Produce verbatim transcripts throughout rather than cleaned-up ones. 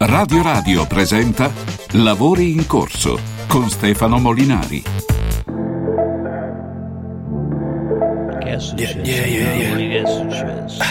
Radio Radio presenta Lavori in corso con Stefano Molinari. Che è successo? Yeah, yeah, yeah, yeah. Che è successo?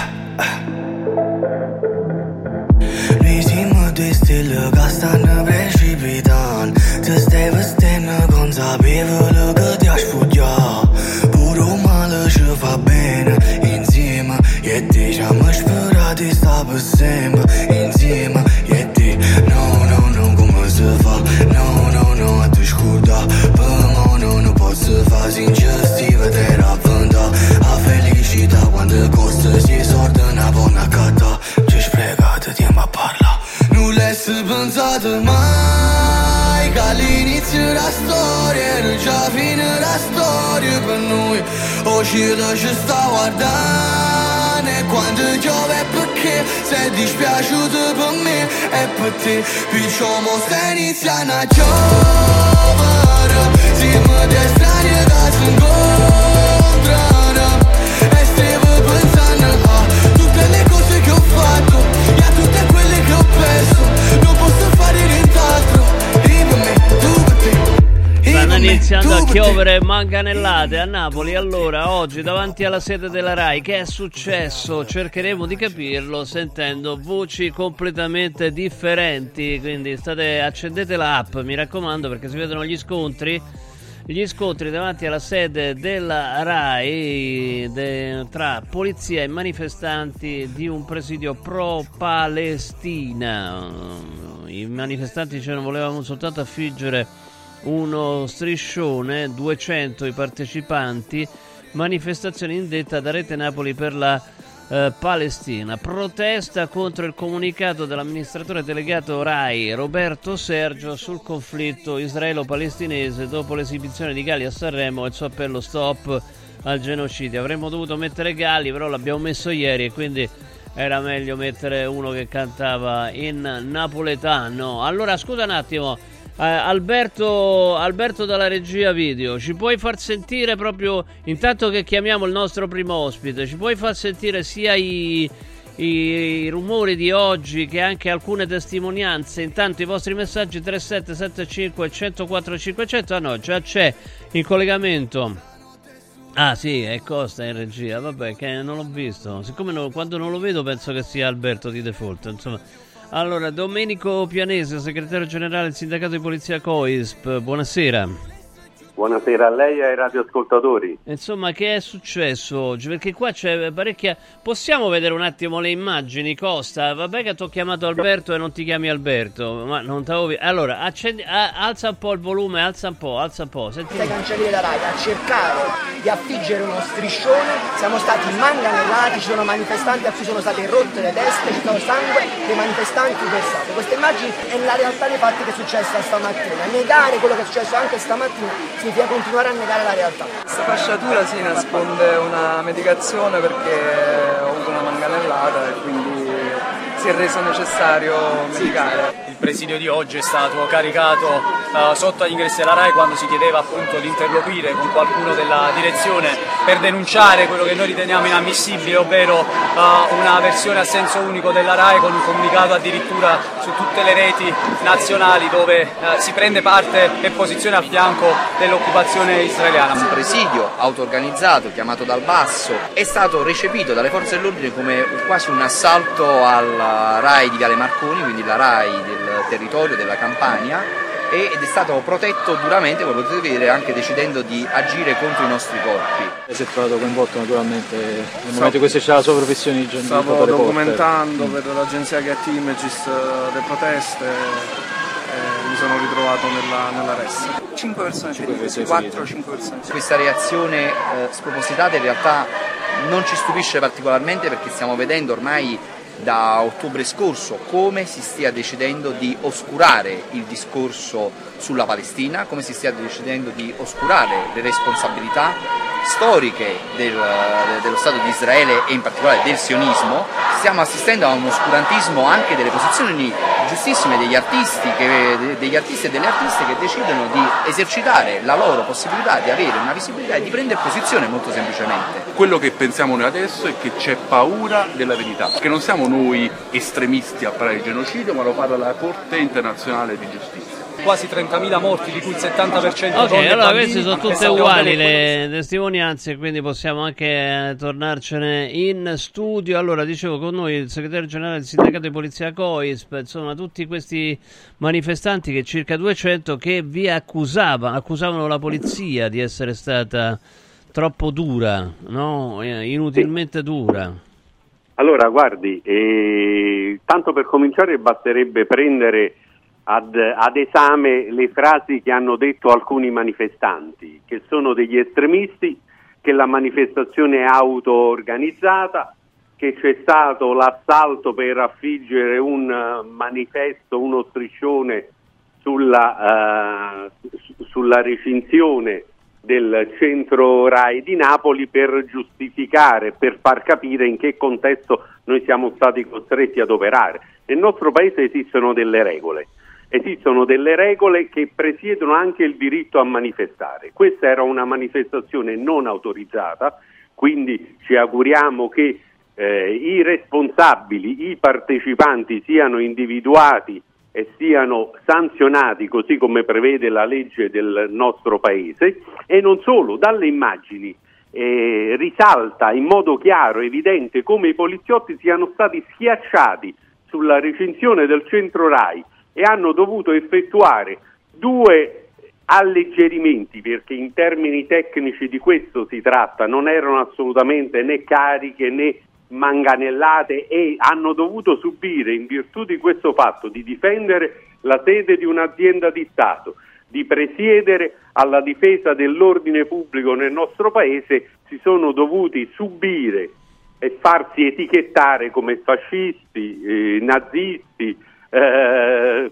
Risimo di stile che stanno precipitando. Ti stai vestendo consapevole che ti hai sfuggito. Puro male ci fa bene insieme. E diciamo sperati sta per sempre insieme. E di no, no, no, come si fa? No, no, no, ti scorda. Per me no, non posso fare sincero, vedere a venda. A felicità quando costa si sorda una buona cata. Ci sprecate tempo a parlare. Non l'hai pensato mai che all'inizio della storia era già fine la storia per noi. Oggi ci sta guardando e quando piove perché sei dispiaciuto per me e per te. Perciò mo stai iniziando a giovere. Siamo dei strani che si incontrano e stavo pensando a tutte le cose che ho fatto e a tutte quelle che ho perso. Non posso fare nient'altro. Io per me, tu per te. Stanno iniziando a piovere manganellate a Napoli. Allora, oggi davanti alla sede della Rai, che è successo? Cercheremo di capirlo sentendo voci completamente differenti. Quindi state, accendete l'app, mi raccomando, perché si vedono gli scontri. Gli scontri davanti alla sede della Rai de, tra polizia e manifestanti di un presidio pro-Palestina. I manifestanti dicevano volevamo soltanto affiggere uno striscione, duecento i partecipanti, manifestazione indetta da Rete Napoli per la eh, Palestina. Protesta contro il comunicato dell'amministratore delegato Rai Roberto Sergio sul conflitto israelo-palestinese dopo l'esibizione di Galli a Sanremo e il suo appello stop al genocidio. Avremmo dovuto mettere Galli, però l'abbiamo messo ieri e quindi era meglio mettere uno che cantava in napoletano. Allora scusa un attimo, Uh, Alberto, Alberto dalla regia video, ci puoi far sentire proprio, intanto che chiamiamo il nostro primo ospite, ci puoi far sentire sia i, i, i rumori di oggi che anche alcune testimonianze, intanto i vostri messaggi tre sette sette cinque uno zero quattro cinquecento. Ah no, già c'è in collegamento. Ah sì, è Costa in regia, vabbè che non l'ho visto, siccome non, quando non lo vedo penso che sia Alberto di default, insomma. Allora, Domenico Pianese, segretario generale del sindacato di polizia COISP, buonasera. Buonasera a lei e ai radioascoltatori. Insomma, che è successo oggi? Perché qua c'è parecchia... Possiamo vedere un attimo le immagini, Costa? Vabbè che ti ho chiamato Alberto e non ti chiami Alberto, ma non t'avevo visto. Allora, accendi... alza un po' il volume, alza un po', alza un po'. Senti... Ai cancelli della Rai a cercare di affiggere uno striscione, siamo stati manganellati, ci sono manifestanti a cui sono state rotte le teste, ci sono sangue dei manifestanti versati. Queste immagini è la realtà dei fatti che è successa stamattina. Negare quello che è successo anche stamattina significa continuare a negare la realtà. Questa fasciatura si nasconde una medicazione perché ho avuto una manganellata e quindi si è reso necessario medicare. Il presidio di oggi è stato caricato uh, sotto agli ingressi della Rai quando si chiedeva appunto di interloquire con qualcuno della direzione per denunciare quello che noi riteniamo inammissibile, ovvero uh, una versione a senso unico della Rai con un comunicato addirittura su tutte le reti nazionali dove uh, si prende parte e posizione a fianco dell'occupazione israeliana. Un presidio auto-organizzato chiamato dal basso è stato recepito dalle forze dell'ordine come quasi un assalto alla Rai di Viale Marconi, quindi la Rai del territorio della Campania, ed è stato protetto duramente, come potete vedere, anche decidendo di agire contro i nostri corpi. Si è trovato coinvolto naturalmente nel momento in cui c'è la sua professione di giornalista. Stavo documentando per l'agenzia Get Images le proteste e mi sono ritrovato nella, nella res. cinque persone ferite, quattro cinque persone. Questa reazione eh, spropositata in realtà non ci stupisce particolarmente perché stiamo vedendo ormai da ottobre scorso come si stia decidendo di oscurare il discorso sulla Palestina, come si stia decidendo di oscurare le responsabilità storiche del, dello Stato di Israele e in particolare del sionismo. Stiamo assistendo a un oscurantismo anche delle posizioni giustissime degli artisti, che, degli artisti e delle artiste che decidono di esercitare la loro possibilità di avere una visibilità e di prendere posizione molto semplicemente. Quello che pensiamo noi adesso è che c'è paura della verità, che non siamo noi estremisti a parlare di genocidio, ma lo parla la Corte internazionale di giustizia. Quasi trentamila morti, di cui il settanta per cento ok, donne e allora bambini. queste sono tutte uguali le testimonianze, quindi possiamo anche eh, tornarcene in studio. Allora, dicevo, con noi il segretario generale del sindacato di polizia COISP, insomma tutti questi manifestanti, che circa duecento, che vi accusavano, accusavano la polizia di essere stata troppo dura, no? Inutilmente dura. Allora, guardi, eh, tanto per cominciare basterebbe prendere Ad, ad esame le frasi che hanno detto alcuni manifestanti, che sono degli estremisti, che la manifestazione è auto-organizzata, che c'è stato l'assalto per affiggere un manifesto, uno striscione sulla, uh, sulla recinzione del centro RAI di Napoli per giustificare, per far capire in che contesto noi siamo stati costretti ad operare. Nel nostro paese esistono delle regole. Esistono delle regole che presiedono anche il diritto a manifestare. Questa era una manifestazione non autorizzata, quindi ci auguriamo che eh, i responsabili, i partecipanti siano individuati e siano sanzionati così come prevede la legge del nostro paese. E non solo, dalle immagini eh, risalta in modo chiaro, evidente, come i poliziotti siano stati schiacciati sulla recinzione del centro RAI e hanno dovuto effettuare due alleggerimenti, perché in termini tecnici di questo si tratta, non erano assolutamente né cariche né manganellate, e hanno dovuto subire, in virtù di questo fatto di difendere la sede di un'azienda di Stato, di presiedere alla difesa dell'ordine pubblico nel nostro paese, si sono dovuti subire e farsi etichettare come fascisti, eh, nazisti, Eh,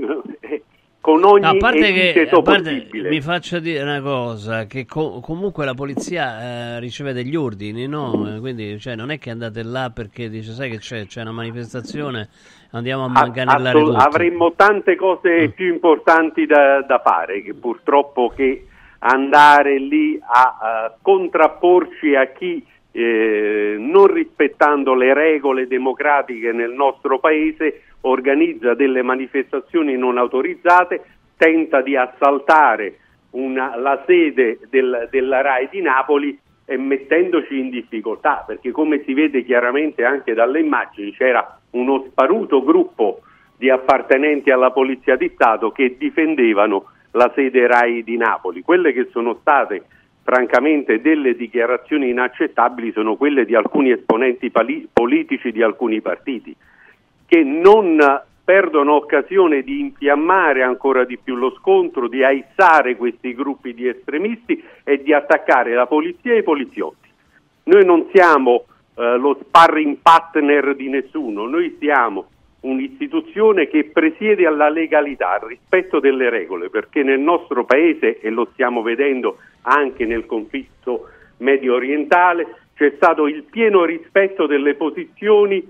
con ogni no, a parte che a parte, possibile. Mi faccia dire una cosa, che co- comunque la polizia eh, riceve degli ordini, no? Quindi cioè, non è che andate là perché dice sai che c'è, c'è una manifestazione, andiamo a manganellare Assol- tutto. Avremmo tante cose mm. più importanti da, da fare, che purtroppo che andare lì a, a contrapporci a chi eh, non rispettando le regole democratiche nel nostro paese organizza delle manifestazioni non autorizzate, tenta di assaltare una, la sede del, della RAI di Napoli, e mettendoci in difficoltà, perché come si vede chiaramente anche dalle immagini c'era uno sparuto gruppo di appartenenti alla Polizia di Stato che difendevano la sede RAI di Napoli. Quelle che sono state francamente delle dichiarazioni inaccettabili sono quelle di alcuni esponenti pali- politici di alcuni partiti, che non perdono occasione di infiammare ancora di più lo scontro, di aizzare questi gruppi di estremisti e di attaccare la polizia e i poliziotti. Noi non siamo eh, lo sparring partner di nessuno, noi siamo un'istituzione che presiede alla legalità, al rispetto delle regole, perché nel nostro paese, e lo stiamo vedendo anche nel conflitto medio orientale, c'è stato il pieno rispetto delle posizioni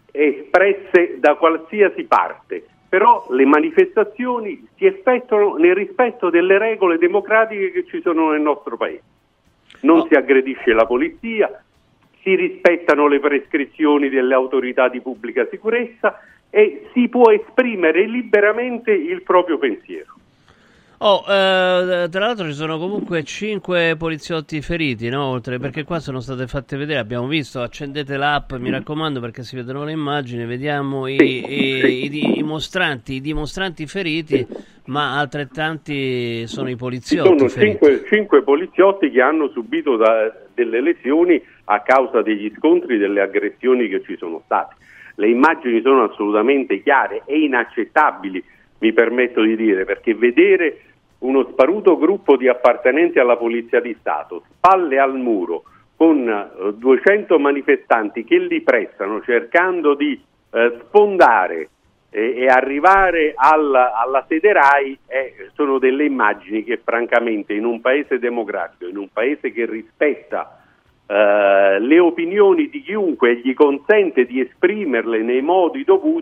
espresse da qualsiasi parte, però le manifestazioni si effettuano nel rispetto delle regole democratiche che ci sono nel nostro paese. Non oh. si aggredisce la polizia, si rispettano le prescrizioni delle autorità di pubblica sicurezza e si può esprimere liberamente il proprio pensiero. Oh, eh, tra l'altro ci sono comunque cinque poliziotti feriti, no? Oltre, perché qua sono state fatte vedere, abbiamo visto, accendete l'app, mi raccomando, perché si vedono le immagini, vediamo i, sì, i, sì. i, i mostranti, i dimostranti feriti, ma altrettanti sono i poliziotti Ci sono feriti. Cinque, cinque poliziotti che hanno subito da, delle lesioni a causa degli scontri, delle aggressioni che ci sono state. Le immagini sono assolutamente chiare e inaccettabili, mi permetto di dire, perché vedere uno sparuto gruppo di appartenenti alla Polizia di Stato, spalle al muro, con uh, duecento manifestanti che li pressano cercando di uh, sfondare e, e arrivare alla, alla sede RAI, eh, sono delle immagini che francamente in un paese democratico, in un paese che rispetta uh, le opinioni di chiunque e gli consente di esprimerle nei modi dovuti,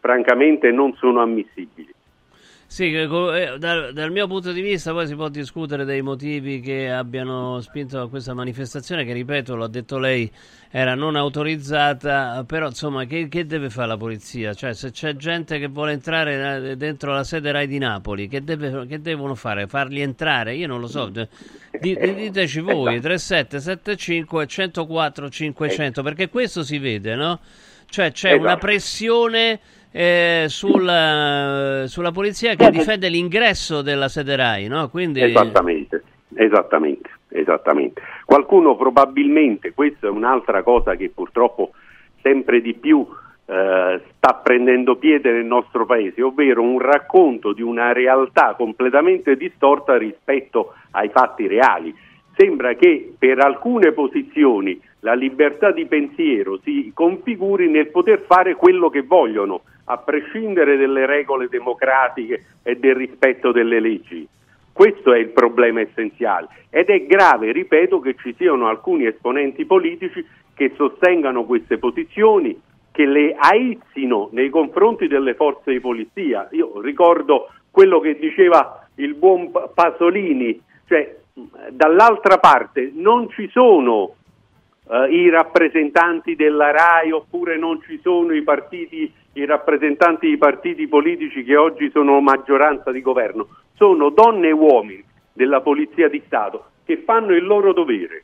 francamente non sono ammissibili. Sì, dal, dal mio punto di vista poi si può discutere dei motivi che abbiano spinto a questa manifestazione, che ripeto, l'ha detto lei, era non autorizzata, però insomma che, che deve fare la polizia? Cioè, se c'è gente che vuole entrare dentro la sede Rai di Napoli, che, deve, che devono fare? Farli entrare? Io non lo so, diteci voi, tre sette sette cinque uno zero quattro cinquecento, perché questo si vede, no? Cioè c'è esatto. una pressione eh, sulla, sulla polizia che difende l'ingresso della sede Rai, no? Quindi... Esattamente, esattamente, esattamente. Qualcuno probabilmente, questa è un'altra cosa che purtroppo sempre di più eh, sta prendendo piede nel nostro paese, ovvero un racconto di una realtà completamente distorta rispetto ai fatti reali. Sembra che per alcune posizioni la libertà di pensiero si configuri nel poter fare quello che vogliono, a prescindere dalle regole democratiche e del rispetto delle leggi. Questo è il problema essenziale ed è grave, ripeto, che ci siano alcuni esponenti politici che sostengano queste posizioni, che le aizzino nei confronti delle forze di polizia. Io ricordo quello che diceva il buon Pasolini, cioè dall'altra parte non ci sono uh, i rappresentanti della Rai, oppure non ci sono i partiti, i rappresentanti di partiti politici che oggi sono maggioranza di governo, sono donne e uomini della Polizia di Stato che fanno il loro dovere.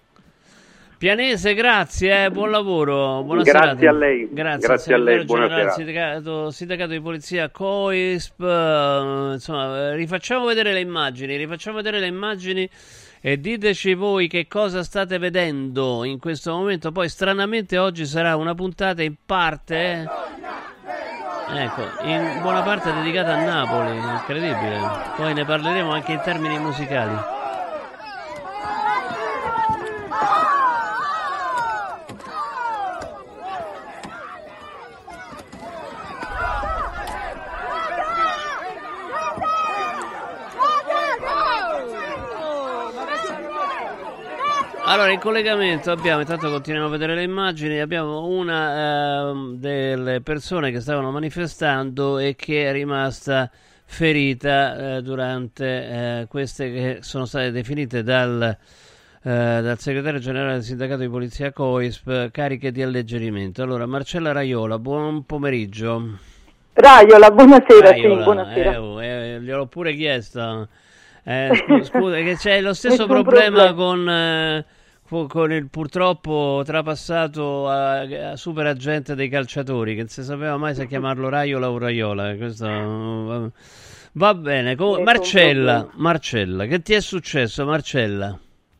Pianese, grazie, eh, buon lavoro, buona grazie serata. A lei. Grazie, grazie a lei, buona serata. Sindacato, sindacato di polizia COISP, uh, insomma, rifacciamo vedere le immagini, rifacciamo vedere le immagini e diteci voi che cosa state vedendo in questo momento. Poi stranamente oggi sarà una puntata in parte, eh, ecco, in buona parte dedicata a Napoli, incredibile. Poi ne parleremo anche in termini musicali. Allora, in collegamento abbiamo, intanto continuiamo a vedere le immagini, abbiamo una eh, delle persone che stavano manifestando e che è rimasta ferita eh, durante eh, queste che sono state definite dal, eh, dal segretario generale del sindacato di polizia COISP cariche di alleggerimento. Allora, Marcella Raiola, buon pomeriggio. Raiola, buonasera, Raiola, sì, buonasera. Eh, oh, eh, gliel'ho pure chiesto. Eh, scusa, scusa, che c'è lo stesso Nessun problema, problema. con... Eh, con il purtroppo trapassato a, a super agente dei calciatori, che non si sapeva mai se chiamarlo Raiola o Raiola. Questo va, va bene. Com- Marcella, Marcella, che ti è successo, Marcella?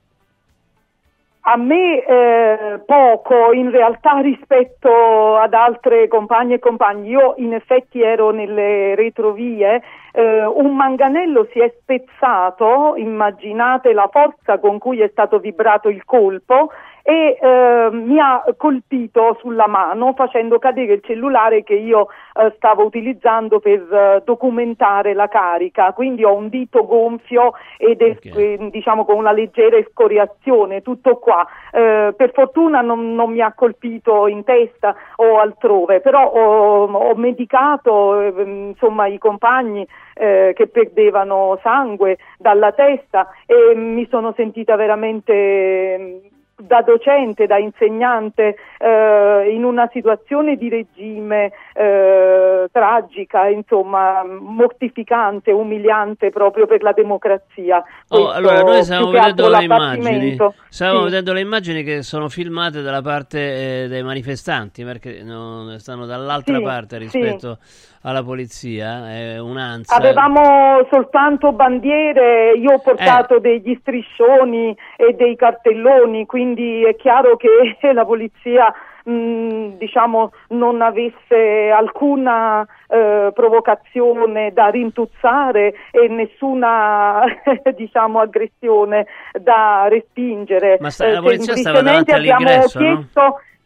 A me eh, poco in realtà rispetto ad altre compagne e compagni. Io in effetti ero nelle retrovie, eh, un manganello si è spezzato, immaginate la forza con cui è stato vibrato il colpo, e eh, mi ha colpito sulla mano facendo cadere il cellulare che io eh, stavo utilizzando per eh, documentare la carica, quindi ho un dito gonfio ed è, okay. eh, diciamo con una leggera escoriazione, tutto qua. Eh, per fortuna non, non mi ha colpito in testa o altrove, però ho, ho medicato eh, insomma i compagni eh, che perdevano sangue dalla testa e mi sono sentita veramente da docente, da insegnante, eh, in una situazione di regime eh, tragica, insomma, mortificante, umiliante proprio per la democrazia. Oh, allora, noi stiamo vedendo le immagini, stiamo sì. vedendo le immagini che sono filmate dalla parte eh, dei manifestanti, perché no, stanno dall'altra sì, parte rispetto sì. alla polizia, è un'ansia. Avevamo soltanto bandiere, io ho portato eh. degli striscioni e dei cartelloni, quindi è chiaro che la polizia mh, diciamo non avesse alcuna eh, provocazione da rintuzzare e nessuna diciamo aggressione da respingere. Ma sta, la polizia stava davanti abbiamo all'ingresso, chiesto, no?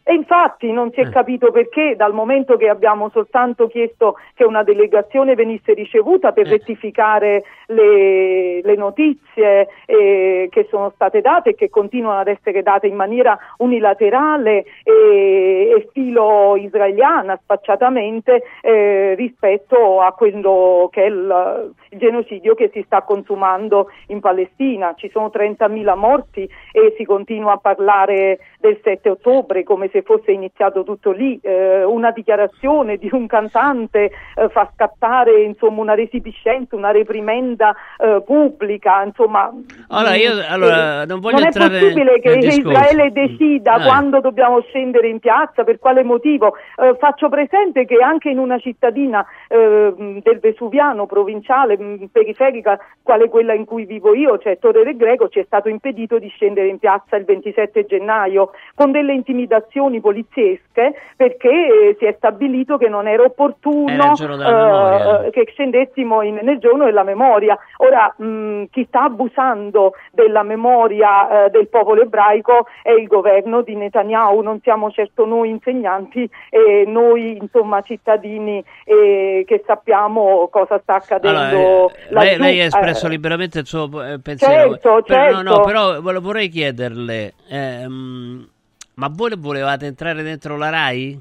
E infatti non si è capito perché, dal momento che abbiamo soltanto chiesto che una delegazione venisse ricevuta per rettificare le, le notizie eh, che sono state date e che continuano ad essere date in maniera unilaterale e, e filo israeliana, spacciatamente, eh, rispetto a quello che è il, il genocidio che si sta consumando in Palestina. Ci sono trentamila morti e si continua a parlare del sette ottobre come se fosse iniziato tutto lì. Eh, una dichiarazione di un cantante eh, fa scattare insomma una resipiscenza, una reprimenda eh, pubblica, insomma. Allora, io allora, non voglio non entrare è possibile che nel discorso. Israele decida eh. quando dobbiamo scendere in piazza, per quale motivo. Eh, faccio presente che anche in una cittadina eh, del Vesuviano provinciale, mh, periferica, quale quella in cui vivo io, cioè Torre del Greco, ci è stato impedito di scendere in piazza il ventisette gennaio con delle intimidazioni poliziesche, perché eh, si è stabilito che non era opportuno eh, che scendessimo in, nel giorno della memoria. Ora mh, chi sta abusando della memoria eh, del popolo ebraico è il governo di Netanyahu, non siamo certo noi insegnanti e noi insomma cittadini eh, che sappiamo cosa sta accadendo. Allora, lei, lei ha eh, espresso eh, liberamente il suo eh, pensiero. Certo, però, certo. No, no, però vorrei chiederle, ehm, ma voi volevate entrare dentro la RAI?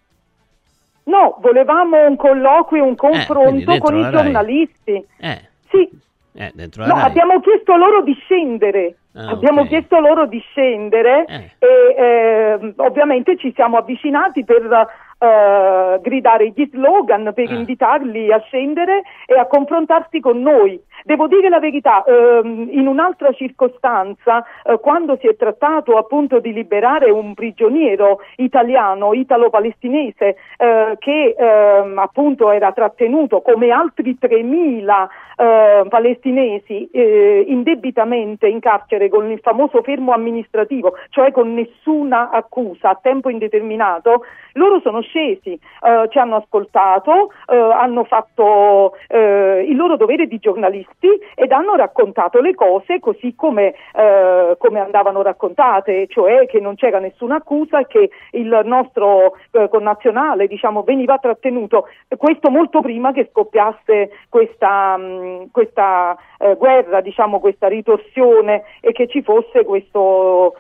No, volevamo un colloquio, un confronto eh, con i giornalisti. Eh. Sì. Eh, dentro la No, RAI. abbiamo chiesto loro di scendere. Ah, abbiamo okay. chiesto loro di scendere eh. e eh, ovviamente ci siamo avvicinati per uh, gridare gli slogan, per ah. invitarli a scendere e a confrontarsi con noi. Devo dire la verità, ehm, in un'altra circostanza, eh, quando si è trattato appunto di liberare un prigioniero italiano, italo-palestinese, eh, che ehm, appunto era trattenuto come altri tremila eh, palestinesi eh, indebitamente in carcere con il famoso fermo amministrativo, cioè con nessuna accusa a tempo indeterminato, loro sono scesi, eh, ci hanno ascoltato, eh, hanno fatto eh, il loro dovere di giornalisti ed hanno raccontato le cose così come, eh, come andavano raccontate, cioè che non c'era nessuna accusa e che il nostro eh, connazionale diciamo veniva trattenuto, questo molto prima che scoppiasse questa, mh, questa eh, guerra, diciamo questa ritorsione e che ci fosse questo,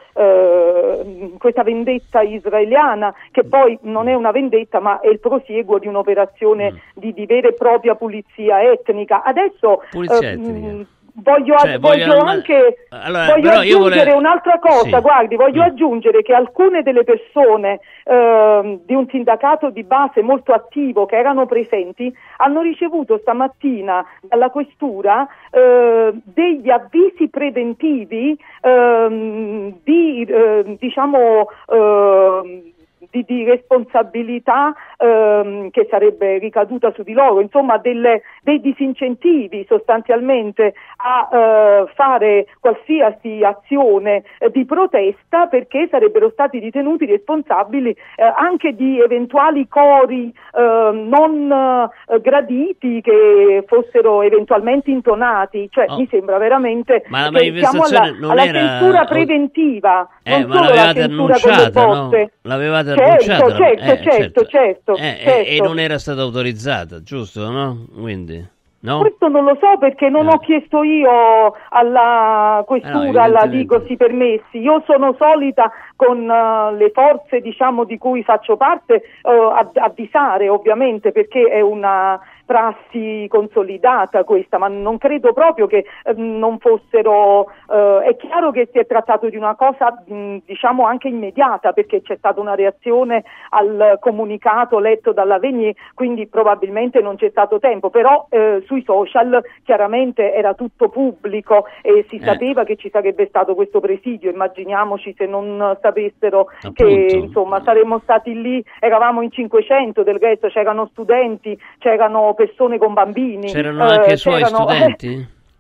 eh, questa vendetta israeliana, che poi non è una vendetta ma è il prosieguo di un'operazione mm. di, di vera e propria pulizia etnica. Adesso pulizia eh, etnica. Mh, Voglio, cioè, voglio voglio anche allora, voglio aggiungere volevo... un'altra cosa, sì. guardi, voglio mm. aggiungere che alcune delle persone eh, di un sindacato di base molto attivo che erano presenti hanno ricevuto stamattina dalla questura eh, degli avvisi preventivi eh, di eh, diciamo eh, Di, di responsabilità ehm, che sarebbe ricaduta su di loro, insomma delle, dei disincentivi sostanzialmente a eh, fare qualsiasi azione eh, di protesta, perché sarebbero stati ritenuti responsabili eh, anche di eventuali cori eh, non eh, graditi che fossero eventualmente intonati, cioè oh. mi sembra veramente ma che siamo alla, non alla era... censura preventiva, eh, non ma solo la l'avevate censura con le annunciata, botte. no? L'avevate Certo, annunciata, certo, eh, certo, certo, eh, certo. E non era stata autorizzata, giusto, no? Quindi, no? Questo non lo so perché non eh. ho chiesto io alla questura, eh no, alla Digos i permessi. Io sono solita con uh, le forze, diciamo, di cui faccio parte, uh, av- avvisare ovviamente, perché è una prassi consolidata questa, ma non credo proprio che eh, non fossero, eh, è chiaro che si è trattato di una cosa mh, diciamo anche immediata, perché c'è stata una reazione al comunicato letto dalla Venier, quindi probabilmente non c'è stato tempo, però eh, sui social chiaramente era tutto pubblico e si eh. sapeva che ci sarebbe stato questo presidio. Immaginiamoci se non sapessero Appunto. che insomma saremmo stati lì, eravamo in cinquecento, del resto c'erano studenti, c'erano persone con bambini. C'erano anche eh, i suoi c'erano, studenti?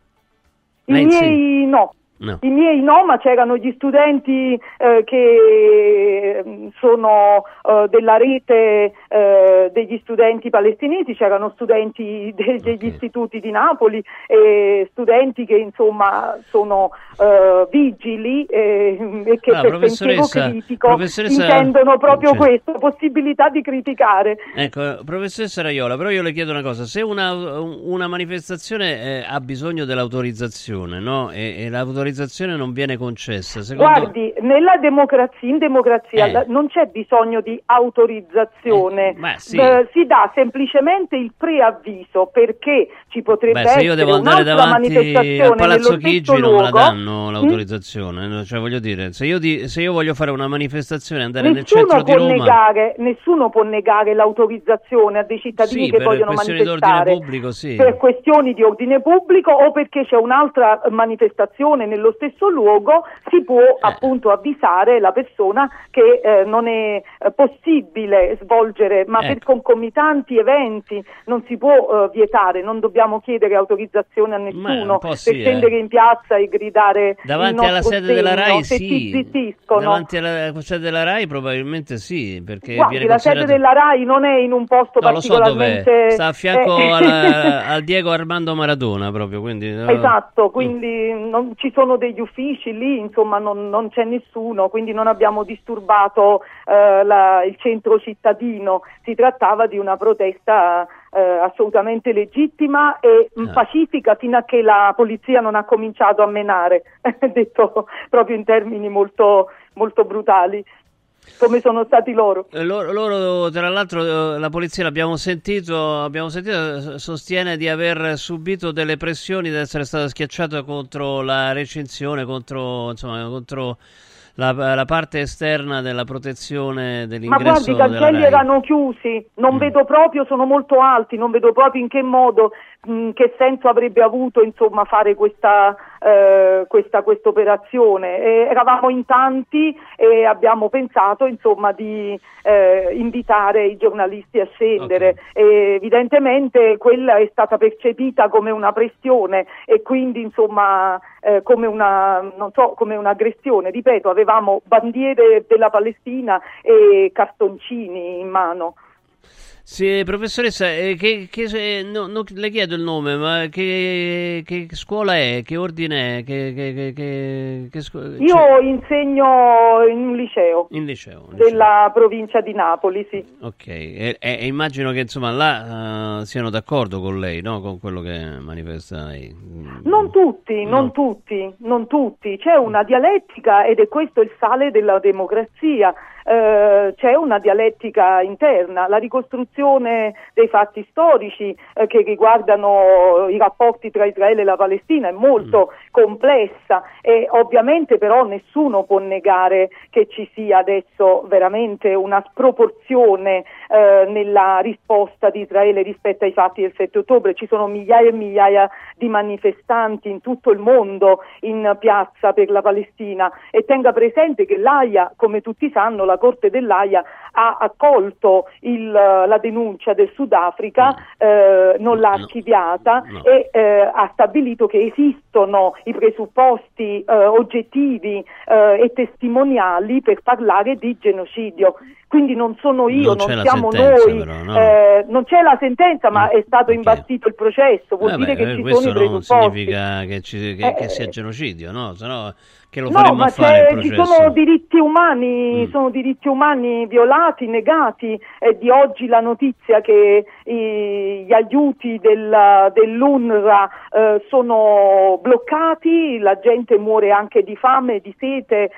Eh, I miei no. No. I miei no, ma c'erano gli studenti eh, che sono eh, della rete eh, degli studenti palestinesi, c'erano studenti de- degli okay. istituti di Napoli, eh, studenti che insomma sono eh, vigili eh, e che allora, per pensiero critico professoressa... intendono proprio certo. questo, possibilità di criticare. Ecco, professoressa Raiola, però io le chiedo una cosa, se una, una manifestazione eh, ha bisogno dell'autorizzazione, no? E, e l'autorizzazione non viene concessa, secondo... Guardi, nella democrazia, in democrazia eh. non c'è bisogno di autorizzazione, eh, sì. eh, si dà semplicemente il preavviso, perché ci potrebbe Beh, se io essere devo andare un'altra davanti manifestazione al Palazzo nello Chigi stesso non me la luogo. danno l'autorizzazione, mm? Cioè voglio dire, se io, di, se io voglio fare una manifestazione e andare Nessuno nel centro di Roma... Negare, nessuno può negare l'autorizzazione a dei cittadini sì, che vogliono manifestare pubblico, sì. per questioni di ordine pubblico o perché c'è un'altra manifestazione nello stesso luogo, si può eh. appunto avvisare la persona che eh, non è eh, possibile svolgere, ma ecco. per concomitanti eventi non si può eh, vietare, non dobbiamo chiedere autorizzazione a nessuno per sì, scendere eh. in piazza e gridare davanti alla sede segno, della RAI se sì. ti zittiscono. Davanti alla sede della RAI probabilmente sì, perché Guardi, viene la considerato... sede della RAI non è in un posto no, particolarmente... lo so dov'è. Sta a fianco eh... alla, al Diego Armando Maradona proprio, quindi... No. Esatto, quindi non, ci sono degli uffici lì, insomma non, non c'è nessuno, quindi non abbiamo disturbato eh, la, il centro cittadino, si trattava di una protesta eh, assolutamente legittima e ah. pacifica fino a che la polizia non ha cominciato a menare, detto proprio in termini molto, molto brutali. Come sono stati loro. loro. Loro, tra l'altro, la polizia, l'abbiamo sentito, abbiamo sentito, sostiene di aver subito delle pressioni, di essere stata schiacciata contro la recinzione, contro, insomma, contro la, la parte esterna della protezione dell'ingresso. Ma guardi, i cancelli erano chiusi, non mm. vedo proprio, sono molto alti, non vedo proprio in che modo, mh, che senso avrebbe avuto, insomma, fare questa... Eh, questa questa operazione. Eh, eravamo in tanti e abbiamo pensato insomma di eh, invitare i giornalisti a scendere okay. e evidentemente quella è stata percepita come una pressione e quindi insomma eh, come una non so come un'aggressione. Ripeto, avevamo bandiere della Palestina e cartoncini in mano. Sì, professoressa, eh, che, che, no, no, le chiedo il nome, ma che, che scuola è, che ordine è? Che, che, che, che scu- Io cioè... insegno in un liceo, in liceo, un liceo della provincia di Napoli, sì. Ok, e, e immagino che insomma là uh, siano d'accordo con lei, no? Con quello che manifesta lei. Non tutti, no. non tutti, non tutti. C'è una dialettica ed è questo il sale della democrazia. Uh, c'è una dialettica interna, la ricostruzione dei fatti storici uh, che riguardano i rapporti tra Israele e la Palestina è molto mm. complessa e ovviamente però nessuno può negare che ci sia adesso veramente una sproporzione uh, nella risposta di Israele rispetto ai fatti del sette ottobre. Ci sono migliaia e migliaia di manifestanti in tutto il mondo in piazza per la Palestina e tenga presente che l'Aia, come tutti sanno, la Corte dell'Aia ha accolto il, la denuncia del Sudafrica, eh, non l'ha archiviata no, no. e eh, ha stabilito che esistono i presupposti eh, oggettivi eh, e testimoniali per parlare di genocidio. Quindi non sono io, non, non siamo noi, però, no? eh, non c'è la sentenza, ma è stato okay. imbastito il processo, vuol eh dire beh, che ci questo sono i presupposti. Non significa che, ci, che, eh, che sia genocidio, no? Sennò che lo no, faremmo ma a fare il processo. Ci sono diritti umani, mm. sono diritti umani violati, negati. È di oggi la notizia che i, gli aiuti del, dell'UNRWA eh, sono bloccati, la gente muore anche di fame e di sete,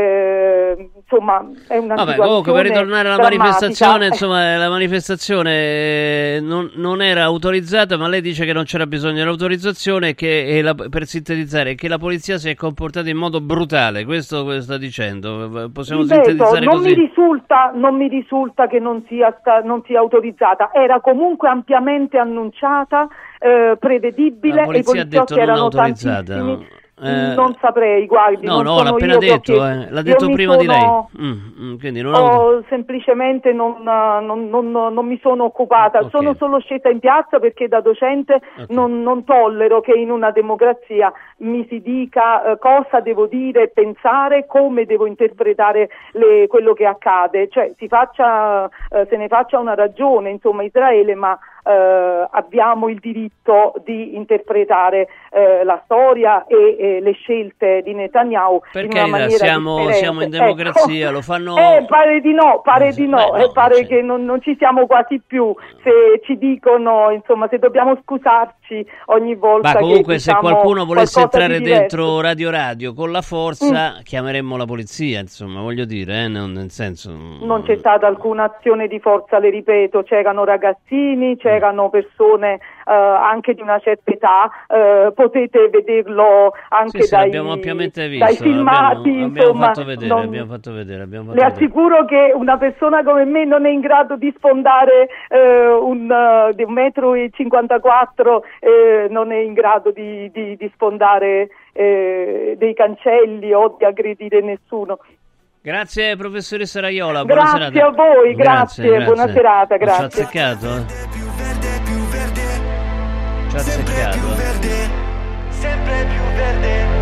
eh, insomma è una Vabbè, situazione comunque per ritornare alla drammatica. manifestazione, insomma la manifestazione non, non era autorizzata, ma lei dice che non c'era bisogno dell'autorizzazione e che e la, per sintetizzare che la polizia si è comportata in modo brutale, questo, questo sta dicendo, possiamo Ripeto, sintetizzare non così? Mi risulta, non mi risulta che non sia, sta, non sia autorizzata, era comunque ampiamente annunciata, eh, prevedibile, e i poliziotti erano tantissimi. Eh, non saprei, guardi. No, non no, sono l'ha appena io detto, che ho eh, l'ha detto prima sono... di lei. Mm, mm, quindi non ho... ho semplicemente non, non, non, non mi sono occupata, Okay. sono solo scesa in piazza perché da docente Okay. non, non tollero che in una democrazia mi si dica eh, cosa devo dire, pensare, come devo interpretare le, quello che accade, cioè si faccia, eh, se ne faccia una ragione, insomma, Israele, ma eh, abbiamo il diritto di interpretare eh, la storia e, e le scelte di Netanyahu Per in una carità, maniera siamo, differente. siamo in democrazia, Ecco. lo fanno... Eh, pare di no, pare Eh, di beh, no, no, eh, pare cioè- che non, non ci siamo quasi più, se ci dicono, insomma, se dobbiamo scusarci ogni volta Ma comunque che se diciamo qualcuno volesse qualcosa entrare di diverso. dentro Radio Radio con la forza, chiameremmo la polizia, insomma, voglio dire, eh, non, nel senso... Non c'è stata alcuna azione di forza, le ripeto, c'erano ragazzini, c'erano persone eh, anche di una certa età, eh, potete vederlo anche Sì, sì, dai, l'abbiamo ampiamente visto, dai filmati, abbiamo, abbiamo insomma. fatto vedere, non- abbiamo fatto vedere, abbiamo fatto Le vedere. assicuro che una persona come me non è in grado di sfondare eh, un, uh, di un metro e cinquantaquattro, eh, non è in grado di, di, di sfondare eh, dei cancelli o di aggredire nessuno. Grazie professoressa Raiola, buona Grazie serata. a voi, grazie, buona serata, Ci ha grazie. azzeccato? eh? Ci ha azzeccato. eh? sempre più verde.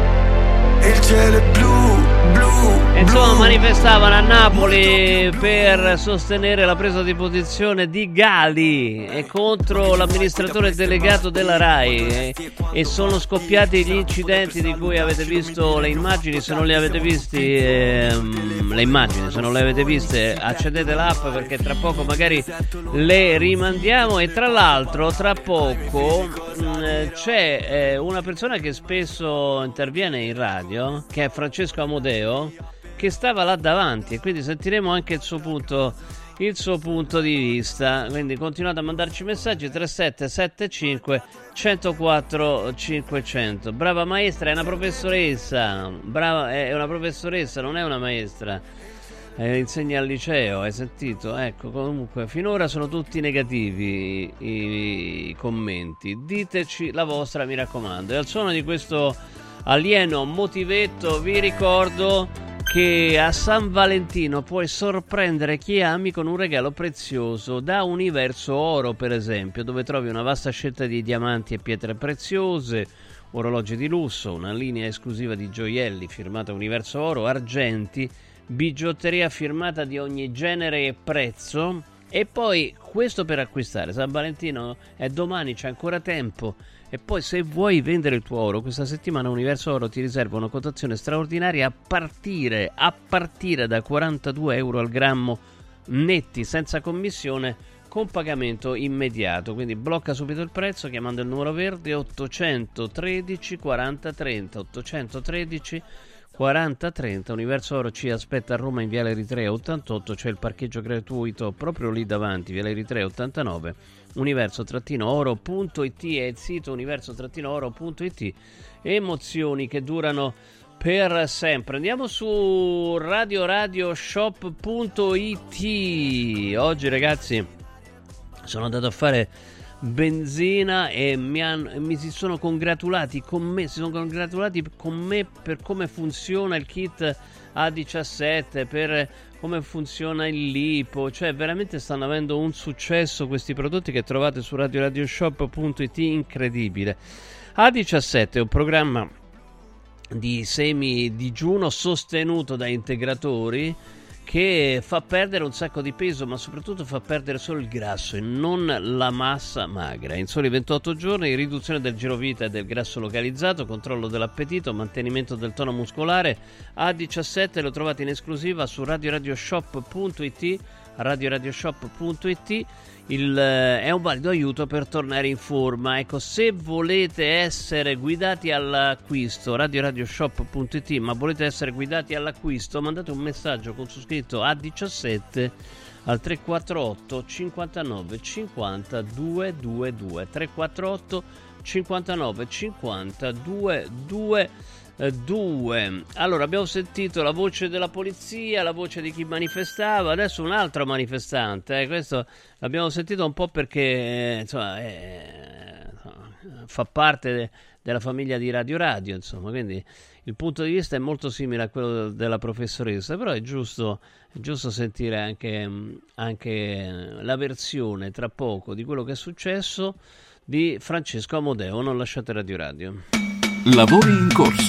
E il cielo è blu, blu. Insomma, manifestavano a Napoli per sostenere la presa di posizione di Gali e contro l'amministratore delegato della RAI e, e sono scoppiati gli incidenti di cui avete visto le immagini. Se non le avete visti ehm, le immagini, se non le avete viste, accedete l'app perché tra poco magari le rimandiamo. E tra l'altro tra poco mh, c'è eh, una persona che spesso interviene in radio, che è Francesco Amodeo, che stava là davanti, e quindi sentiremo anche il suo punto il suo punto di vista. Quindi continuate a mandarci messaggi tre sette sette cinque uno zero quattro cinquecento. Brava maestra, è una professoressa, brava, è una professoressa, non è una maestra, eh, insegna al liceo, hai sentito? Ecco, comunque finora sono tutti negativi i, i commenti, diteci la vostra, mi raccomando. E al suono di questo alieno motivetto vi ricordo che a San Valentino puoi sorprendere chi ami con un regalo prezioso da Universo Oro, per esempio, dove trovi una vasta scelta di diamanti e pietre preziose, orologi di lusso, una linea esclusiva di gioielli firmata Universo Oro, argenti, bigiotteria firmata di ogni genere e prezzo. E poi questo per acquistare. San Valentino è domani, c'è ancora tempo. E poi se vuoi vendere il tuo oro, questa settimana Universo Oro ti riserva una quotazione straordinaria a partire, a partire da quarantadue euro al grammo netti, senza commissione, con pagamento immediato. Quindi blocca subito il prezzo chiamando il numero verde ottocentotredici quaranta trenta, ottocentotredici quaranta trenta. Universo Oro ci aspetta a Roma in Viale Eritrea ottantotto, c'è il parcheggio gratuito proprio lì davanti, Viale Eritrea ottantanove. universo-oro punto it è il sito, universo-oro punto it. Emozioni che durano per sempre. Andiamo su radio radio shop punto it. Oggi ragazzi sono andato a fare benzina e mi, han, mi si sono congratulati con me, si sono congratulati con me per come funziona il kit A diciassette, per come funziona il lipo, cioè veramente stanno avendo un successo questi prodotti che trovate su radio radio shop punto it, incredibile. A diciassette è un programma di semi digiuno sostenuto da integratori che fa perdere un sacco di peso, ma soprattutto fa perdere solo il grasso e non la massa magra. In soli ventotto giorni riduzione del girovita e del grasso localizzato, controllo dell'appetito, mantenimento del tono muscolare. A diciassette lo trovate in esclusiva su radio radio shop punto it, radio radio shop punto it. Il, eh, è un valido aiuto per tornare in forma. Ecco, se volete essere guidati all'acquisto, radio radio shop punto it, ma volete essere guidati all'acquisto, mandate un messaggio con su scritto A diciassette al tre quattro otto cinquantanove cinquanta duecentoventidue, tre quattro otto cinquantanove cinquanta duecentoventidue. Due. Allora, abbiamo sentito la voce della polizia, la voce di chi manifestava, adesso un altro manifestante. Eh, questo l'abbiamo sentito un po' perché eh, insomma, eh, fa parte de, della famiglia di Radio Radio, insomma, quindi il punto di vista è molto simile a quello della professoressa, però è giusto, è giusto sentire anche, anche la versione tra poco di quello che è successo di Francesco Amodeo. Non lasciate Radio Radio. Lavori in corso.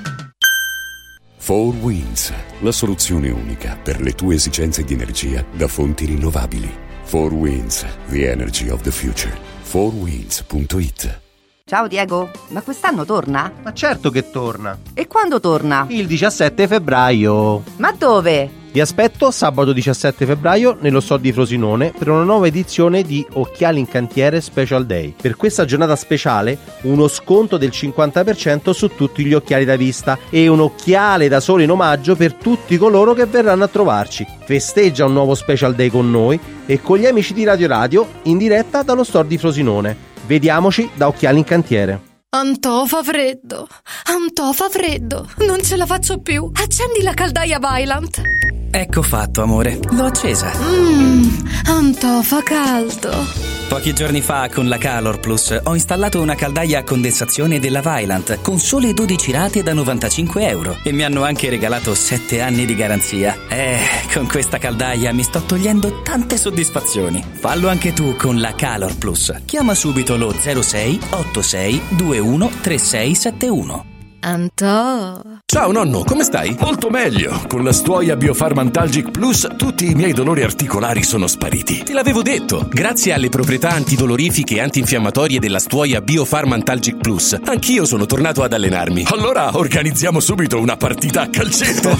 four Winds, la soluzione unica per le tue esigenze di energia da fonti rinnovabili. four Winds, the energy of the future. four winds punto it. Ciao Diego, ma quest'anno torna? Ma certo che torna. E quando torna? Il diciassette febbraio. Ma dove? Vi aspetto sabato diciassette febbraio nello store di Frosinone per una nuova edizione di Occhiali in Cantiere Special Day. Per questa giornata speciale uno sconto del cinquanta per cento su tutti gli occhiali da vista e un occhiale da sole in omaggio per tutti coloro che verranno a trovarci. Festeggia un nuovo Special Day con noi e con gli amici di Radio Radio in diretta dallo store di Frosinone. Vediamoci da Occhiali in Cantiere. Antò fa freddo, Antò fa freddo, non ce la faccio più. Accendi la caldaia Vaillant. Ecco fatto, amore, l'ho accesa. Mmm, Antò fa caldo. Pochi giorni fa con la Calor Plus ho installato una caldaia a condensazione della Vaillant con sole dodici rate da novantacinque euro e mi hanno anche regalato sette anni di garanzia. Eh, con questa caldaia mi sto togliendo tante soddisfazioni. Fallo anche tu con la Calor Plus. Chiama subito lo zero sei otto sei due uno tre sei sette uno. Antò. Ciao nonno, come stai? Molto meglio. Con la Stuoia Biofarmantalgic Plus tutti i miei dolori articolari sono spariti. Te l'avevo detto. Grazie alle proprietà antidolorifiche e antinfiammatorie della Stuoia Biofarmantalgic Plus, anch'io sono tornato ad allenarmi. Allora organizziamo subito una partita a calcetto.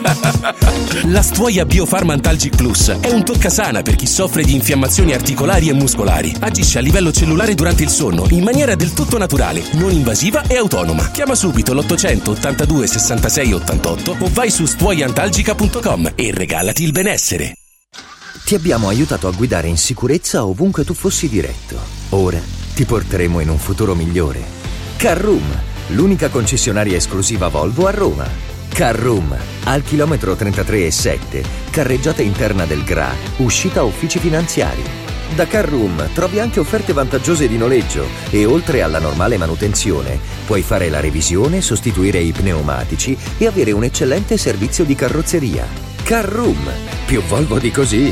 La Stuoia Biofarmantalgic Plus è un toccasana per chi soffre di infiammazioni articolari e muscolari. Agisce a livello cellulare durante il sonno in maniera del tutto naturale, non invasiva e autonoma. Chiama subito l'ottocento ottantadue sessantasei ottantotto o vai su stuoiantalgica punto com e regalati il benessere. Ti abbiamo aiutato a guidare in sicurezza ovunque tu fossi diretto. Ora ti porteremo in un futuro migliore. Carroom, l'unica concessionaria esclusiva Volvo a Roma. Carroom, al chilometro trentatré e sette, carreggiata interna del Gra, uscita uffici finanziari. Da Carroom trovi anche offerte vantaggiose di noleggio e oltre alla normale manutenzione puoi fare la revisione, sostituire i pneumatici e avere un eccellente servizio di carrozzeria. Carroom, più Volvo di così.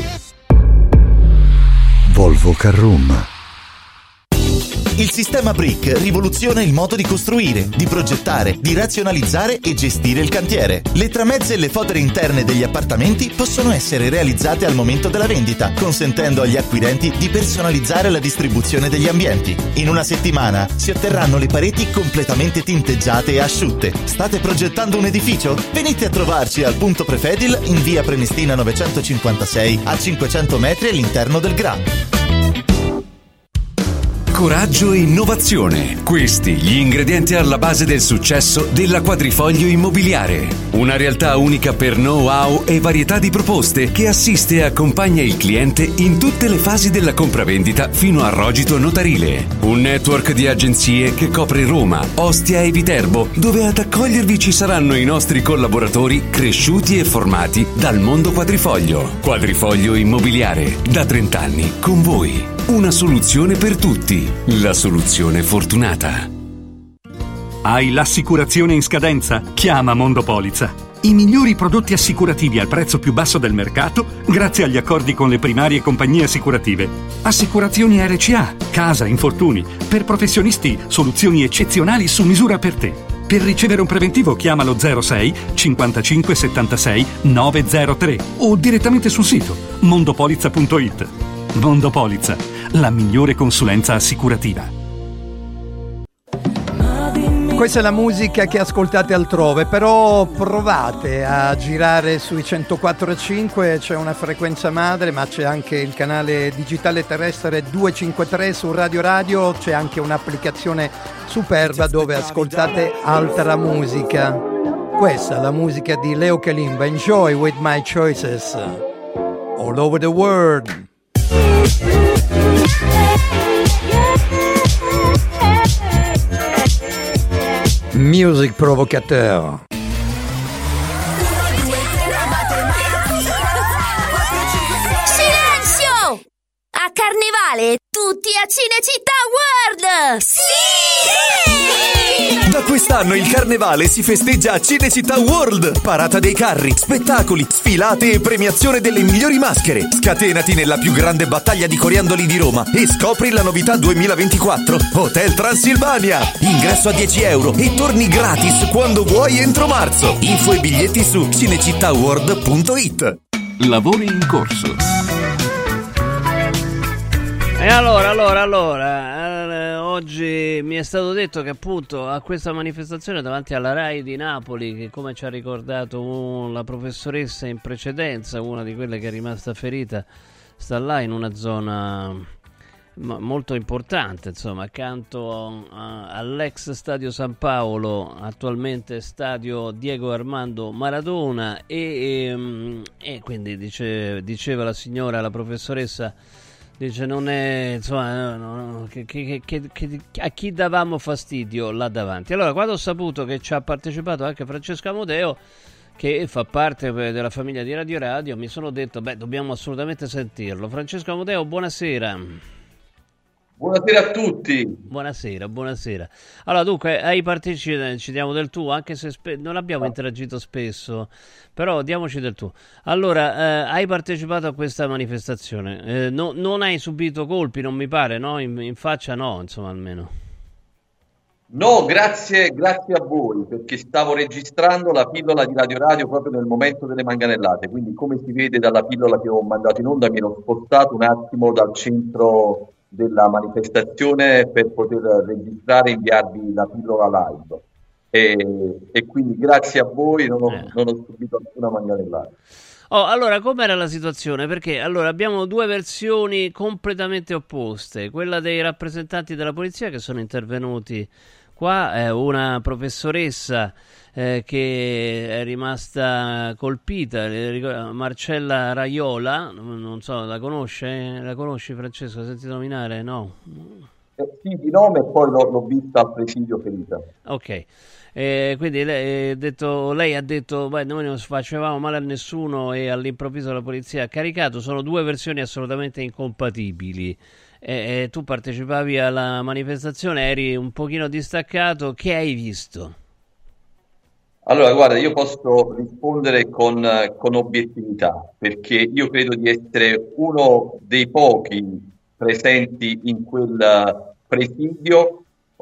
Volvo Carroom. Il sistema Brick rivoluziona il modo di costruire, di progettare, di razionalizzare e gestire il cantiere. Le tramezze e le fodere interne degli appartamenti possono essere realizzate al momento della vendita, consentendo agli acquirenti di personalizzare la distribuzione degli ambienti. In una settimana si otterranno le pareti completamente tinteggiate e asciutte. State progettando un edificio? Venite a trovarci al punto Prefedil in via Prenestina novecentocinquantasei, a cinquecento metri all'interno del Gra. Coraggio e innovazione. Questi gli ingredienti alla base del successo della Quadrifoglio Immobiliare. Una realtà unica per know-how e varietà di proposte che assiste e accompagna il cliente in tutte le fasi della compravendita fino al rogito notarile. Un network di agenzie che copre Roma, Ostia e Viterbo, dove ad accogliervi ci saranno i nostri collaboratori cresciuti e formati dal mondo quadrifoglio. Quadrifoglio Immobiliare, da trenta anni con voi. Una soluzione per tutti, la soluzione fortunata. Hai l'assicurazione in scadenza? Chiama Mondopolizza. I migliori prodotti assicurativi al prezzo più basso del mercato grazie agli accordi con le primarie compagnie assicurative. Assicurazioni R C A, casa, infortuni. Per professionisti, soluzioni eccezionali su misura per te. Per ricevere un preventivo chiama lo zero sei cinquantacinque settantasei novecentotre o direttamente sul sito mondopolizza punto it. Mondopolizza, la migliore consulenza assicurativa. Questa è la musica che ascoltate altrove, però provate a girare sui centoquattro e cinque, c'è una frequenza madre, ma c'è anche il canale digitale terrestre duecentocinquantatré su Radio Radio, c'è anche un'applicazione superba dove ascoltate altra musica. Questa è la musica di Leo Kalimba, Enjoy with My Choices, all over the world. Music provocateur. Silenzio! A Carnevale tutti a Cinecittà World! Sì! Sì! Da quest'anno il carnevale si festeggia a Cinecittà World. Parata dei carri, spettacoli, sfilate e premiazione delle migliori maschere. Scatenati nella più grande battaglia di coriandoli di Roma e scopri la novità duemilaventiquattro Hotel Transilvania. Ingresso a dieci euro e torni gratis quando vuoi entro marzo. Info e biglietti su cinecittàworld punto it. Lavori in corso. E allora, allora, allora, eh, oggi mi è stato detto che appunto a questa manifestazione davanti alla RAI di Napoli, che come ci ha ricordato uh, la professoressa in precedenza, una di quelle che è rimasta ferita, sta là in una zona m- molto importante, insomma, accanto a, all'ex Stadio San Paolo, attualmente Stadio Diego Armando Maradona, e, e, e quindi dice, diceva la signora, la professoressa, dice non è, insomma, no, no, che, che, che, che, a chi davamo fastidio là davanti. Allora, quando ho saputo che ci ha partecipato anche Francesco Amodeo, che fa parte della famiglia di Radio Radio, mi sono detto, beh, dobbiamo assolutamente sentirlo. Francesco Amodeo, buonasera. Buonasera a tutti. Buonasera, buonasera. Allora, dunque, hai partecipato, ci diamo del tu, anche se spe- non abbiamo interagito spesso, però diamoci del tu. Allora, eh, hai partecipato a questa manifestazione, eh, no, non hai subito colpi, non mi pare, no? In, in faccia no, insomma, almeno. No, grazie, grazie a voi, perché stavo registrando la pillola di Radio Radio proprio nel momento delle manganellate, quindi come si vede dalla pillola che ho mandato in onda mi ero spostato un attimo dal centro della manifestazione per poter registrare e inviarvi la pillola live, e, e quindi grazie a voi non ho, eh. non ho subito alcuna manganellata. Oh, allora, com'era la situazione? Perché allora abbiamo due versioni completamente opposte, quella dei rappresentanti della polizia che sono intervenuti qua, eh, una professoressa eh, che è rimasta colpita, Marcella Raiola, non so, la conosce? La conosci, Francesco? Hai sentito nominare? No? Eh, sì, di nome, e poi l'ho, l'ho vista al presidio ferita. Ok, eh, quindi lei, eh, detto, lei ha detto, beh, noi non facevamo male a nessuno e all'improvviso la polizia ha caricato. Sono due versioni assolutamente incompatibili. Eh, eh, tu partecipavi alla manifestazione, eri un pochino distaccato, che hai visto? Allora, guarda, io posso rispondere con, con obiettività, perché io credo di essere uno dei pochi presenti in quel presidio,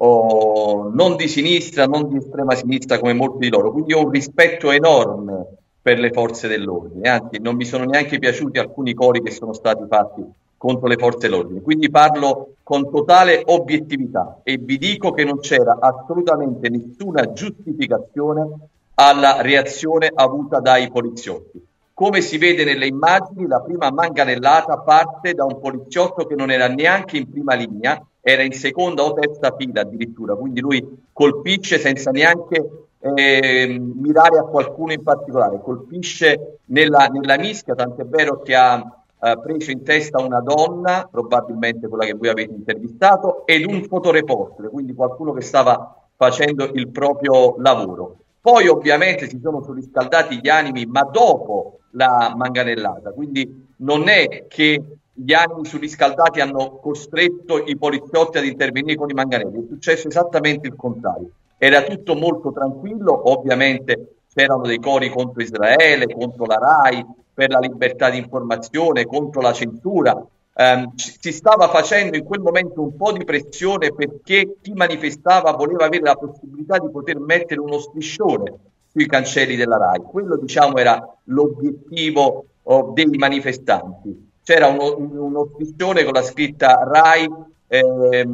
oh, non di sinistra, non di estrema sinistra come molti di loro, quindi ho un rispetto enorme per le forze dell'ordine, anzi non mi sono neanche piaciuti alcuni cori che sono stati fatti contro le forze dell'ordine, quindi parlo con totale obiettività e vi dico che non c'era assolutamente nessuna giustificazione alla reazione avuta dai poliziotti. Come si vede nelle immagini, la prima manganellata parte da un poliziotto che non era neanche in prima linea, era in seconda o terza fila addirittura, quindi lui colpisce senza neanche eh, mirare a qualcuno in particolare, colpisce nella, nella mischia, tant'è vero che ha Uh, preso in testa una donna, probabilmente quella che voi avete intervistato, ed un fotoreporter, quindi qualcuno che stava facendo il proprio lavoro. Poi ovviamente si sono surriscaldati gli animi, ma dopo la manganellata, quindi non è che gli animi surriscaldati hanno costretto i poliziotti ad intervenire con i manganelli, è successo esattamente il contrario. Era tutto molto tranquillo, ovviamente c'erano dei cori contro Israele, contro la RAI, per la libertà di informazione, contro la censura. Um, si stava facendo in quel momento un po' di pressione perché chi manifestava voleva avere la possibilità di poter mettere uno striscione sui cancelli della RAI. Quello, diciamo, era l'obiettivo oh, dei manifestanti. C'era uno, uno striscione con la scritta RAI, eh,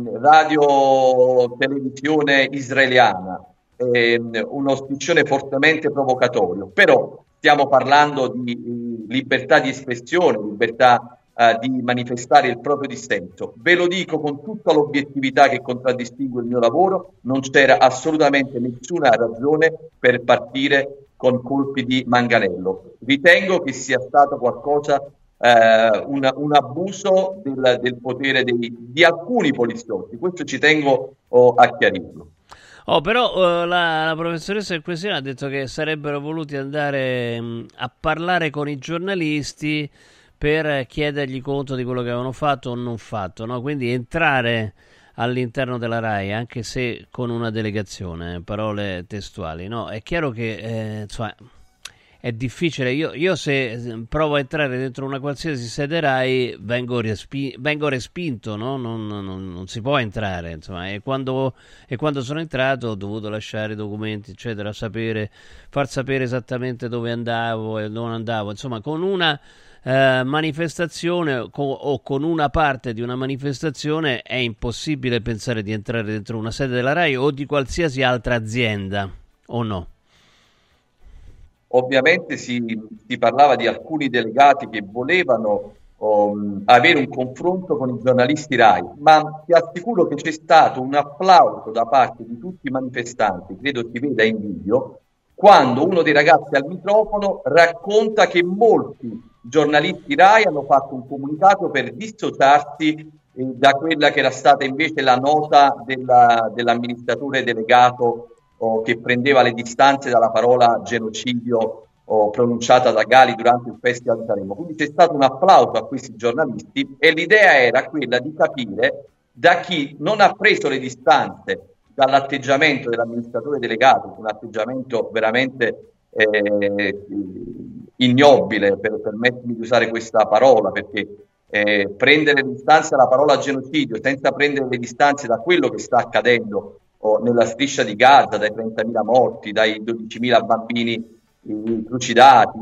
radio televisione israeliana, eh, uno striscione fortemente provocatorio, però stiamo parlando di eh, libertà di espressione, libertà eh, di manifestare il proprio dissenso. Ve lo dico con tutta l'obiettività che contraddistingue il mio lavoro, non c'era assolutamente nessuna ragione per partire con colpi di manganello. Ritengo che sia stato qualcosa, eh, un, un abuso del, del potere dei, di alcuni poliziotti, questo ci tengo oh, a chiarirlo. Oh, però uh, la, la professoressa in questione ha detto che sarebbero voluti andare mh, a parlare con i giornalisti per chiedergli conto di quello che avevano fatto o non fatto, no? Quindi entrare all'interno della RAI, anche se con una delegazione, parole testuali. No, è chiaro che eh, insomma, è difficile. Io, io se provo a entrare dentro una qualsiasi sede RAI vengo, respi- vengo respinto, no? non, non, non si può entrare, insomma. E quando, e quando sono entrato ho dovuto lasciare i documenti, eccetera, sapere, far sapere esattamente dove andavo e non andavo, insomma, con una eh, manifestazione co- o con una parte di una manifestazione è impossibile pensare di entrare dentro una sede della RAI o di qualsiasi altra azienda, o no? Ovviamente si, si parlava di alcuni delegati che volevano um, avere un confronto con i giornalisti RAI, ma ti assicuro che c'è stato un applauso da parte di tutti i manifestanti, credo si veda in video, quando uno dei ragazzi al microfono racconta che molti giornalisti RAI hanno fatto un comunicato per dissociarsi eh, da quella che era stata invece la nota della, dell'amministratore delegato o che prendeva le distanze dalla parola genocidio o pronunciata da Gali durante il Festival di Sanremo. Quindi c'è stato un applauso a questi giornalisti e l'idea era quella di capire da chi non ha preso le distanze dall'atteggiamento dell'amministratore delegato, un atteggiamento veramente eh, ignobile, per permettermi di usare questa parola, perché eh, prendere le distanze dalla parola genocidio senza prendere le distanze da quello che sta accadendo o nella striscia di Gaza, dai trentamila morti, dai dodicimila bambini eh, trucidati,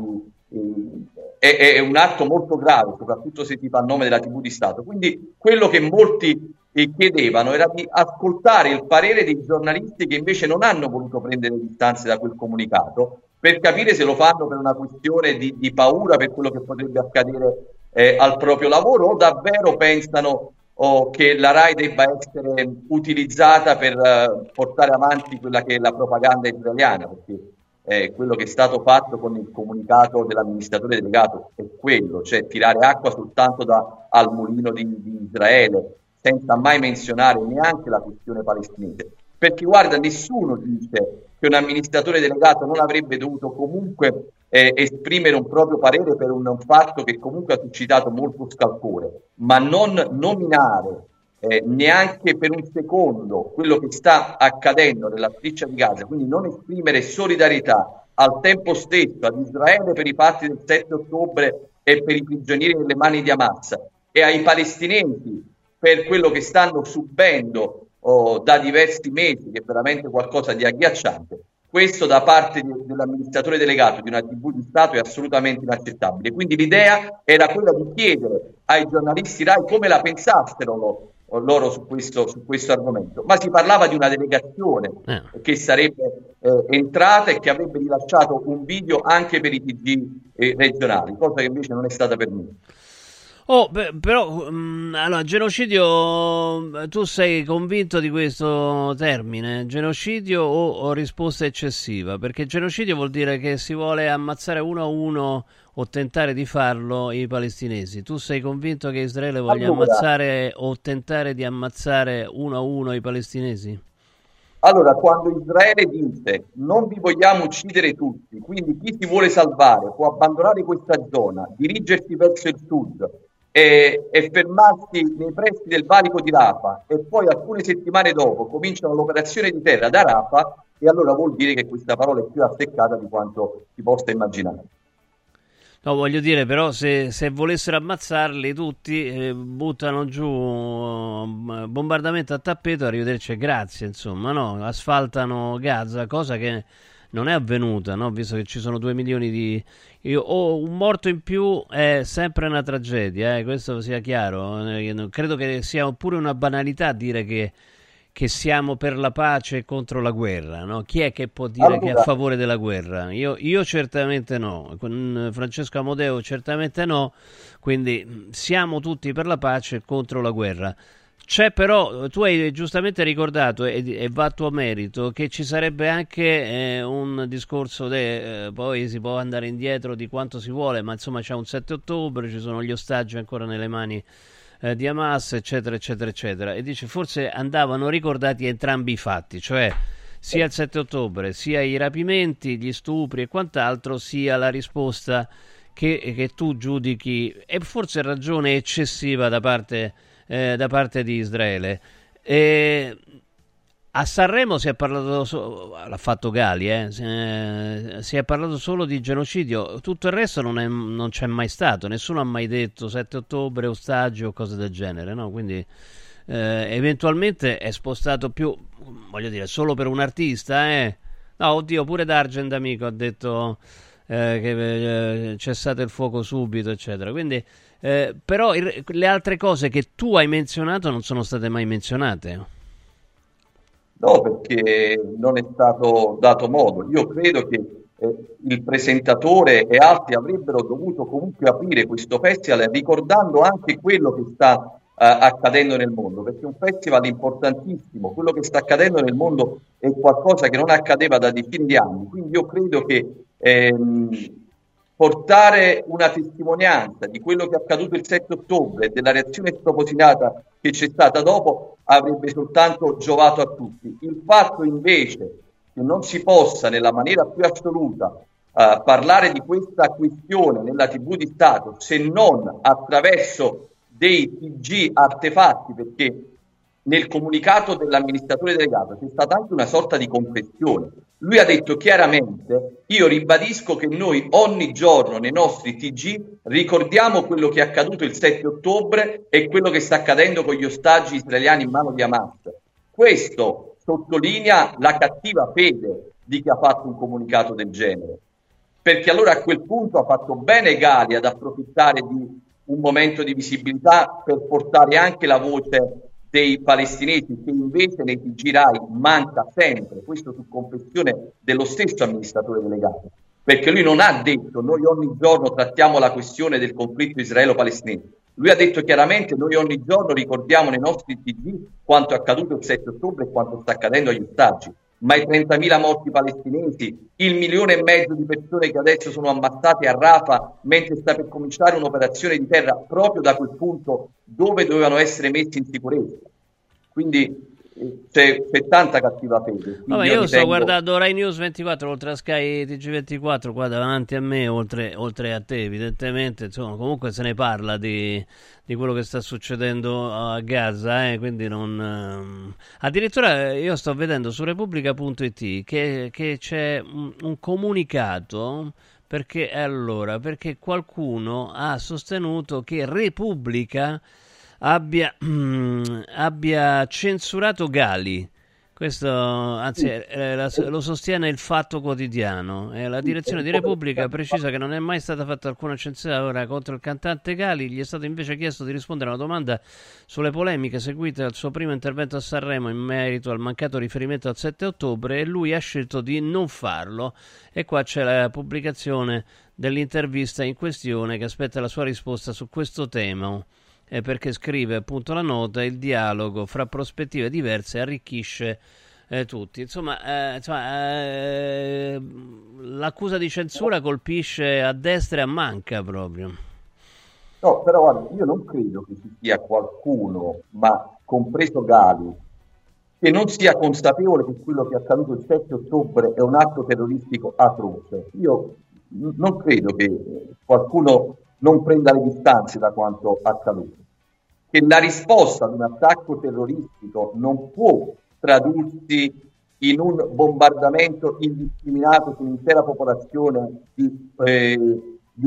eh, è, è un atto molto grave, soprattutto se ti fa nome della tivù di Stato. Quindi quello che molti eh, chiedevano era di ascoltare il parere dei giornalisti che invece non hanno voluto prendere le distanze da quel comunicato, per capire se lo fanno per una questione di, di paura per quello che potrebbe accadere eh, al proprio lavoro o davvero pensano o che la RAI debba essere utilizzata per uh, portare avanti quella che è la propaganda israeliana, perché eh, quello che è stato fatto con il comunicato dell'amministratore delegato è quello, cioè tirare acqua soltanto da, al mulino di, di Israele, senza mai menzionare neanche la questione palestinese. Perché guarda, nessuno dice che un amministratore delegato non avrebbe dovuto comunque eh, esprimere un proprio parere per un, un fatto che comunque ha suscitato molto scalpore, ma non nominare eh, neanche per un secondo quello che sta accadendo nella striscia di Gaza, quindi non esprimere solidarietà al tempo stesso ad Israele per i fatti del sette ottobre e per i prigionieri nelle mani di Hamas e ai palestinesi per quello che stanno subendo Oh, da diversi mesi, che è veramente qualcosa di agghiacciante. Questo da parte di, dell'amministratore delegato di una tivù di Stato è assolutamente inaccettabile. Quindi l'idea era quella di chiedere ai giornalisti RAI come la pensassero loro, loro su, questo, su questo argomento. Ma si parlava di una delegazione eh. che sarebbe eh, entrata e che avrebbe rilasciato un video anche per i T G eh, regionali, cosa che invece non è stata per me. Oh, beh, però, mh, allora, genocidio, tu sei convinto di questo termine, genocidio o, o risposta eccessiva? Perché genocidio vuol dire che si vuole ammazzare uno a uno o tentare di farlo i palestinesi. Tu sei convinto che Israele voglia allora, ammazzare o tentare di ammazzare uno a uno i palestinesi? Allora, quando Israele dice non vi vogliamo uccidere tutti, quindi chi si vuole salvare può abbandonare questa zona, dirigersi verso il sud, E, e fermarsi nei pressi del valico di Rafah e poi alcune settimane dopo cominciano l'operazione di terra da Rafah, e allora vuol dire che questa parola è più azzeccata di quanto si possa immaginare. No, voglio dire, però se, se volessero ammazzarli tutti eh, buttano giù uh, bombardamento a tappeto, arrivederci e grazie, insomma, no? Asfaltano Gaza, cosa che non è avvenuta, no? Visto che ci sono due milioni di... Io, oh, un morto in più è sempre una tragedia, eh? Questo sia chiaro. Eh, credo che sia pure una banalità dire che, che siamo per la pace e contro la guerra, no? Chi è che può dire allora, che è a favore della guerra? Io, io certamente no, con Francesco Amodeo certamente no, quindi siamo tutti per la pace e contro la guerra. C'è però, tu hai giustamente ricordato, e, e va a tuo merito, che ci sarebbe anche eh, un discorso, de, eh, poi si può andare indietro di quanto si vuole, ma insomma c'è un sette ottobre, ci sono gli ostaggi ancora nelle mani eh, di Hamas, eccetera, eccetera, eccetera. E dice, forse andavano ricordati entrambi i fatti, cioè sia il sette ottobre, sia i rapimenti, gli stupri e quant'altro, sia la risposta che, che tu giudichi, e forse ragione eccessiva da parte... Eh, da parte di Israele. E a Sanremo si è parlato, so- l'ha fatto Gali, eh? si, è, si è parlato solo di genocidio, tutto il resto non, è, non c'è mai stato, nessuno ha mai detto sette ottobre, ostaggi o cose del genere, no? Quindi eh, eventualmente è spostato più, voglio dire, solo per un artista, eh? No, oddio, pure D'Argent amico ha detto eh, che eh, cessate il fuoco subito, eccetera. Quindi, eh, però il, le altre cose che tu hai menzionato non sono state mai menzionate. No, perché non è stato dato modo. Io credo che eh, il presentatore e altri avrebbero dovuto comunque aprire questo festival ricordando anche quello che sta eh, accadendo nel mondo, perché è un festival importantissimo. Quello che sta accadendo nel mondo è qualcosa che non accadeva da decine di anni. Quindi io credo che ehm, portare una testimonianza di quello che è accaduto il sette ottobre e della reazione spropositata che c'è stata dopo avrebbe soltanto giovato a tutti. Il fatto invece che non si possa nella maniera più assoluta uh, parlare di questa questione nella tivù di Stato se non attraverso dei T G artefatti, perché nel comunicato dell'amministratore delegato c'è stata anche una sorta di confessione. Lui ha detto chiaramente: io ribadisco che noi ogni giorno nei nostri T G ricordiamo quello che è accaduto il sette ottobre e quello che sta accadendo con gli ostaggi israeliani in mano di Hamas. Questo sottolinea la cattiva fede di chi ha fatto un comunicato del genere, perché allora a quel punto ha fatto bene Gali ad approfittare di un momento di visibilità per portare anche la voce dei palestinesi, che invece nei T G Rai manca sempre, questo su confessione dello stesso amministratore delegato, perché lui non ha detto noi ogni giorno trattiamo la questione del conflitto israelo-palestinese, lui ha detto chiaramente noi ogni giorno ricordiamo nei nostri T G quanto è accaduto il sette ottobre e quanto sta accadendo agli ostaggi, ma i trentamila morti palestinesi, il milione e mezzo di persone che adesso sono ammazzate a Rafah mentre sta per cominciare un'operazione di terra proprio da quel punto dove dovevano essere messi in sicurezza. Quindi eh, c'è, c'è tanta cattiva fede. Vabbè, io, io sto ritengo... guardando Rai News ventiquattro oltre a Sky T G ventiquattro qua davanti a me, oltre, oltre a te evidentemente, insomma, comunque se ne parla di, di quello che sta succedendo a Gaza, eh, quindi non... Um... Addirittura io sto vedendo su Repubblica punto it che, che c'è un, un comunicato perché allora, perché qualcuno ha sostenuto che Repubblica abbia, abbia censurato Gali. Questo, anzi, eh, la, lo sostiene il Fatto Quotidiano. Eh, la direzione di Repubblica precisa che non è mai stata fatta alcuna censura contro il cantante Gali. Gli è stato invece chiesto di rispondere a una domanda sulle polemiche seguite al suo primo intervento a Sanremo in merito al mancato riferimento al sette ottobre, e lui ha scelto di non farlo. E qua c'è la pubblicazione dell'intervista in questione che aspetta la sua risposta su questo tema. È perché scrive appunto la nota: il dialogo fra prospettive diverse arricchisce eh, tutti. Insomma, eh, insomma eh, l'accusa di censura colpisce a destra e a manca proprio. No, però guarda, io non credo che ci sia qualcuno, ma compreso Gali, che non sia consapevole che quello che è accaduto il sette ottobre è un atto terroristico atroce. Io n- non credo che qualcuno non prenda le distanze da quanto accaduto, che la risposta ad un attacco terroristico non può tradursi in un bombardamento indiscriminato su un'intera popolazione di eh,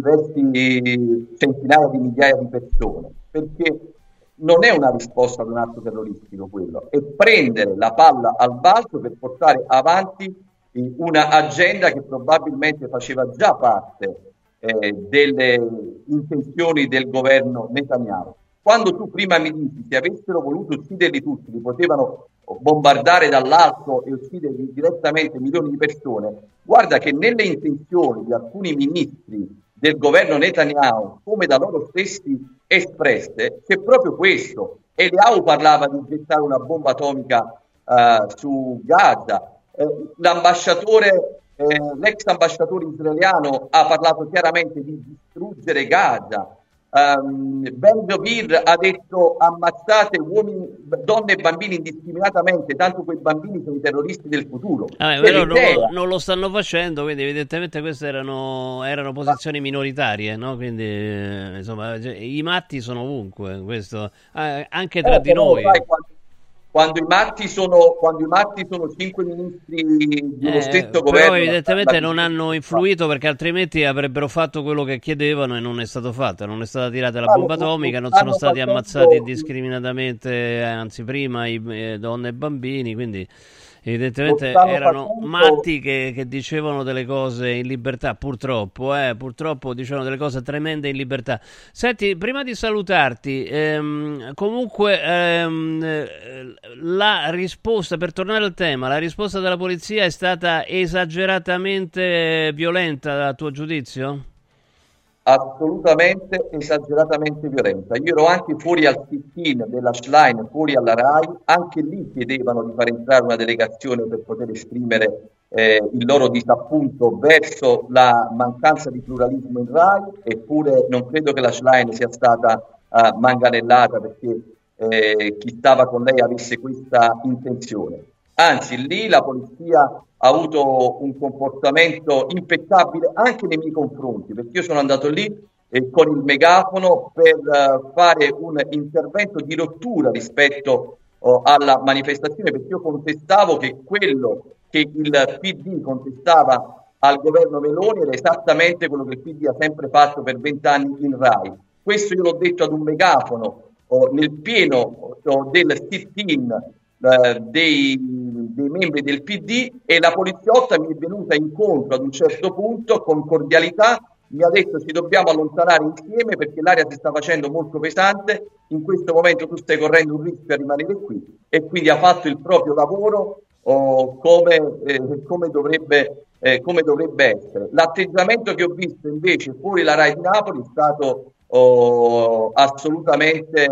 diversi centinaia di migliaia di persone, perché non è una risposta ad un atto terroristico quello, è prendere la palla al balzo per portare avanti una agenda che probabilmente faceva già parte Eh, delle intenzioni del governo Netanyahu. Quando tu prima mi dici se avessero voluto ucciderli tutti, li potevano bombardare dall'alto e uccidere direttamente milioni di persone, guarda che nelle intenzioni di alcuni ministri del governo Netanyahu, come da loro stessi espresse, c'è proprio questo. Eliyahu parlava di gettare una bomba atomica uh, su Gaza, eh, l'ambasciatore Eh, l'ex ambasciatore israeliano ha parlato chiaramente di distruggere Gaza. Um, Ben Gvir ha detto ammazzate uomini, donne e bambini indiscriminatamente, tanto quei bambini sono i terroristi del futuro. Ah, però non lo, non lo stanno facendo, quindi evidentemente queste erano, erano posizioni minoritarie, no? Quindi insomma i matti sono ovunque, questo, eh, anche tra eh, di noi. Sai, quando, Quando i matti sono, quando i matti sono cinque ministri di uno Eh, stesso però governo, evidentemente la- non hanno influito, perché altrimenti avrebbero fatto quello che chiedevano e non è stato fatto, non è stata tirata la Ah, bomba lo- lo atomica, non sono stanno stati facendo- ammazzati indiscriminatamente, eh, anzi prima i, eh, donne e bambini, quindi evidentemente Lo stanno erano facendo- matti che, che dicevano delle cose in libertà, purtroppo, eh, purtroppo dicevano delle cose tremende in libertà. Senti, prima di salutarti, ehm, comunque ehm, eh, la risposta, per tornare al tema, la risposta della polizia è stata esageratamente violenta a tuo giudizio? assolutamente esageratamente violenta. Io ero anche fuori al sit-in della Schlein, fuori alla RAI, anche lì chiedevano di far entrare una delegazione per poter esprimere eh, il loro disappunto verso la mancanza di pluralismo in RAI, eppure non credo che la Schlein sia stata eh, manganellata perché eh, chi stava con lei avesse questa intenzione. Anzi, lì la polizia ha avuto un comportamento impeccabile anche nei miei confronti, perché io sono andato lì eh, con il megafono per eh, fare un intervento di rottura rispetto oh, alla manifestazione, perché io contestavo che quello che il P D contestava al governo Meloni era esattamente quello che il P D ha sempre fatto per vent'anni in RAI. Questo io l'ho detto ad un megafono oh, nel pieno oh, del sit-in eh, dei, dei membri del P D, e la poliziotta mi è venuta incontro ad un certo punto con cordialità, mi ha detto ci dobbiamo allontanare insieme perché l'aria si sta facendo molto pesante, in questo momento tu stai correndo un rischio a rimanere qui, e quindi ha fatto il proprio lavoro oh, come, eh, come, dovrebbe, eh, come dovrebbe essere. L'atteggiamento che ho visto invece fuori la RAI di Napoli è stato oh, assolutamente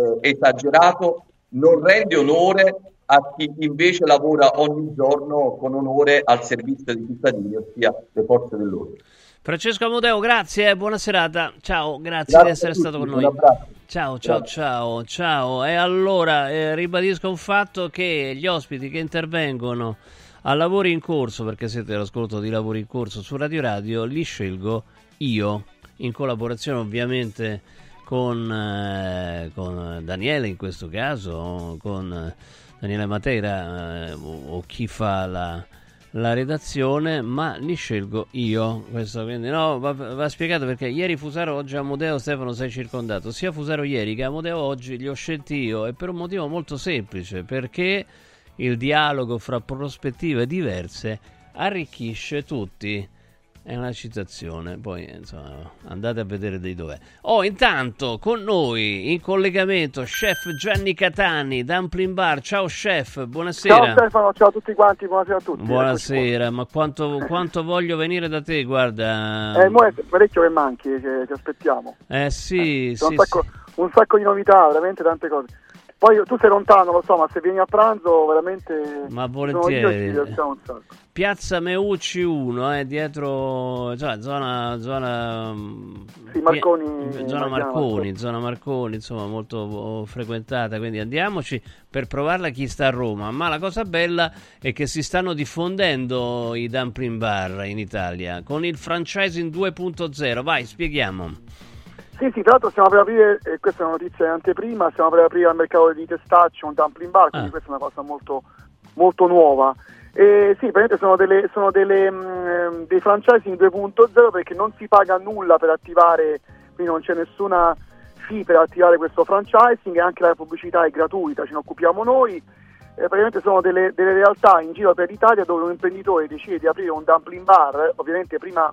esagerato, non rende onore a chi invece lavora ogni giorno con onore al servizio dei cittadini, ossia le forze dell'ordine. Francesco Amodeo, grazie, buona serata. Ciao, grazie, Grazie di essere a tutti, stato con un noi. abbraccio. Ciao, ciao, Grazie. ciao, ciao. E allora eh, ribadisco un fatto, che gli ospiti che intervengono a Lavori in Corso, perché siete all'ascolto di Lavori in Corso su Radio Radio, li scelgo io, in collaborazione ovviamente con, eh, con Daniele in questo caso, con eh, Daniele Matera eh, o, o chi fa la, la redazione, ma li scelgo io. Questo quindi no, va, va spiegato, perché ieri Fusaro, oggi Amodeo. Stefano, sei circondato. Sia Fusaro ieri che Amodeo oggi li ho scelti io, e per un motivo molto semplice, perché il dialogo fra prospettive diverse arricchisce tutti. È una citazione, poi insomma andate a vedere di dov'è. Oh, intanto con noi in collegamento chef Gianni Catani, Dumpling Bar. Ciao chef, buonasera. Ciao Stefano, ciao a tutti quanti, buonasera a tutti. Buonasera, ma quanto, quanto voglio venire da te, guarda. Eh, mo è parecchio che manchi, che ti aspettiamo. Eh sì, Eh, sì, un, sacco, sì. un sacco di novità, veramente tante cose. Poi tu sei lontano, lo so, ma se vieni a pranzo veramente Ma sono volentieri. io e ci divertiamo un sacco. Piazza Meucci uno, eh, dietro, cioè, zona, zona, Sì, Marconi, zona Marchiano, Marconi, sì. zona Marconi, insomma, molto oh, frequentata, quindi andiamoci per provarla chi sta a Roma. Ma la cosa bella è che si stanno diffondendo i dumpling bar in Italia con il franchising due punto zero. Vai, spieghiamo. Sì, sì, tra l'altro stiamo per aprire, e questa è una notizia in anteprima, stiamo per aprire al mercato di Testaccio un dumpling bar, quindi Ah. questa è una cosa molto, molto nuova. E sì, praticamente sono, delle, sono delle, mh, dei franchising due punto zero, perché non si paga nulla per attivare, quindi non c'è nessuna fee per attivare questo franchising, e anche la pubblicità è gratuita, ce ne occupiamo noi. Eh, praticamente sono delle, delle realtà in giro per l'Italia dove un imprenditore decide di aprire un dumpling bar, ovviamente prima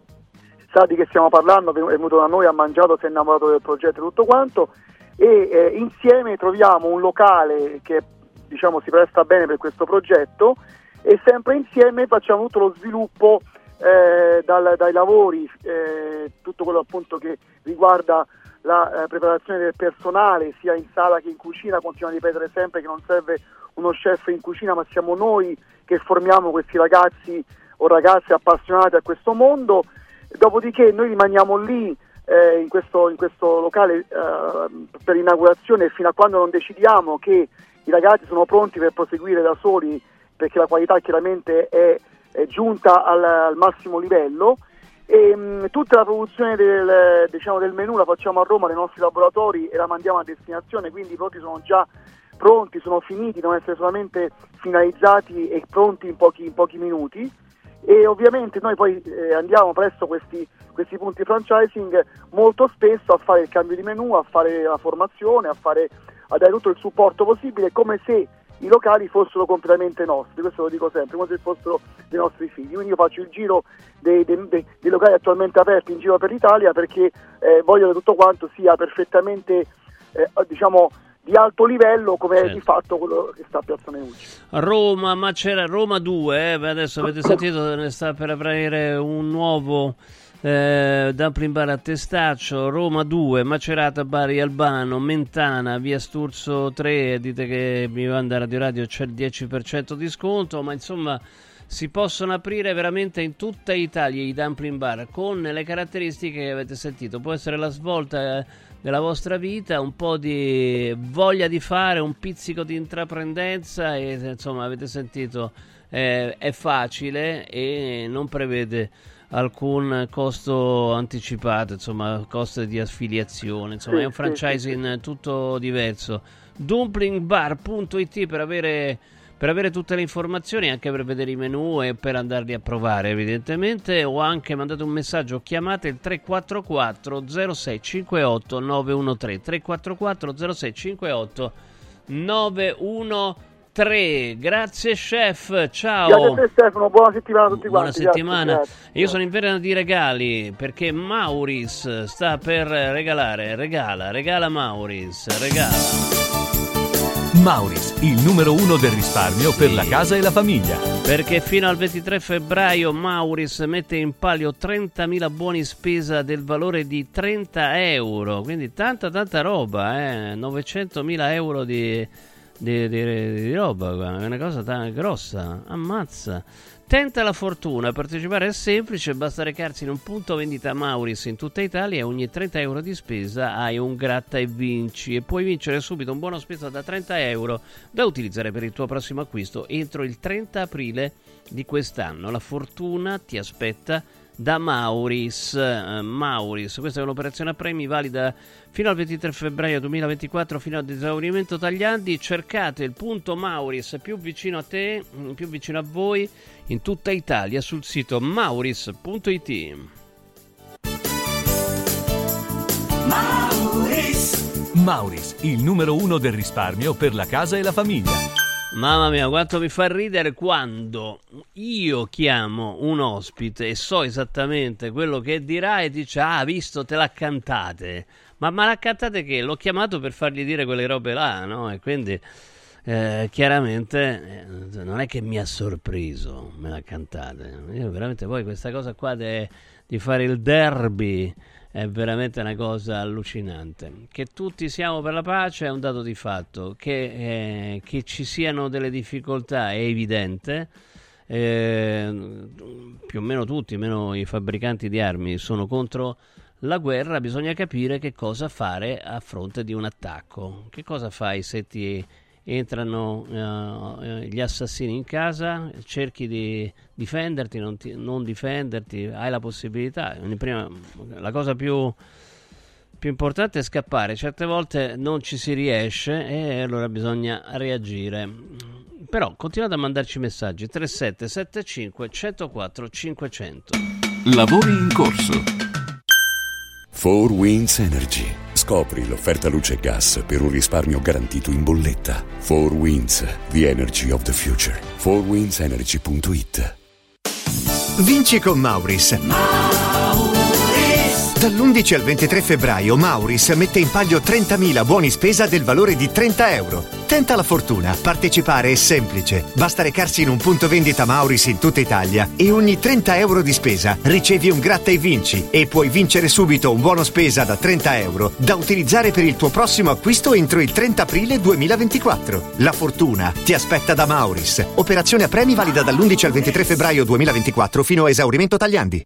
sa di che stiamo parlando, è venuto da noi, ha mangiato, si è innamorato del progetto e tutto quanto, e eh, insieme troviamo un locale che diciamo si presta bene per questo progetto, e sempre insieme facciamo tutto lo sviluppo eh, dal, dai lavori, eh, tutto quello appunto che riguarda la eh, preparazione del personale sia in sala che in cucina. Continuo a ripetere sempre che non serve uno chef in cucina, ma siamo noi che formiamo questi ragazzi o ragazze appassionati a questo mondo. Dopodiché noi rimaniamo lì eh, in, questo, in questo locale eh, per l'inaugurazione fino a quando non decidiamo che i ragazzi sono pronti per proseguire da soli, perché la qualità chiaramente è, è giunta al, al massimo livello, e mh, tutta la produzione del, diciamo, del menù la facciamo a Roma nei nostri laboratori e la mandiamo a destinazione, quindi i prodotti sono già pronti, sono finiti, devono essere solamente finalizzati e pronti in pochi, in pochi minuti. E ovviamente noi poi eh, andiamo presso questi, questi punti franchising molto spesso a fare il cambio di menù, a fare la formazione, a, fare, a dare tutto il supporto possibile, come se i locali fossero completamente nostri, questo lo dico sempre, come se fossero dei nostri figli. Quindi io faccio il giro dei, dei, dei, dei locali attualmente aperti in giro per l'Italia, perché eh, voglio che tutto quanto sia perfettamente eh, diciamo di alto livello, come certo. è di fatto quello che sta a Piazza Meucci. Roma, ma c'era Roma due, eh? Adesso avete sentito, ne sta per aprire un nuovo eh, dumpling bar a Testaccio. Roma due, Macerata, Bari, Albano, Mentana, via Sturzo tre. Dite che mi manda Radio Radio, c'è il dieci per cento di sconto, ma insomma si possono aprire veramente in tutta Italia i dumpling bar con le caratteristiche che avete sentito. Può essere la svolta eh, della vostra vita, un po' di voglia di fare, un pizzico di intraprendenza e insomma avete sentito eh, è facile e non prevede alcun costo anticipato, insomma costo di affiliazione, insomma sì, è un franchising sì, sì. tutto diverso. dumpling bar punto it per avere per avere tutte le informazioni, anche per vedere i menu e per andarli a provare evidentemente, o anche mandate un messaggio, chiamate il tre quattro quattro zero sei cinque otto nove uno tre, tre quattro quattro zero sei cinque otto nove uno tre. Grazie chef, ciao. Grazie a te Stefano, buona settimana a tutti buona quanti. Buona settimana. Grazie, grazie. Io sono in vena di regali perché Mauris sta per regalare, regala, regala Mauris, regala. Mauris, il numero uno del risparmio sì. per la casa e la famiglia. Perché fino al ventitré febbraio Mauris mette in palio trentamila buoni spesa del valore di trenta euro, quindi tanta tanta roba, eh? novecentomila euro di, di, di, di roba, è una cosa t- grossa, ammazza. Tenta la fortuna, partecipare è semplice, basta recarsi in un punto vendita Mauris in tutta Italia e ogni trenta euro di spesa hai un gratta e vinci e puoi vincere subito un buono spesa da trenta euro da utilizzare per il tuo prossimo acquisto entro il trenta aprile di quest'anno. La fortuna ti aspetta da Mauris. Uh, Mauris, questa è un'operazione a premi valida fino al ventitré febbraio duemilaventiquattro, fino ad esaurimento tagliandi. Cercate il punto Mauris più vicino a te, più vicino a voi in tutta Italia sul sito mauris punto it. Mauris. Mauris, il numero uno del risparmio per la casa e la famiglia. Mamma mia, quanto mi fa ridere quando io chiamo un ospite e so esattamente quello che dirà e dice: ah, visto, te la cantate. Ma, ma la cantate che? L'ho chiamato per fargli dire quelle robe là, no? E quindi eh, chiaramente eh, non è che mi ha sorpreso, me la cantate. Io veramente poi questa cosa qua de, di fare il derby è veramente una cosa allucinante. Che tutti siamo per la pace è un dato di fatto, che, eh, che ci siano delle difficoltà è evidente, eh, più o meno tutti, meno i fabbricanti di armi, sono contro la guerra. Bisogna capire che cosa fare a fronte di un attacco. Che cosa fai se ti entrano uh, gli assassini in casa? Cerchi di difenderti, non, ti, non difenderti, hai la possibilità. Prima, la cosa più, più importante è scappare. Certe volte non ci si riesce e allora bisogna reagire. Però continuate a mandarci messaggi tre sette sette cinque uno zero quattro cinquecento. Lavori in corso. four Winds Energy. Scopri l'offerta luce e gas per un risparmio garantito in bolletta. four Winds, the energy of the future. four winds energy punto it. Vinci con Mauris. Mauris. Dall'undici al ventitré febbraio Mauris mette in palio trentamila buoni spesa del valore di trenta euro. Tenta la fortuna, partecipare è semplice. Basta recarsi in un punto vendita Mauris in tutta Italia e ogni trenta euro di spesa ricevi un gratta e vinci e puoi vincere subito un buono spesa da trenta euro da utilizzare per il tuo prossimo acquisto entro il trenta aprile duemilaventiquattro. La fortuna ti aspetta da Mauris. Operazione a premi valida dall'undici al ventitré febbraio duemilaventiquattro fino a esaurimento tagliandi.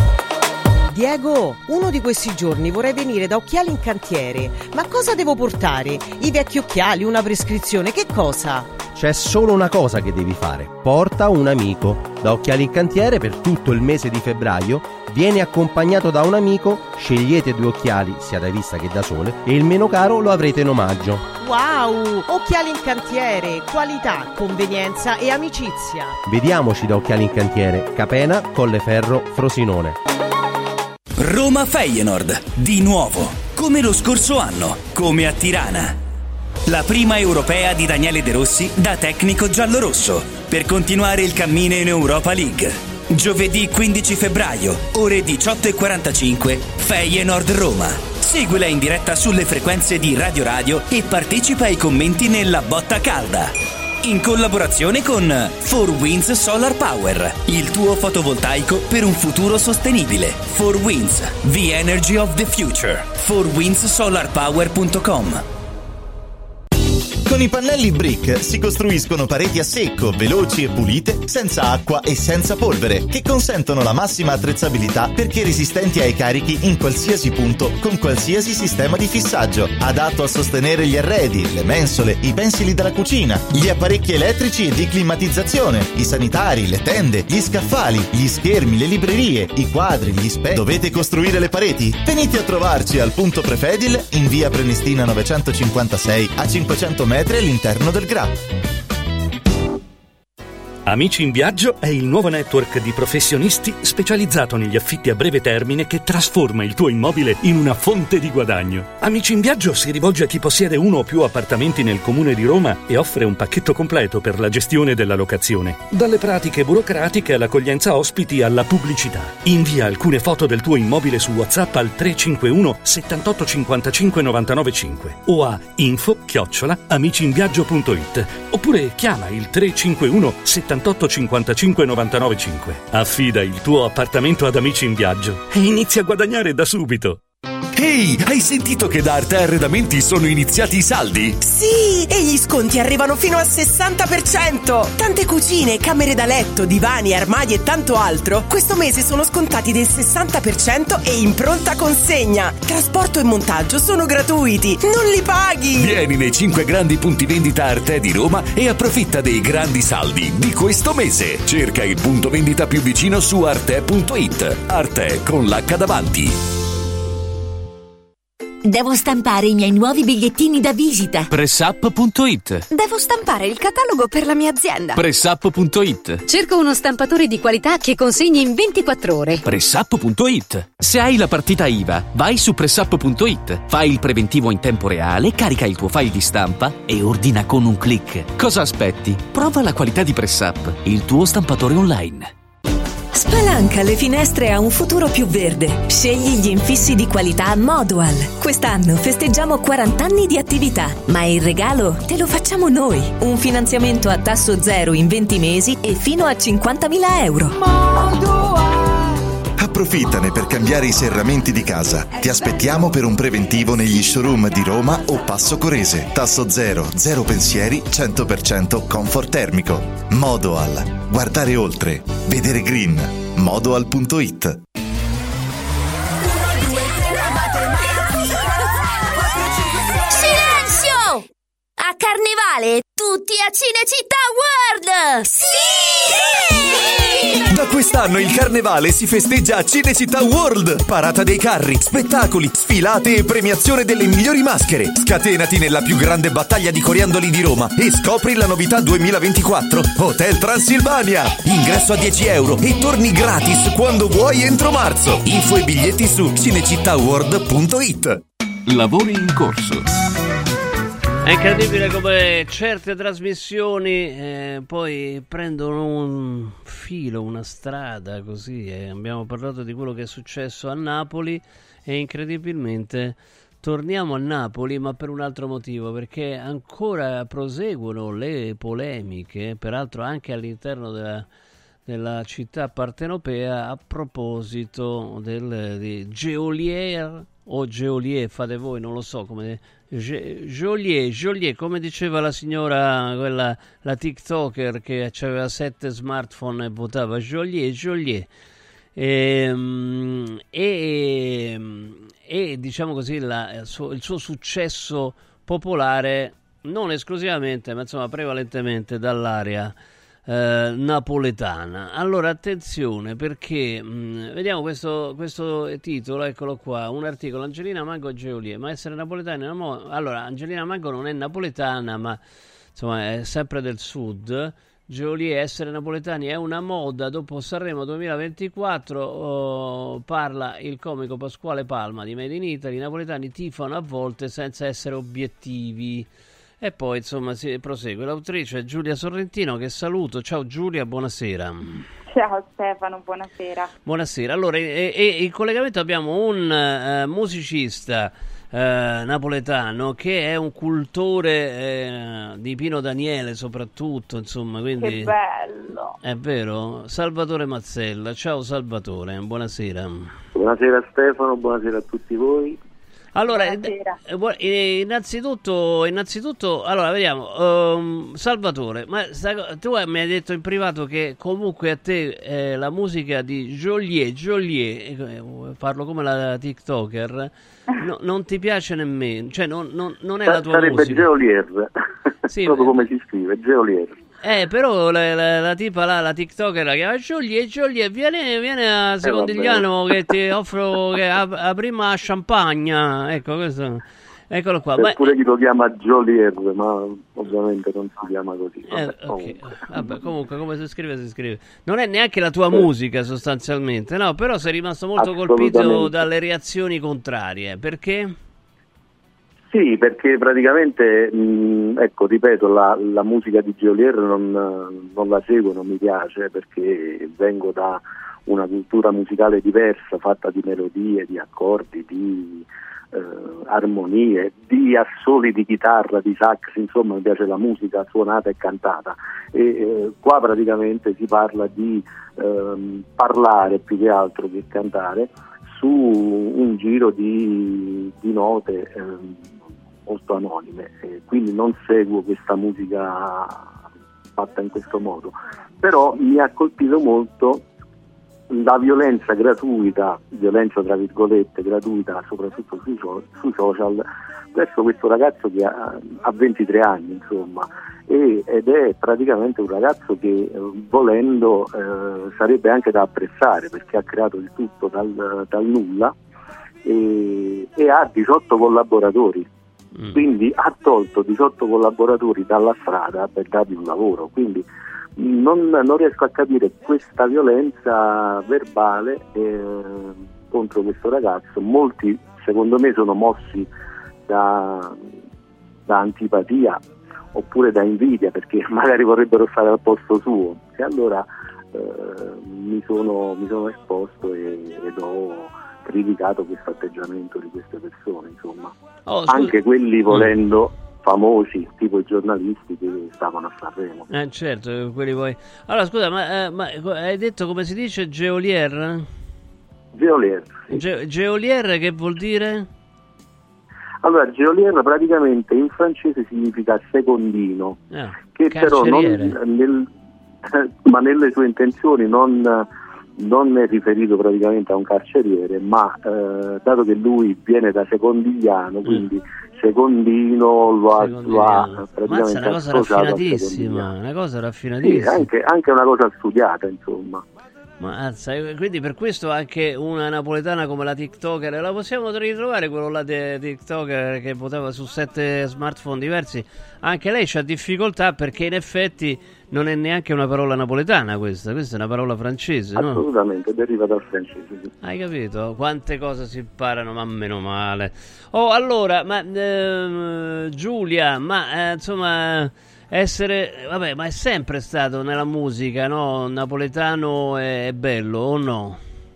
Diego, uno di questi giorni vorrei venire da Occhiali in Cantiere. Ma cosa devo portare? I vecchi occhiali, una prescrizione, che cosa? C'è solo una cosa che devi fare. Porta un amico. Da Occhiali in Cantiere per tutto il mese di febbraio Viene accompagnato da un amico, scegliete due occhiali, sia da vista che da sole, e il meno caro lo avrete in omaggio. Wow! Occhiali in cantiere, qualità, convenienza e amicizia. Vediamoci da Occhiali in Cantiere, Capena, Colleferro, Frosinone. Roma Feyenoord, di nuovo, come lo scorso anno, come a Tirana. La prima europea di Daniele De Rossi da tecnico giallorosso, per continuare il cammino in Europa League. Giovedì quindici febbraio, ore diciotto e quarantacinque, Feyenoord Roma. Seguila in diretta sulle frequenze di Radio Radio e partecipa ai commenti nella botta calda. In collaborazione con four winds Solar Power, il tuo fotovoltaico per un futuro sostenibile. four winds, the energy of the future. four winds solar power punto com. Con i pannelli Brick si costruiscono pareti a secco, veloci e pulite, senza acqua e senza polvere, che consentono la massima attrezzabilità perché resistenti ai carichi in qualsiasi punto, con qualsiasi sistema di fissaggio, adatto a sostenere gli arredi, le mensole, i pensili della cucina, gli apparecchi elettrici e di climatizzazione, i sanitari, le tende, gli scaffali, gli schermi, le librerie, i quadri, gli specchi. Dovete costruire le pareti? Venite a trovarci al punto Prefedil in via Prenestina novecentocinquantasei a cinquecento metri all'interno del G R A. Amici in Viaggio è il nuovo network di professionisti specializzato negli affitti a breve termine che trasforma il tuo immobile in una fonte di guadagno. Amici in Viaggio si rivolge a chi possiede uno o più appartamenti nel comune di Roma e offre un pacchetto completo per la gestione della locazione. Dalle pratiche burocratiche all'accoglienza ospiti alla pubblicità. Invia alcune foto del tuo immobile su WhatsApp al tre cinque uno settantotto cinquantacinque novantanove cinque o a info chiocciola amiciinviaggio punto it oppure chiama il tre cinque uno settantotto cinquantacinque novantanove cinque. Affida il tuo appartamento ad Amici in Viaggio e inizia a guadagnare da subito. Ehi, hai sentito che da Arte Arredamenti sono iniziati i saldi? Sì, e gli sconti arrivano fino al sessanta per cento. Tante cucine, camere da letto, divani, armadi e tanto altro questo mese sono scontati del sessanta per cento e in pronta consegna. Trasporto e montaggio sono gratuiti, non li paghi. Vieni nei cinque grandi punti vendita Arte di Roma e approfitta dei grandi saldi di questo mese. Cerca il punto vendita più vicino su arte punto it. Arte con l'H davanti. Devo stampare i miei nuovi bigliettini da visita. Pressup punto it. Devo stampare il catalogo per la mia azienda. Pressup punto it. Cerco uno stampatore di qualità che consegni in ventiquattro ore. Pressup punto it. Se hai la partita I V A, vai su Pressup punto it. Fai il preventivo in tempo reale, carica il tuo file di stampa e ordina con un click. Cosa aspetti? Prova la qualità di Pressup, il tuo stampatore online. Spalanca le finestre a un futuro più verde. Scegli gli infissi di qualità Modual. Quest'anno festeggiamo quaranta anni di attività, ma il regalo te lo facciamo noi. Un finanziamento a tasso zero in venti mesi e fino a cinquantamila euro. Approfittane per cambiare i serramenti di casa. Ti aspettiamo per un preventivo negli showroom di Roma o Passo Corese. Tasso zero, zero pensieri, cento per cento comfort termico. Modoal. Guardare oltre. Vedere green. Modoal punto it. Silenzio! A Carnevale tutti a Cinecittà World! Sì! Da quest'anno il Carnevale si festeggia a Cinecittà World. Parata dei carri, spettacoli, sfilate e premiazione delle migliori maschere. Scatenati nella più grande battaglia di coriandoli di Roma e scopri la novità duemilaventiquattro. Hotel Transilvania. Ingresso a dieci euro e torni gratis quando vuoi entro marzo. Info e biglietti su cinecittà world punto it. Lavori in corso. È incredibile come certe trasmissioni eh, poi prendono un filo, una strada così. Eh. Abbiamo parlato di quello che è successo a Napoli e incredibilmente torniamo a Napoli, ma per un altro motivo, perché ancora proseguono le polemiche, peraltro anche all'interno della, della città partenopea, a proposito del, di Geolier o Geolier, fate voi, non lo so come... Joliet, Joliet, come diceva la signora, quella, la TikToker che aveva sette smartphone e votava Joliet, Joliet. E, e, e diciamo così la, il, suo, il suo successo popolare non esclusivamente, ma insomma prevalentemente dall'area eh, napoletana. Allora attenzione, perché mh, vediamo questo, questo titolo, eccolo qua, un articolo, Angelina Mango e Geolier, ma essere napoletana è una mo- allora Angelina Mango non è napoletana, ma insomma è sempre del sud. Geolier, essere napoletani è una moda. Dopo Sanremo duemilaventiquattro, oh, parla il comico Pasquale Palma di Made in Italy. I napoletani tifano a volte senza essere obiettivi. E poi insomma si prosegue. L'autrice è Giulia Sorrentino, che saluto. Ciao Giulia, buonasera. Ciao Stefano, buonasera. Buonasera. Allora, e, e in collegamento abbiamo un uh, musicista uh, napoletano che è un cultore uh, di Pino Daniele soprattutto, insomma, quindi che bello. È vero? Salvatore Mazzella. Ciao Salvatore, buonasera. Buonasera Stefano, buonasera a tutti voi. Allora, eh, innanzitutto, innanzitutto, allora vediamo, um, Salvatore, ma sta, tu mi hai detto in privato che comunque a te eh, la musica di Geolier, Geolier, eh, parlo come la TikToker, no, non ti piace nemmeno, cioè non, non, non è la tua Sarebbe musica. Geolier, sì, proprio come si scrive, Geolier. Eh, però la, la, la tipa là, la TikToker la chiama Geolier, Geolier, vieni, vieni a Secondigliano eh, che ti offro che a, a prima champagne, ecco questo, eccolo qua. Oppure chi lo chiama Geolier, ma ovviamente non si chiama così. Vabbè, eh, okay. Vabbè, comunque come si scrive si scrive. Non è neanche la tua eh. musica sostanzialmente, no? Però sei rimasto molto colpito dalle reazioni contrarie, perché? Sì, perché praticamente, mh, ecco, ripeto, la, la musica di Geolier non, non la seguo, non mi piace, perché vengo da una cultura musicale diversa, fatta di melodie, di accordi, di eh, armonie, di assoli di chitarra, di sax, insomma mi piace la musica suonata e cantata. E eh, qua praticamente si parla di eh, parlare più che altro che cantare su un giro di, di note eh, molto anonime, eh, quindi non seguo questa musica fatta in questo modo, però mi ha colpito molto la violenza gratuita, violenza tra virgolette gratuita, soprattutto sui, sui social, verso questo ragazzo che ha, ha ventitré anni, insomma, e, ed è praticamente un ragazzo che eh, volendo eh, sarebbe anche da apprezzare, perché ha creato il tutto dal, dal nulla e, e ha diciotto collaboratori. Mm. Quindi ha tolto diciotto collaboratori dalla strada per dargli un lavoro, quindi non, non riesco a capire questa violenza verbale eh, contro questo ragazzo. Molti secondo me sono mossi da, da antipatia oppure da invidia, perché magari vorrebbero stare al posto suo, e allora eh, mi, sono, mi sono esposto e, ed ho criticato questo atteggiamento di queste persone, insomma. Oh, anche quelli volendo famosi, tipo i giornalisti che stavano a Sanremo. Eh certo, quelli poi. Allora scusa, ma, eh, ma hai detto come si dice Geolier? Geolier, sì. Ge- Geolier che vuol dire? Allora, Geolier praticamente in francese significa secondino, eh, che carceriere. Però non, nel, ma nelle sue intenzioni non non è riferito praticamente a un carceriere, ma eh, dato che lui viene da Secondigliano, mm. quindi Secondino lo ha, lo ha praticamente una cosa raffinatissima, una cosa raffinatissima. Sì, anche, anche una cosa studiata, insomma. Mazza, quindi per questo anche una napoletana come la TikToker, la possiamo ritrovare quello là di TikToker che votava su sette smartphone diversi, anche lei c'ha difficoltà perché in effetti non è neanche una parola napoletana questa, questa è una parola francese, no? Assolutamente, deriva dal francese, sì. Hai capito? Quante cose si imparano, ma meno male. Oh, allora, ma eh, Giulia, ma eh, insomma... essere, vabbè, ma è sempre stato nella musica, no? Napoletano è, è bello o no?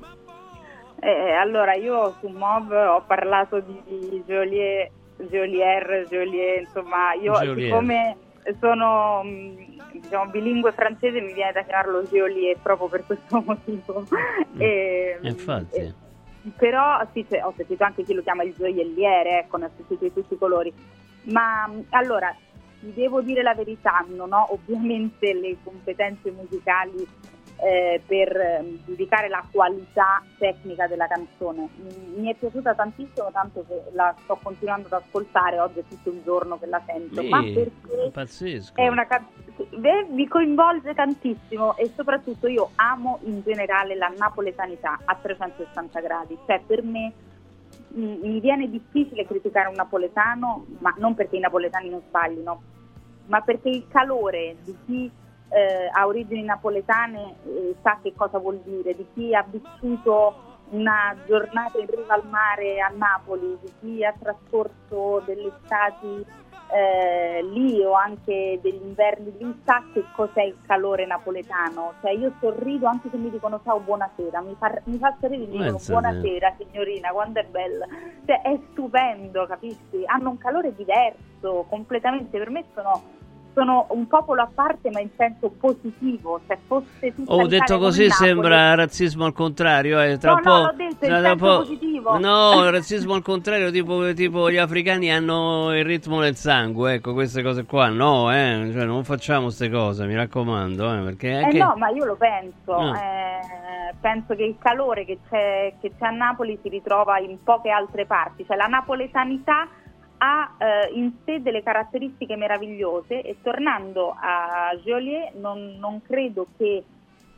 Eh, allora io su Mov ho parlato di Geolier, Geolier, Geolier, insomma, io Geolier. Siccome sono diciamo bilingue francese mi viene da chiamarlo Geolier proprio per questo motivo. Mm. e, Infatti. E, però sì, ho sentito anche chi lo chiama il gioielliere, ecco, ne ho sentito di tutti i colori. Ma allora devo dire la verità, non ho ovviamente le competenze musicali eh, per eh, giudicare la qualità tecnica della canzone. Mi è piaciuta tantissimo, tanto che la sto continuando ad ascoltare, oggi è tutto il giorno che la sento, sì, ma perché pazzesco. È una can- beh, mi coinvolge tantissimo e soprattutto io amo in generale la napoletanità a trecentosessanta gradi, cioè per me mh, mi viene difficile criticare un napoletano, ma non perché i napoletani non sbaglino, ma perché il calore di chi eh, ha origini napoletane eh, sa che cosa vuol dire, di chi ha vissuto una giornata in riva al mare a Napoli, di chi ha trascorso delle estati eh, lì o anche degli inverni lì, sa che cos'è il calore napoletano. Cioè io sorrido anche se mi dicono ciao, buonasera, mi fa, mi fa sorridere, mi dicono buonasera signorina, quando è bella, cioè è stupendo, capisci? Hanno un calore diverso completamente, per me sono sono un popolo a parte ma in senso positivo, se fosse tutta oh, detto così sembra razzismo al contrario, eh. Tra no, un po', no, l'ho detto in senso po', positivo. No, il razzismo al contrario, tipo, tipo gli africani hanno il ritmo nel sangue, ecco, queste cose qua, no, eh, cioè non facciamo queste cose, mi raccomando, eh, perché anche... Eh no, ma io lo penso, no. eh, penso che il calore che c'è, che c'è a Napoli si ritrova in poche altre parti, cioè la napoletanità ha eh, in sé delle caratteristiche meravigliose e tornando a Geolier non, non credo che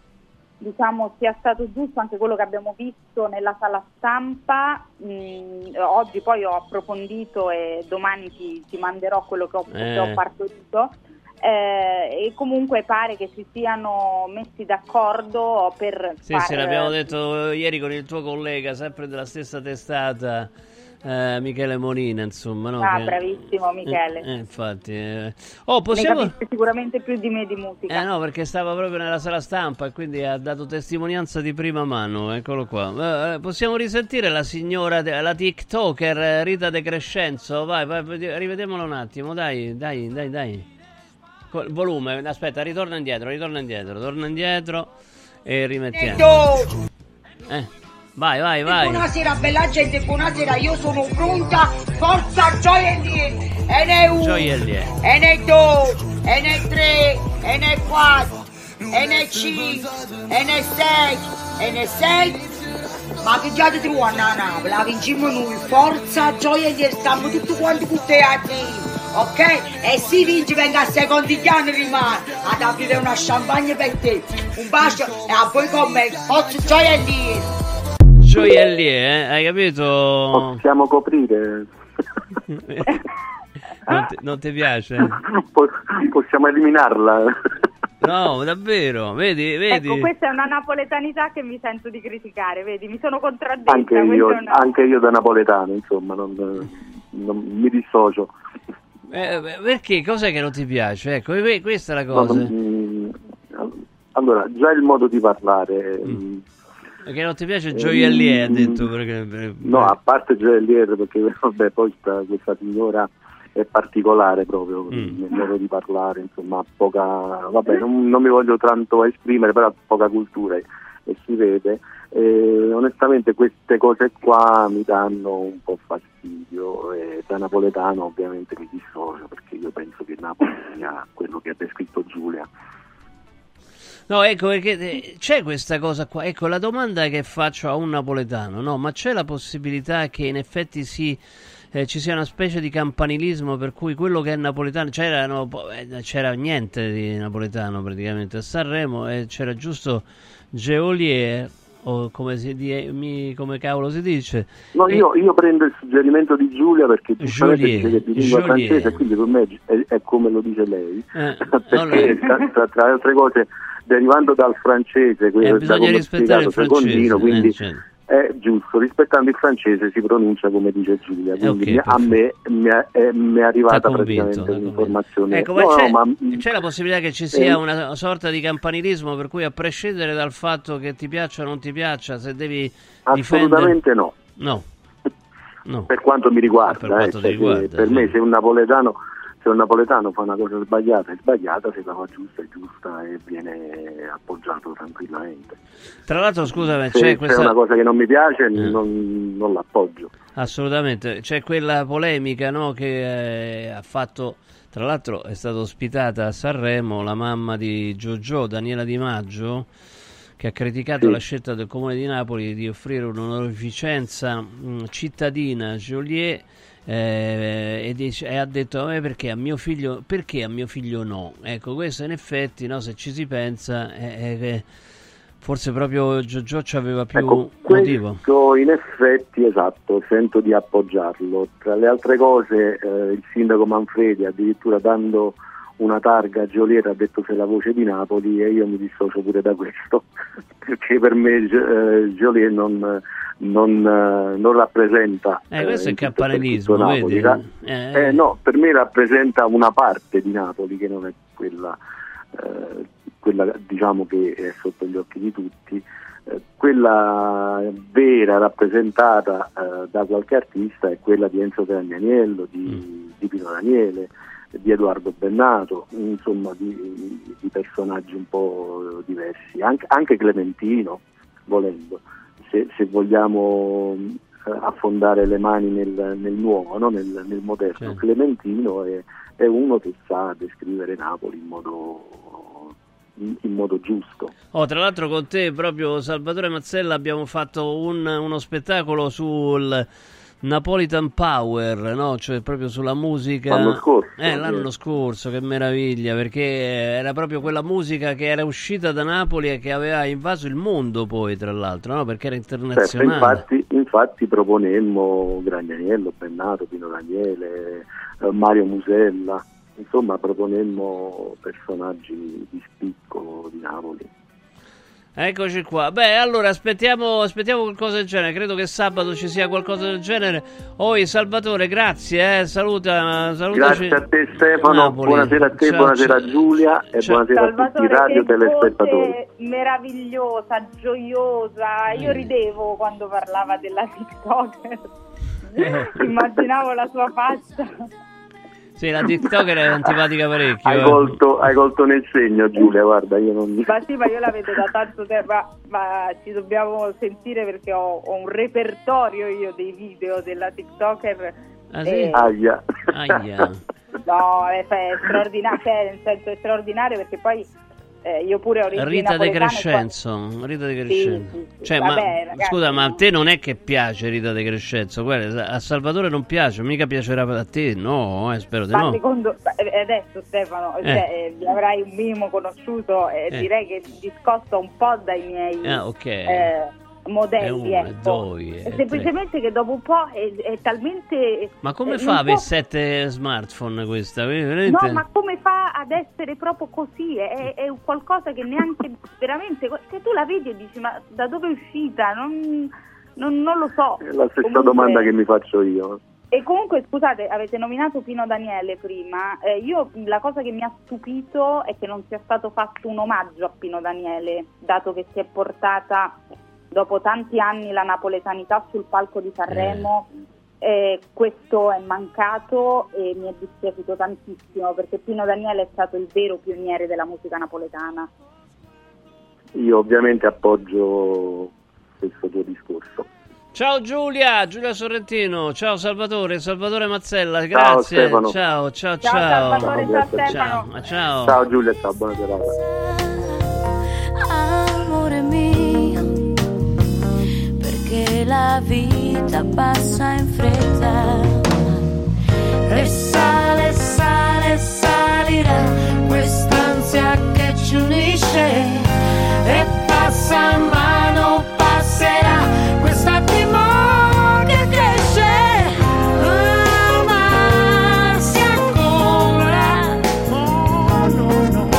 diciamo sia stato giusto anche quello che abbiamo visto nella sala stampa. Mh, oggi poi ho approfondito e domani ti, ti manderò quello che ho, eh. che ho partorito eh, e comunque pare che si siano messi d'accordo per sì, far, sì, l'abbiamo detto ieri con il tuo collega sempre della stessa testata, Eh, Michele Molina, insomma, no? Ah, che... bravissimo Michele. Eh, eh, infatti. Eh. Oh, possiamo... Ne capisce sicuramente più di me di musica. Eh no, perché stava proprio nella sala stampa e quindi ha dato testimonianza di prima mano. Eccolo qua. Eh, possiamo risentire la signora, de... la TikToker Rita De Crescenzo? Vai, vai, rivediamola un attimo. Dai, dai, dai, dai. Col volume, aspetta, ritorna indietro, ritorna indietro, torna indietro e rimettiamo. Eh. Vai, vai, vai. Buonasera bella gente, buonasera, io sono pronta, forza gioiellier, e ne uno, gioiellier, e ne due, e ne tre, e ne quattro, e ne cinque, e ne sei, e ne sei. Ma che già ti trovo a Napoli, la vinciamo noi, forza gioiellier, stiamo tutti quanti con te a te, ok? E si vince, venga a secondi anni rimane, ad aprire una champagne per te, un bacio e a voi con me, forza gioiellier. Gioiellier, eh? Hai capito? Possiamo coprire. non, ti, non ti piace? Possiamo eliminarla. No, davvero, vedi, vedi. Ecco, questa è una napoletanità che mi sento di criticare, vedi, mi sono contraddetta. Anche io, una... anche io da napoletano, insomma, non, non mi dissocio. Eh, perché? Cos'è che non ti piace? Ecco, questa è la cosa. No, non, allora, già il modo di parlare... Mm. Che non ti piace Gioiellier, ha detto perché... No, a parte Gioiellier, perché vabbè, poi sta, questa signora è particolare proprio mm. nel modo di parlare, insomma, poca, vabbè, non, non mi voglio tanto esprimere, però poca cultura e, e si vede. E, onestamente queste cose qua mi danno un po' fastidio e da napoletano ovviamente mi dissocio, perché io penso che Napoli sia quello che ha descritto Giulia. No, ecco, perché c'è questa cosa qua, ecco, la domanda che faccio a un napoletano, no, ma c'è la possibilità che in effetti si, eh, ci sia una specie di campanilismo per cui quello che è napoletano, c'erano, eh, c'era niente di napoletano praticamente a Sanremo e c'era giusto Geolier, o come si die, mi, come cavolo si dice? No, e... io, io prendo il suggerimento di Giulia perché giustamente dice che di lingua francese, quindi per me è, è come lo dice lei, eh, perché tra, tra, tra le altre cose derivando dal francese, eh, bisogna rispettare il francese, quindi eh, certo. È giusto, rispettando il francese si pronuncia come dice Giulia, quindi okay, a me mi è, è, mi è arrivata praticamente l'informazione. Ecco, ma, no, c'è, ma c'è la possibilità che ci sia eh, una sorta di campanilismo per cui a prescindere dal fatto che ti piaccia o non ti piaccia, se devi assolutamente difendere... no. No. No. Per quanto mi riguarda, per, quanto eh, cioè, riguarda per sì. me se un napoletano se un napoletano fa una cosa sbagliata è sbagliata, se la fa giusta è giusta e viene appoggiato tranquillamente. Tra l'altro, scusami, se c'è c'è questa... una cosa che non mi piace eh. non, non l'appoggio. Assolutamente, c'è quella polemica, no, che eh, ha fatto, tra l'altro è stata ospitata a Sanremo la mamma di Giorgio, Daniela Di Maggio, che ha criticato sì. la scelta del Comune di Napoli di offrire un'onorificenza mh, cittadina a Geolier eh, e, dice, e ha detto eh, perché a mio figlio perché a mio figlio no. Ecco, questo in effetti, no, se ci si pensa, è che forse proprio Giorgio aveva più ecco, motivo. Questo in effetti, esatto, sento di appoggiarlo. Tra le altre cose, eh, il sindaco Manfredi, addirittura dando una targa a Geolier, ha detto sei la voce di Napoli, e io mi dissocio pure da questo, perché per me eh, Geolier non, non, eh, non rappresenta eh, questo eh, è campanilismo, Napoli. vedi? Eh, eh, no, per me rappresenta una parte di Napoli che non è quella, eh, quella diciamo che è sotto gli occhi di tutti. Eh, quella vera rappresentata eh, da qualche artista è quella di Enzo Gragnaniello, di, mm. di Pino Daniele, di Edoardo Bennato, insomma di, di personaggi un po' diversi, anche, anche Clementino, volendo, se, se vogliamo eh, affondare le mani nel, nel nuovo, no? nel, nel moderno. Certo. Clementino è, è uno che sa descrivere Napoli in modo, in, in modo giusto. Oh, tra l'altro con te, proprio Salvatore Mazzella, abbiamo fatto un, uno spettacolo sul Napolitan Power, no? Cioè proprio sulla musica. L'anno scorso. Eh, l'anno scorso, che meraviglia, perché era proprio quella musica che era uscita da Napoli e che aveva invaso il mondo poi, tra l'altro, no? Perché era internazionale. Certo, infatti, infatti proponemmo Gragnaniello, Bennato, Pino Daniele, eh, Mario Musella, insomma proponemmo personaggi di spicco di Napoli. Eccoci qua. Beh, allora aspettiamo, aspettiamo qualcosa del genere. Credo che sabato ci sia qualcosa del genere. Oi, Salvatore, grazie. Eh. Saluta, salutaci. Grazie a te, Stefano. Napoli. Buonasera a te, ciao, buonasera ciao. a Giulia e ciao. buonasera Salvatore, a tutti i radio telespettatori. Meravigliosa, gioiosa. Io ridevo quando parlava della TikToker. Immaginavo la sua faccia. Sì, la TikToker è antipatica parecchio. Hai, eh. colto, hai colto nel segno, Giulia, guarda, io non... Ma sì, ma io la vedo da tanto tempo, ma, ma ci dobbiamo sentire perché ho, ho un repertorio io dei video della TikToker. Ah, sì? e... Aia. Aia. No, è, è straordinario, cioè, nel senso è straordinario perché poi eh, io pure ho origini Rita De napoletane. Crescenzo, Qua... Rita De Crescenzo. Sì, sì, sì. Cioè, Vabbè, ma ragazzi, scusa, ma a te non è che piace Rita De Crescenzo? Guarda, a Salvatore non piace, mica piacerà a te, no, eh, spero di ma no. secondo adesso Stefano, Eh. cioè, eh, mi avrai un minimo conosciuto e Eh. direi che discosta un po' dai miei Ah, ok. eh, modelli, È uno, è ecco. due, è semplicemente che dopo un po' è, è talmente Ma come eh, fa a non avere so- sette smartphone questa? Veramente? no, ma come fa ad essere proprio così? È, è qualcosa che neanche veramente, se tu la vedi e dici ma da dove è uscita? Non, non, non lo so. È la stessa Comunque- domanda che mi faccio io. E comunque scusate, avete nominato Pino Daniele prima, eh, io la cosa che mi ha stupito è che non sia stato fatto un omaggio a Pino Daniele, dato che si è portata dopo tanti anni la napoletanità sul palco di Sanremo. Eh, questo è mancato e mi è dispiaciuto tantissimo perché Pino Daniele è stato il vero pioniere della musica napoletana. Io ovviamente appoggio questo tuo discorso. Ciao Giulia, Giulia Sorrentino, ciao Salvatore, Salvatore Mazzella, grazie. Stefano. Ciao, ciao, Ciao, ciao. Salvatore, ciao, Stefano. Ciao, ciao. Ciao Giulia, ciao, buona serata. Amore mio, perché la vita passa in fretta e sale, sale, salirà quest'ansia che ci unisce e passa ma non passerà quest'attimo che cresce. Amarsi ancora, oh no no,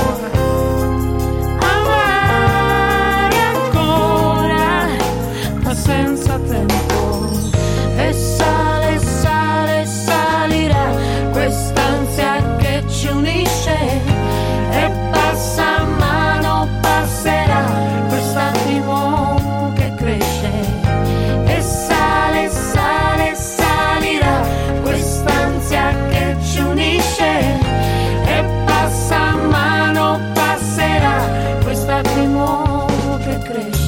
amare ancora ma senza tempo e sale, sale, salirà quest'ansia che ci unisce e passa ma non passerà quest'attimo che cresce e sale, sale, salirà quest'ansia che ci unisce e passa ma non passerà quest'attimo che cresce.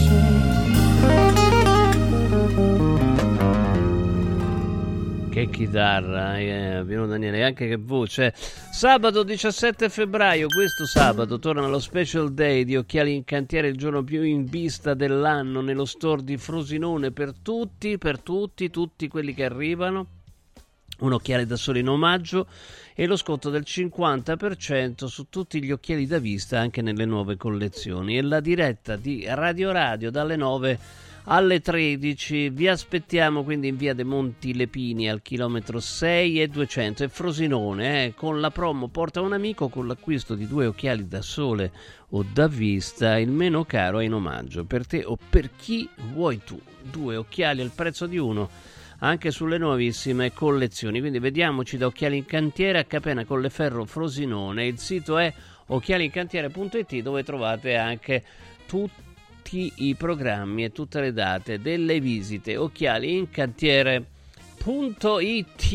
Che chitarra, eh, Pino Daniele, anche che voce. Sabato diciassette febbraio, questo sabato, torna lo special day di Occhiali in Cantiere, il giorno più in vista dell'anno nello store di Frosinone per tutti, per tutti, tutti quelli che arrivano. un occhiale da sole in omaggio e lo sconto del cinquanta per cento su tutti gli occhiali da vista anche nelle nuove collezioni. E la diretta di Radio Radio dalle nove alle tredici. Vi aspettiamo quindi in via De Monti Lepini al chilometro sei e duecento e Frosinone, eh, con la promo Porta un amico. Con l'acquisto di due occhiali da sole o da vista il meno caro è in omaggio per te o per chi vuoi tu. Due occhiali al prezzo di uno anche sulle nuovissime collezioni. Quindi vediamoci da Occhiali in Cantiere a Capena Colleferro Frosinone. Il sito è occhialincantiere punto it, dove trovate anche tutti i programmi e tutte le date delle visite. occhialincantiere punto it,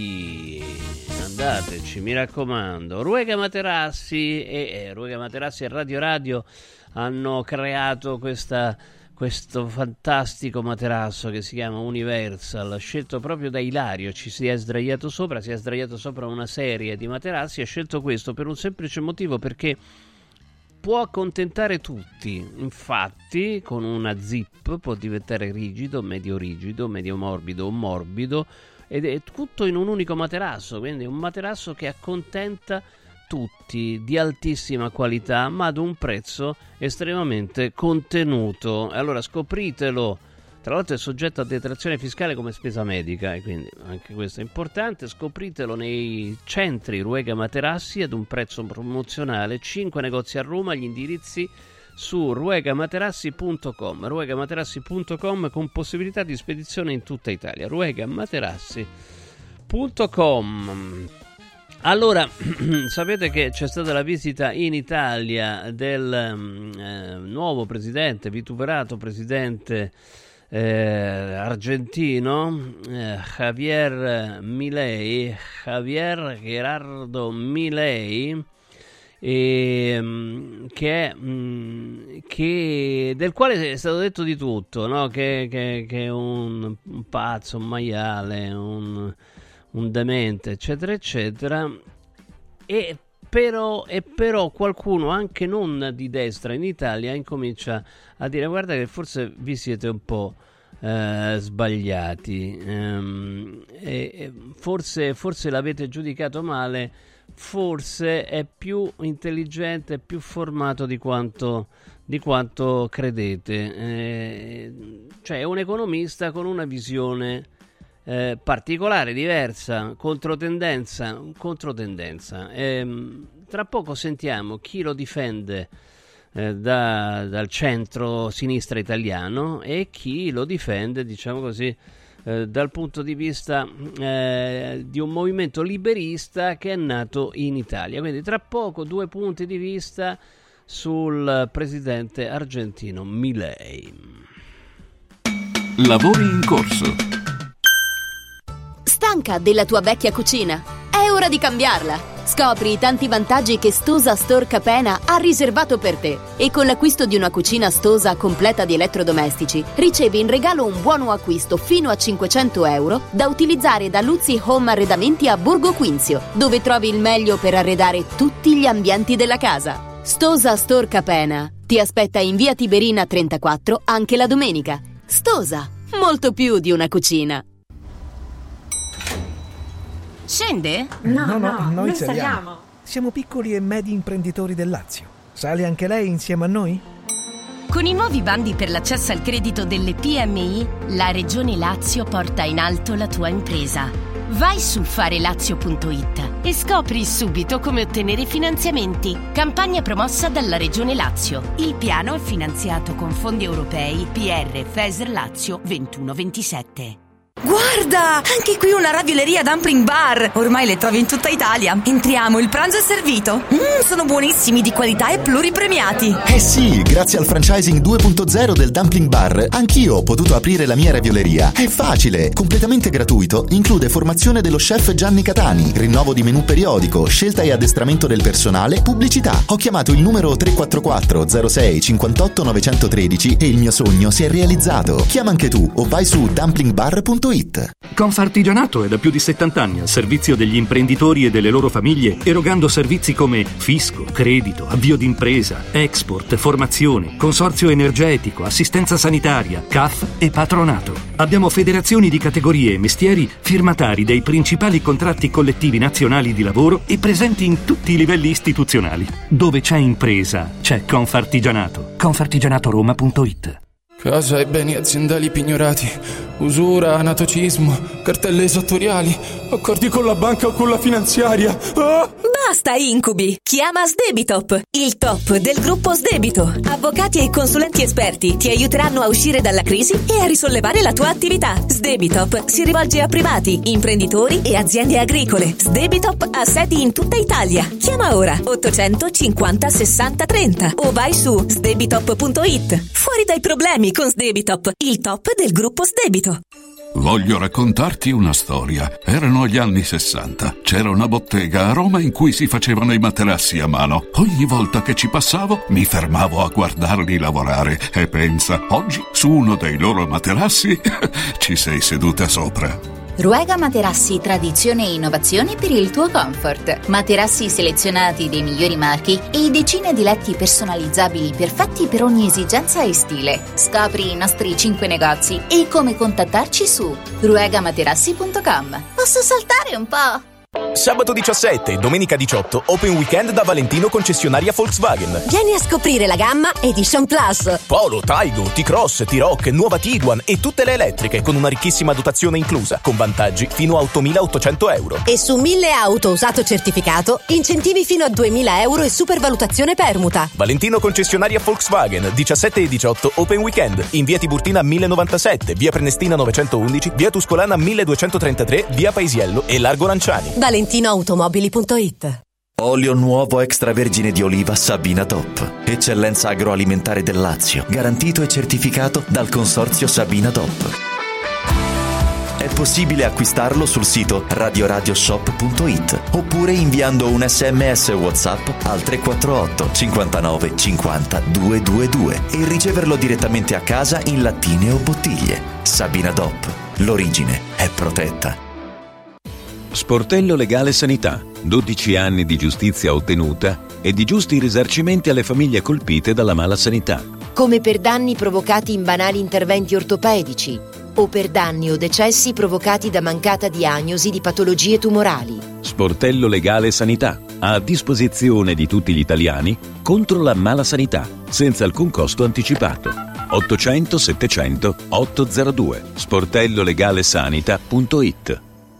andateci, mi raccomando. Ruega Materassi e eh, Ruega Materassi e Radio Radio hanno creato questa questo fantastico materasso che si chiama Universal, scelto proprio da Ilario. Ci si è sdraiato sopra, si è sdraiato sopra una serie di materassi. Ha scelto questo per un semplice motivo, perché può accontentare tutti. Infatti con una zip può diventare rigido, medio rigido, medio morbido o morbido, ed è tutto in un unico materasso. Quindi è un materasso che accontenta tutti, di altissima qualità, ma ad un prezzo estremamente contenuto. Allora scopritelo. Tra l'altro è soggetto a detrazione fiscale come spesa medica, e quindi anche questo è importante. Scopritelo nei centri Ruega Materassi ad un prezzo promozionale. cinque negozi a Roma, gli indirizzi su ruegamaterassi punto com, ruegamaterassi punto com, con possibilità di spedizione in tutta Italia. ruegamaterassi punto com. Allora, sapete che c'è stata la visita in Italia del eh, nuovo presidente, vituperato presidente eh, argentino, eh, Javier Milei, Javier Gerardo Milei, e, che, è, mh, che del quale è stato detto di tutto, no? Che, che, che è un, un pazzo, un maiale, un... un demente, eccetera eccetera. E però, e però qualcuno anche non di destra in Italia incomincia a dire: guarda che forse vi siete un po' eh, sbagliati, ehm, e, e forse, forse l'avete giudicato male, forse è più intelligente, più formato di quanto, di quanto credete, eh, cioè è un economista con una visione Eh, particolare, diversa, controtendenza, controtendenza. Eh, tra poco sentiamo chi lo difende eh, da, dal centro-sinistra italiano e chi lo difende, diciamo così, eh, dal punto di vista eh, di un movimento liberista che è nato in Italia. Quindi tra poco due punti di vista sul presidente argentino Milei. Lavori in corso. Stanca della tua vecchia cucina? È ora di cambiarla! Scopri i tanti vantaggi che Stosa Store Capena ha riservato per te. E con l'acquisto di una cucina Stosa completa di elettrodomestici ricevi in regalo un buono acquisto fino a cinquecento euro da utilizzare da Luzzi Home Arredamenti a Borgo Quinzio, dove trovi il meglio per arredare tutti gli ambienti della casa. Stosa Store Capena ti aspetta in via Tiberina trentaquattro anche la domenica. Stosa, molto più di una cucina. Scende? No, no, no, noi, noi saliamo. saliamo. Siamo piccoli e medi imprenditori del Lazio. Sale anche lei insieme a noi? Con i nuovi bandi per l'accesso al credito delle P M I, la Regione Lazio porta in alto la tua impresa. Vai su farelazio punto it e scopri subito come ottenere finanziamenti. Campagna promossa dalla Regione Lazio. Il piano è finanziato con fondi europei P R FESR Lazio ventuno ventisette. Guarda, anche qui una ravioleria Dumpling Bar. Ormai le trovi in tutta Italia. Entriamo, il pranzo è servito. Mmm, sono buonissimi, di qualità e pluripremiati. Eh sì, grazie al franchising due punto zero del Dumpling Bar, anch'io ho potuto aprire la mia ravioleria. È facile, completamente gratuito, include formazione dello chef Gianni Catani, rinnovo di menù periodico, scelta e addestramento del personale, pubblicità. Ho chiamato il numero tre quattro quattro zero sei cinquantotto novecentotredici e il mio sogno si è realizzato. Chiama anche tu o vai su dumpling bar punto it. it. Confartigianato è da più di settanta anni al servizio degli imprenditori e delle loro famiglie, erogando servizi come fisco, credito, avvio d'impresa, export, formazione, consorzio energetico, assistenza sanitaria, C A F e patronato. Abbiamo federazioni di categorie e mestieri firmatari dei principali contratti collettivi nazionali di lavoro e presenti in tutti i livelli istituzionali. Dove c'è impresa, c'è Confartigianato. confartigianatoroma punto it. Casa e beni aziendali pignorati, usura, anatocismo, cartelle esattoriali, accordi con la banca o con la finanziaria. Ah! Basta incubi! Chiama Sdebitop, il top del gruppo Sdebito. Avvocati e consulenti esperti ti aiuteranno a uscire dalla crisi e a risollevare la tua attività. Sdebitop si rivolge a privati, imprenditori e aziende agricole. Sdebitop ha sedi in tutta Italia. Chiama ora ottocentocinquanta sessanta trenta o vai su sdebitop punto it. Fuori dai problemi con Sdebitop, il top del gruppo Sdebito. Voglio raccontarti una storia. Erano gli anni sessanta. C'era una bottega a Roma in cui si facevano i materassi a mano. Ogni volta che ci passavo mi fermavo a guardarli lavorare e pensa, oggi su uno dei loro materassi ci sei seduta sopra. Ruega Materassi, tradizione e innovazione per il tuo comfort. Materassi selezionati dei migliori marchi e decine di letti personalizzabili perfetti per ogni esigenza e stile. Scopri i nostri cinque negozi e come contattarci su ruega materassi punto com. Posso saltare un po'? Sabato diciassette e domenica diciotto, Open Weekend da Valentino concessionaria Volkswagen. Vieni a scoprire la gamma Edition Plus. Polo, Taigo, T-Cross, T-Roc, nuova Tiguan e tutte le elettriche con una ricchissima dotazione inclusa, con vantaggi fino a ottomilaottocento euro. E su mille auto usato certificato, incentivi fino a duemila euro e supervalutazione permuta. Valentino concessionaria Volkswagen, diciassette e diciotto Open Weekend, in via Tiburtina mille novantasette, via Prenestina novecentoundici, via Tuscolana milleduecentotrentatré, via Paisiello e Largo Lanciani. valentinoautomobili punto it. Olio nuovo extravergine di oliva Sabina Top. Eccellenza agroalimentare del Lazio, garantito e certificato dal consorzio Sabina Top. È possibile acquistarlo sul sito radioradioshop punto it oppure inviando un sms WhatsApp al tre quattro otto cinquantanove cinquanta duecentoventidue e riceverlo direttamente a casa in lattine o bottiglie. Sabina Dop. L'origine è protetta. Sportello Legale Sanità. dodici anni di giustizia ottenuta e di giusti risarcimenti alle famiglie colpite dalla mala sanità. Come per danni provocati in banali interventi ortopedici o per danni o decessi provocati da mancata diagnosi di patologie tumorali. Sportello Legale Sanità. A disposizione di tutti gli italiani contro la mala sanità, senza alcun costo anticipato. ottocento settecento ottocentodue. sportello legale sanità punto it.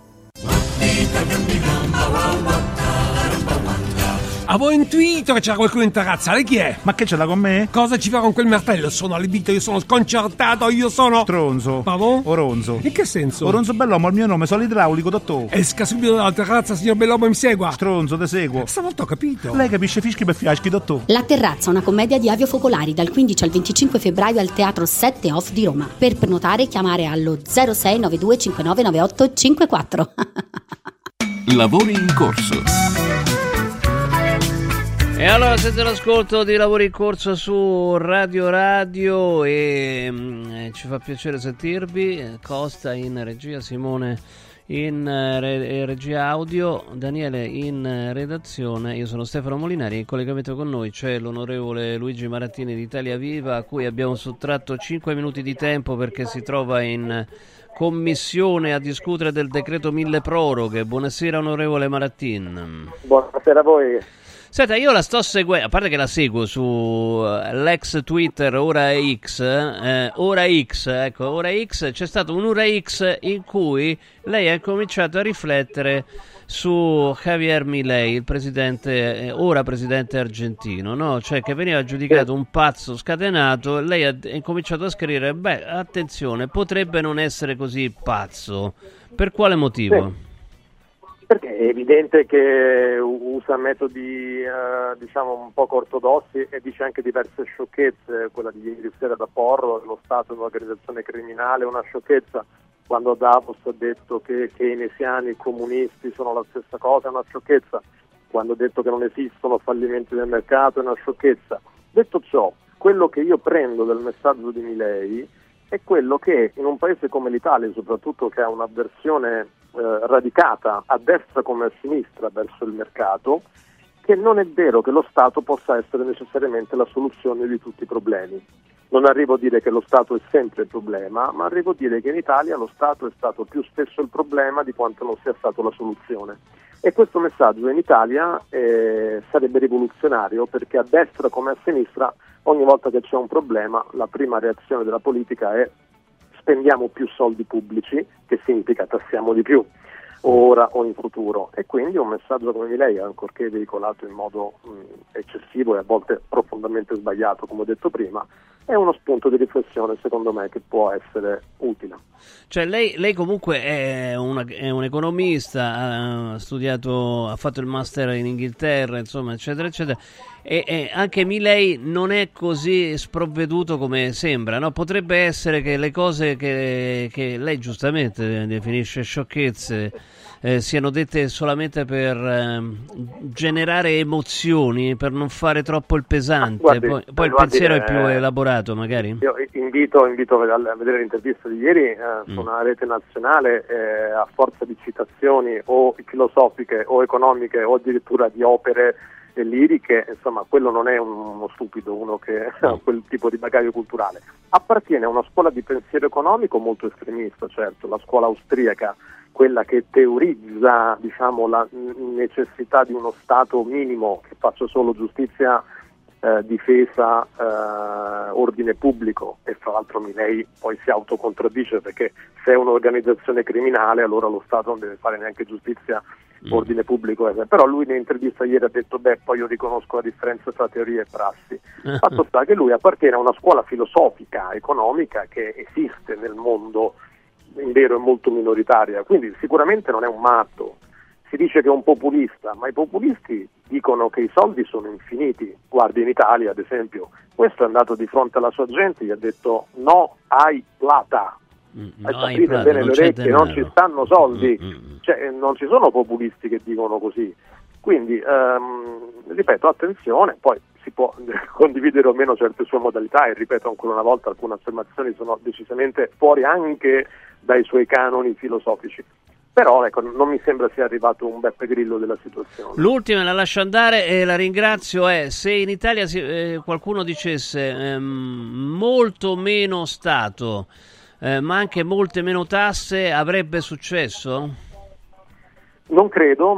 Avevo intuito che c'era qualcuno in terrazza, lei chi è? Ma che ce l'ha con me? Cosa ci fa con quel martello? Sono allibito, io sono sconcertato, io sono... Tronzo. Pardon? Oronzo. In che senso? Oronzo Bellomo, il mio nome, sono idraulico, dottore. Esca subito dalla terrazza, signor Bellomo, mi segua. Stronzo, te seguo. Stavolta ho capito. Lei capisce fischi per fiaschi, dottore. La Terrazza, una commedia di Avio Focolari, dal quindici al venticinque febbraio al Teatro sette Off di Roma. Per prenotare chiamare allo zero sei nove due cinque nove nove otto cinque quattro. Lavori in corso. E allora siete all'ascolto di Lavori in Corso su Radio Radio e mm, ci fa piacere sentirvi. Costa in regia, Simone in re- regia audio, Daniele in redazione. Io sono Stefano Molinari e in collegamento con noi c'è l'onorevole Luigi Marattini di Italia Viva, a cui abbiamo sottratto cinque minuti di tempo perché si trova in commissione a discutere del decreto mille proroghe. Buonasera onorevole Marattin. Buonasera a voi. Senta, io la sto seguendo, a parte che la seguo su uh, l'ex Twitter Ora X, eh, Ora X, ecco, Ora X, c'è stato un'Ora X in cui lei ha cominciato a riflettere su Javier Milei, il presidente, eh, ora presidente argentino, no? Cioè che veniva giudicato un pazzo scatenato, lei ha, ha cominciato a scrivere, beh, attenzione, potrebbe non essere così pazzo. Per quale motivo? Sì. Perché è evidente che usa metodi eh, diciamo un poco ortodossi e dice anche diverse sciocchezze, quella di ieri sera da Porro, lo Stato è un'organizzazione criminale, una sciocchezza, quando Davos ha detto che keynesiani e comunisti sono la stessa cosa, è una sciocchezza, quando ha detto che non esistono fallimenti del mercato è una sciocchezza. Detto ciò, quello che io prendo del messaggio di Milei è quello che in un paese come l'Italia, soprattutto che ha un'avversione eh, radicata a destra come a sinistra verso il mercato, che non è vero che lo Stato possa essere necessariamente la soluzione di tutti i problemi. Non arrivo a dire che lo Stato è sempre il problema, ma arrivo a dire che in Italia lo Stato è stato più spesso il problema di quanto non sia stato la soluzione. E questo messaggio in Italia eh, sarebbe rivoluzionario, perché a destra come a sinistra ogni volta che c'è un problema la prima reazione della politica è spendiamo più soldi pubblici, che significa tassiamo di più, ora o in futuro. E quindi un messaggio come lei, ancorché veicolato in modo mh, eccessivo e a volte profondamente sbagliato, come ho detto prima, è uno spunto di riflessione secondo me che può essere utile. Cioè lei, lei comunque è, una, è un economista, ha studiato, ha fatto il master in Inghilterra, insomma, eccetera, eccetera, e, e anche Milei non è così sprovveduto come sembra, no? Potrebbe essere che le cose che, che lei giustamente definisce sciocchezze eh, siano dette solamente per eh, generare emozioni, per non fare troppo il pesante. Guardi, poi, poi il pensiero è più elaborato, magari. Io invito, invito a vedere l'intervista di ieri eh, su mm. una rete nazionale, eh, a forza di citazioni o filosofiche o economiche o addirittura di opere eh, liriche, insomma quello non è uno stupido, uno che ha quel tipo di bagaglio culturale. Appartiene a una scuola di pensiero economico molto estremista, certo, la scuola austriaca, quella che teorizza, diciamo, la necessità di uno Stato minimo che faccia solo giustizia, eh, difesa, eh, ordine pubblico, e fra l'altro Milei poi si autocontraddice, perché se è un'organizzazione criminale allora lo Stato non deve fare neanche giustizia, mm. ordine pubblico, eh. Però lui in intervista ieri ha detto beh, poi io riconosco la differenza tra teoria e prassi. Fatto sta che lui appartiene a una scuola filosofica, economica, che esiste nel mondo, in vero è molto minoritaria, quindi sicuramente non è un matto. Si dice che è un populista, ma i populisti dicono che i soldi sono infiniti. Guardi, in Italia ad esempio, questo è andato di fronte alla sua gente, gli ha detto no hai plata, mm, hai no aprite plata, bene le orecchie, non ci stanno soldi, mm, mm. Cioè, non ci sono populisti che dicono così. Quindi ehm, ripeto, attenzione, poi si può condividere o meno certe sue modalità, e ripeto ancora una volta, alcune affermazioni sono decisamente fuori anche dai suoi canoni filosofici. Però ecco, non mi sembra sia arrivato un Beppe Grillo della situazione. L'ultima, la lascio andare e la ringrazio, è se in Italia si, eh, qualcuno dicesse ehm, molto meno Stato, eh, ma anche molte meno tasse, avrebbe successo? Non credo,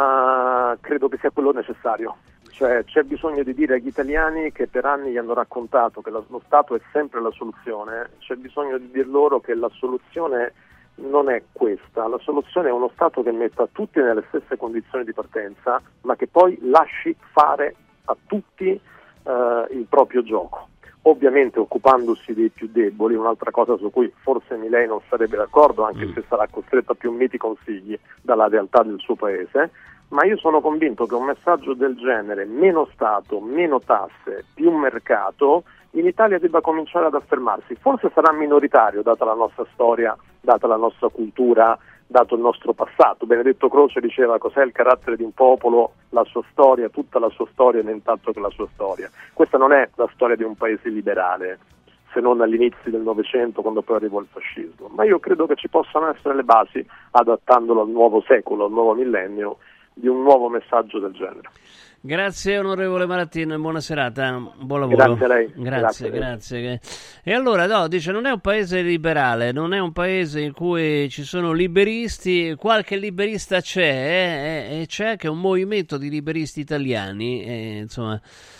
ma credo che sia quello necessario. Cioè c'è bisogno di dire agli italiani che per anni gli hanno raccontato che lo Stato è sempre la soluzione, c'è bisogno di dir loro che la soluzione non è questa, la soluzione è uno Stato che metta tutti nelle stesse condizioni di partenza, ma che poi lasci fare a tutti eh, il proprio gioco, ovviamente occupandosi dei più deboli, un'altra cosa su cui forse Milei non sarebbe d'accordo, anche mm. se sarà costretto a più miti consigli dalla realtà del suo paese. Ma io sono convinto che un messaggio del genere, meno Stato, meno tasse, più mercato, in Italia debba cominciare ad affermarsi. Forse sarà minoritario, data la nostra storia, data la nostra cultura, dato il nostro passato. Benedetto Croce diceva cos'è il carattere di un popolo, la sua storia, tutta la sua storia, nient'altro che la sua storia. Questa non è la storia di un paese liberale, se non all'inizio del Novecento, quando poi arrivò il fascismo. Ma io credo che ci possano essere le basi, adattandolo al nuovo secolo, al nuovo millennio, di un nuovo messaggio del genere. Grazie onorevole Marattin, buona serata, buon lavoro. Grazie a lei. Grazie, grazie. grazie. E allora no, dice non è un paese liberale, non è un paese in cui ci sono liberisti, qualche liberista c'è, eh, e c'è anche un movimento di liberisti italiani, eh, insomma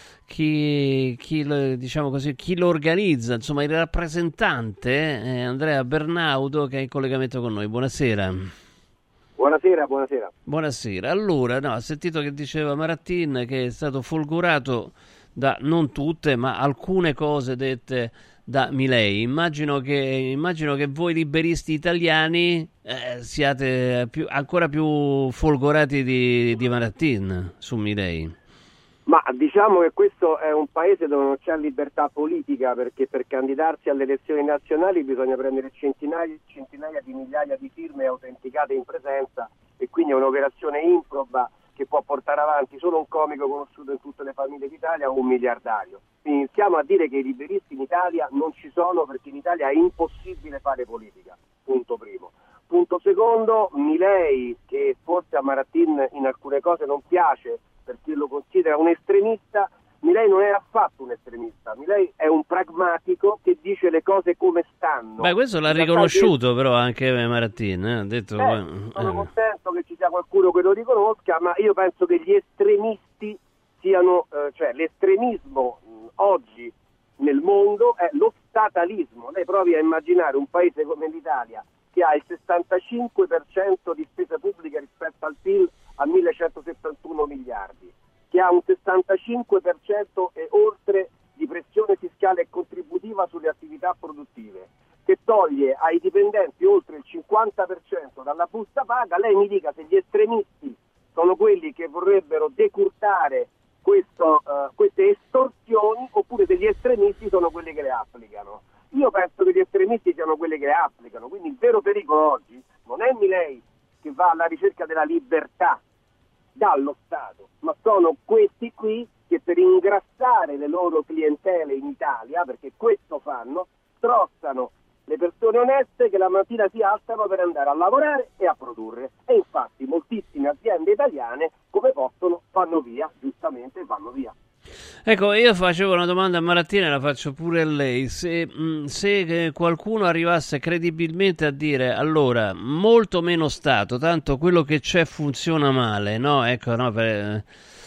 chi, chi, lo, diciamo così, chi lo organizza, insomma il rappresentante è Andrea Bernaudo, che è in collegamento con noi. Buonasera. Buonasera, buonasera. Buonasera. Allora, no, ho sentito che diceva Marattin che è stato folgorato da non tutte, ma alcune cose dette da Milei. Immagino che, immagino che voi liberisti italiani eh, siate più, ancora più folgorati di, di Marattin su Milei. Ma diciamo che questo è un paese dove non c'è libertà politica, perché per candidarsi alle elezioni nazionali bisogna prendere centinaia e centinaia di migliaia di firme autenticate in presenza, e quindi è un'operazione improba che può portare avanti solo un comico conosciuto in tutte le famiglie d'Italia o un miliardario. Quindi iniziamo a dire che i liberisti in Italia non ci sono, perché in Italia è impossibile fare politica, punto primo. Punto secondo, Milei, che forse a Maratin in alcune cose non piace perché lo considera un estremista, Milei non è affatto un estremista, Milei è un pragmatico che dice le cose come stanno. Beh, questo l'ha riconosciuto che... però anche Maratin, eh? ha detto... Eh, sono eh. contento che ci sia qualcuno che lo riconosca, ma io penso che gli estremisti siano, eh, cioè l'estremismo mh, oggi nel mondo è lo statalismo. Lei provi a immaginare un paese come l'Italia che ha il sessantacinque per cento di spesa pubblica rispetto al P I L a millecentosettantuno miliardi, che ha un sessantacinque per cento e oltre di pressione fiscale e contributiva sulle attività produttive, che toglie ai dipendenti oltre il cinquanta per cento dalla busta paga. Lei mi dica se gli estremisti sono quelli che vorrebbero decurtare questo, uh, queste estorsioni, oppure se gli estremisti sono quelli che le applicano. Io penso che gli estremisti siano quelli che le applicano, quindi il vero pericolo oggi non è Milei che va alla ricerca della libertà dallo Stato, ma sono questi qui che per ingrassare le loro clientele in Italia, perché questo fanno, strozzano le persone oneste che la mattina si alzano per andare a lavorare e a produrre. E infatti moltissime aziende italiane, come possono, vanno via, giustamente vanno via. Ecco, io facevo una domanda a Maratina e la faccio pure a lei. Se, mh, se qualcuno arrivasse credibilmente a dire allora, molto meno Stato, tanto quello che c'è funziona male, no? Ecco, no, per,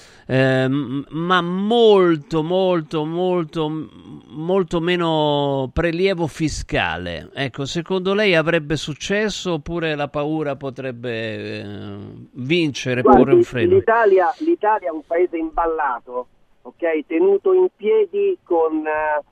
eh, ma molto, molto, molto, molto meno prelievo fiscale. Ecco, secondo lei avrebbe successo oppure la paura potrebbe eh, vincere, Guardi, porre un freno? L'Italia, l'Italia è un paese imballato. Okay, tenuto in piedi con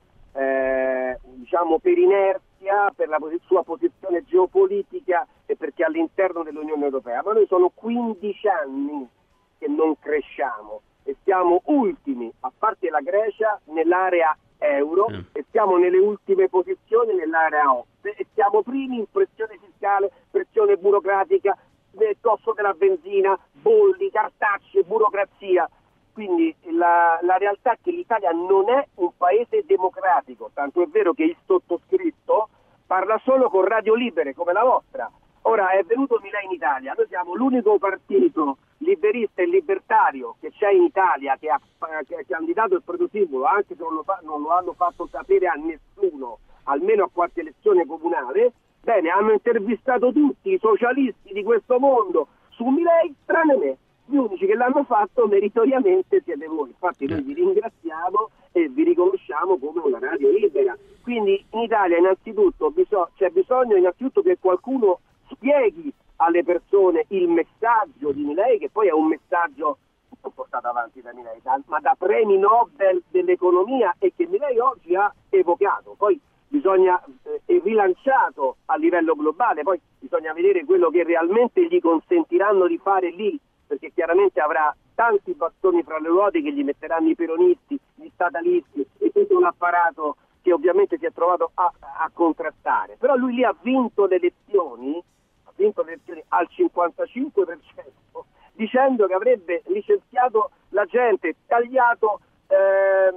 eh, diciamo per inerzia, per la pos- sua posizione geopolitica e perché all'interno dell'Unione Europea, ma noi sono quindici anni che non cresciamo e siamo ultimi, a parte la Grecia, nell'area euro mm. e siamo nelle ultime posizioni nell'area O S E e siamo primi in pressione fiscale, pressione burocratica, nel costo della benzina, bolli, cartacce, burocrazia. Quindi la, la realtà è che l'Italia non è un paese democratico, tanto è vero che il sottoscritto parla solo con radio libere come la vostra. Ora è venuto Milei in Italia, noi siamo l'unico partito liberista e libertario che c'è in Italia, che ha, che ha candidato il proprio simbolo, anche se non lo, fa, non lo hanno fatto sapere a nessuno, almeno a qualche elezione comunale. Bene, hanno intervistato tutti i socialisti di questo mondo su Milei, tranne me. Gli unici che l'hanno fatto meritoriamente siete voi. Infatti noi vi ringraziamo e vi riconosciamo come una radio libera. Quindi in Italia innanzitutto bisog- c'è bisogno innanzitutto che qualcuno spieghi alle persone il messaggio di Milei, che poi è un messaggio non portato avanti da Milei, ma da premi Nobel dell'economia, e che Milei oggi ha evocato. Poi bisogna eh, rilanciato a livello globale, poi bisogna vedere quello che realmente gli consentiranno di fare lì, perché chiaramente avrà tanti bastoni fra le ruote che gli metteranno i peronisti, gli statalisti e tutto un apparato che ovviamente si è trovato a, a contrastare. Però lui lì ha vinto le elezioni, ha vinto le elezioni al cinquantacinque per cento, dicendo che avrebbe licenziato la gente, tagliato eh,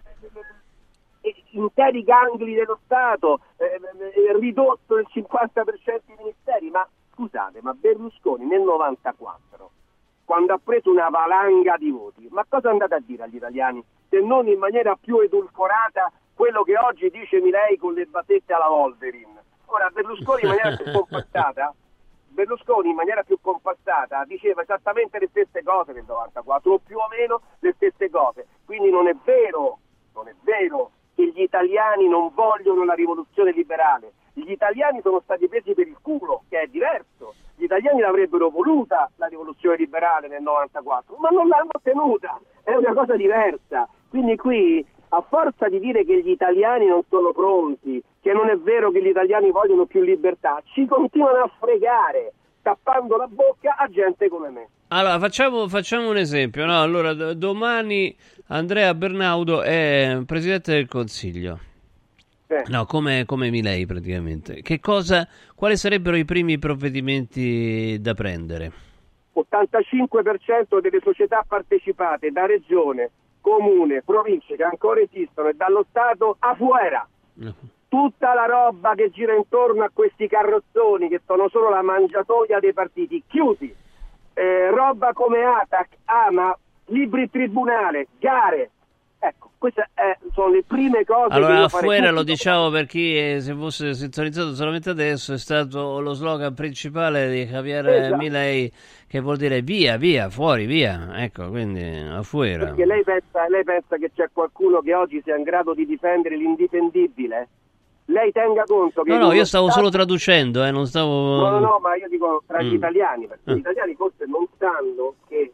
interi gangli dello Stato, eh, ridotto il cinquanta per cento i ministeri. Ma scusate, ma Berlusconi nel novantaquattro, quando ha preso una valanga di voti, ma cosa è andata a dire agli italiani, se non in maniera più edulcorata quello che oggi dice Milei con le basette alla Wolverine? Ora Berlusconi in maniera più compattata Berlusconi in maniera più compattata diceva esattamente le stesse cose del novantaquattro, o più o meno le stesse cose. Quindi non è vero, non è vero che gli italiani non vogliono la rivoluzione liberale. Gli italiani sono stati presi per il culo, che è diverso. Gli italiani l'avrebbero voluta la rivoluzione liberale nel novantaquattro, ma non l'hanno ottenuta, è una cosa diversa. Quindi qui, a forza di dire che gli italiani non sono pronti, che non è vero che gli italiani vogliono più libertà, ci continuano a fregare, tappando la bocca a gente come me. Allora, facciamo, facciamo un esempio, no? Allora, d- domani Andrea Bernaudo è Presidente del Consiglio. No, come, come Milei praticamente. Che cosa, quali sarebbero i primi provvedimenti da prendere? ottantacinque per cento delle società partecipate da regione, comune, province che ancora esistono e dallo Stato afuera. Tutta la roba che gira intorno a questi carrozzoni che sono solo la mangiatoia dei partiti chiusi, eh, roba come ATAC, AMA, libri tribunale, gare. Ecco, queste eh, sono le prime cose. Allora, che afuera, lo diciamo per chi eh, se fosse sintonizzato solamente adesso, è stato lo slogan principale di Javier esatto. Milei, che vuol dire via, via, fuori, via. Ecco, quindi afuera. Perché lei pensa, lei pensa che c'è qualcuno che oggi sia in grado di difendere l'indifendibile? Lei tenga conto che... No, no, io stavo stato... solo traducendo, eh, non stavo... No, no, no, ma io dico tra gli mm. italiani, perché ah. gli italiani forse non sanno che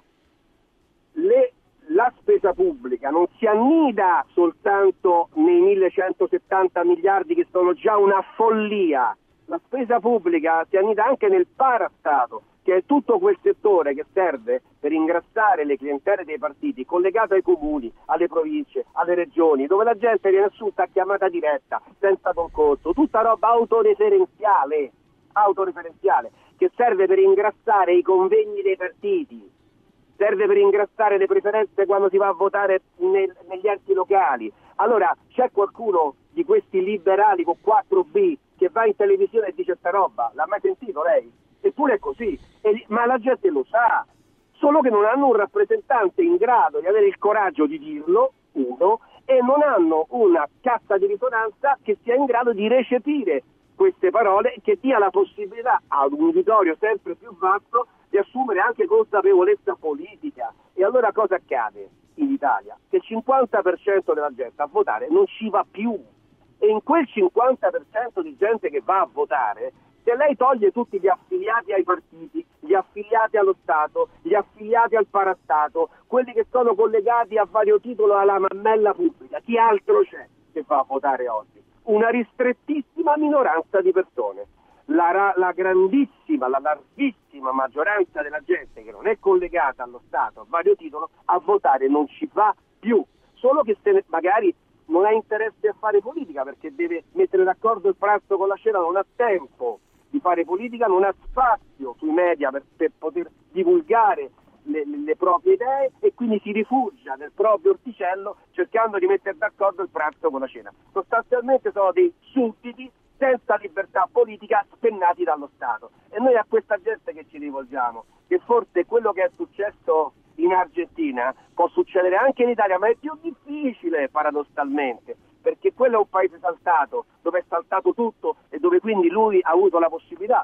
le... la spesa pubblica non si annida soltanto nei millecentosettanta miliardi che sono già una follia. La spesa pubblica si annida anche nel parastato, che è tutto quel settore che serve per ingrassare le clientele dei partiti, collegato ai comuni, alle province, alle regioni, dove la gente viene assunta a chiamata diretta, senza concorso, tutta roba autoreferenziale, autoreferenziale, che serve per ingrassare i convegni dei partiti, serve per ingrassare le preferenze quando si va a votare nel, negli enti locali. Allora, c'è qualcuno di questi liberali con quattro B che va in televisione e dice sta roba? L'ha mai sentito lei? Eppure è così, e, ma la gente lo sa, solo che non hanno un rappresentante in grado di avere il coraggio di dirlo, uno, e non hanno una cassa di risonanza che sia in grado di recepire queste parole e che dia la possibilità ad un uditorio sempre più vasto di assumere anche consapevolezza politica. E allora cosa accade in Italia? Che il cinquanta per cento della gente a votare non ci va più, e in quel cinquanta per cento di gente che va a votare, se lei toglie tutti gli affiliati ai partiti, gli affiliati allo Stato, gli affiliati al parastato, quelli che sono collegati a vario titolo alla mammella pubblica, chi altro c'è che va a votare oggi? Una ristrettissima minoranza di persone. La, la grandissima, la larghissima maggioranza della gente che non è collegata allo Stato a vario titolo a votare non ci va più, solo che se ne, magari non ha interesse a fare politica perché deve mettere d'accordo il pranzo con la cena, non ha tempo di fare politica, non ha spazio sui media per, per poter divulgare le, le, le proprie idee, e quindi si rifugia nel proprio orticello cercando di mettere d'accordo il pranzo con la cena. Sostanzialmente sono dei sudditi senza libertà politica, spennati dallo Stato. E noi a questa gente che ci rivolgiamo, che forse quello che è successo in Argentina può succedere anche in Italia, ma è più difficile paradossalmente, perché quello è un paese saltato, dove è saltato tutto e dove quindi lui ha avuto la possibilità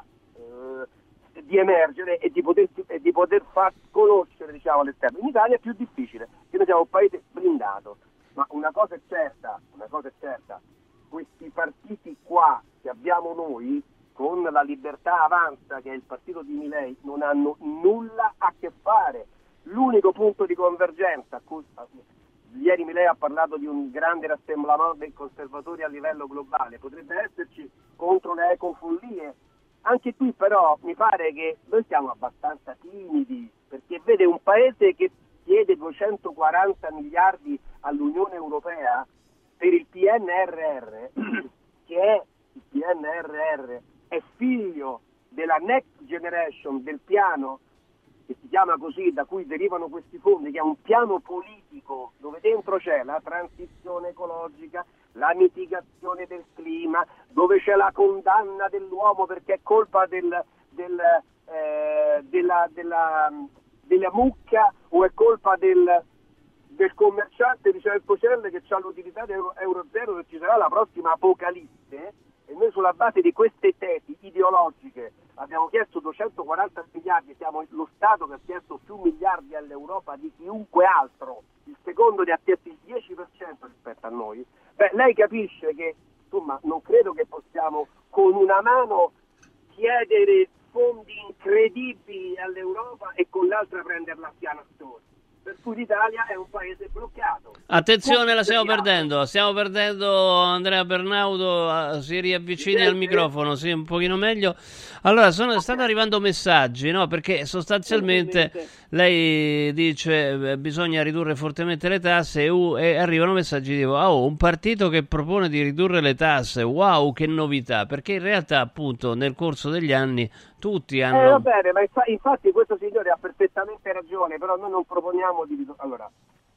eh, di emergere e di poter, e di poter far conoscere, diciamo, all'esterno. In Italia è più difficile, perché noi siamo un paese blindato, ma una cosa è certa, una cosa è certa, questi partiti qua che abbiamo noi, con la Libertà Avanza, che è il partito di Milei, non hanno nulla a che fare. L'unico punto di convergenza, ieri Milei ha parlato di un grande rassemblamento dei conservatori a livello globale, potrebbe esserci contro le ecofollie. Anche qui però mi pare che noi siamo abbastanza timidi, perché vede un paese che chiede duecentoquaranta miliardi all'Unione Europea per il P N R R, che è il P N R R è figlio della Next Generation, del piano che si chiama così, da cui derivano questi fondi, che è un piano politico dove dentro c'è la transizione ecologica, la mitigazione del clima, dove c'è la condanna dell'uomo perché è colpa del, del, eh, della, della, della mucca, o è colpa del, del commerciante di Cercocelle che ha l'utilità di euro, euro zero, che ci sarà la prossima apocalisse. E noi sulla base di queste tesi ideologiche abbiamo chiesto duecentoquaranta miliardi, siamo lo Stato che ha chiesto più miliardi all'Europa di chiunque altro, il secondo ne ha chiesto il dieci per cento rispetto a noi. Beh, lei capisce che, insomma, non credo che possiamo con una mano chiedere fondi incredibili all'Europa e con l'altra prenderla a piano storico. Per cui l'Italia è un paese bloccato. Attenzione, la stiamo perdendo, stiamo perdendo Andrea Bernaudo, si riavvicini al microfono, sì, un pochino meglio. Allora, sono, stanno arrivando messaggi, no? Perché sostanzialmente lei dice eh, bisogna ridurre fortemente le tasse e, uh, e arrivano messaggi tipo oh, un partito che propone di ridurre le tasse, wow, che novità, perché in realtà appunto nel corso degli anni tutti hanno... Eh, va bene, ma infa- infatti questo signore ha perfettamente ragione, però noi non proponiamo di... Allora,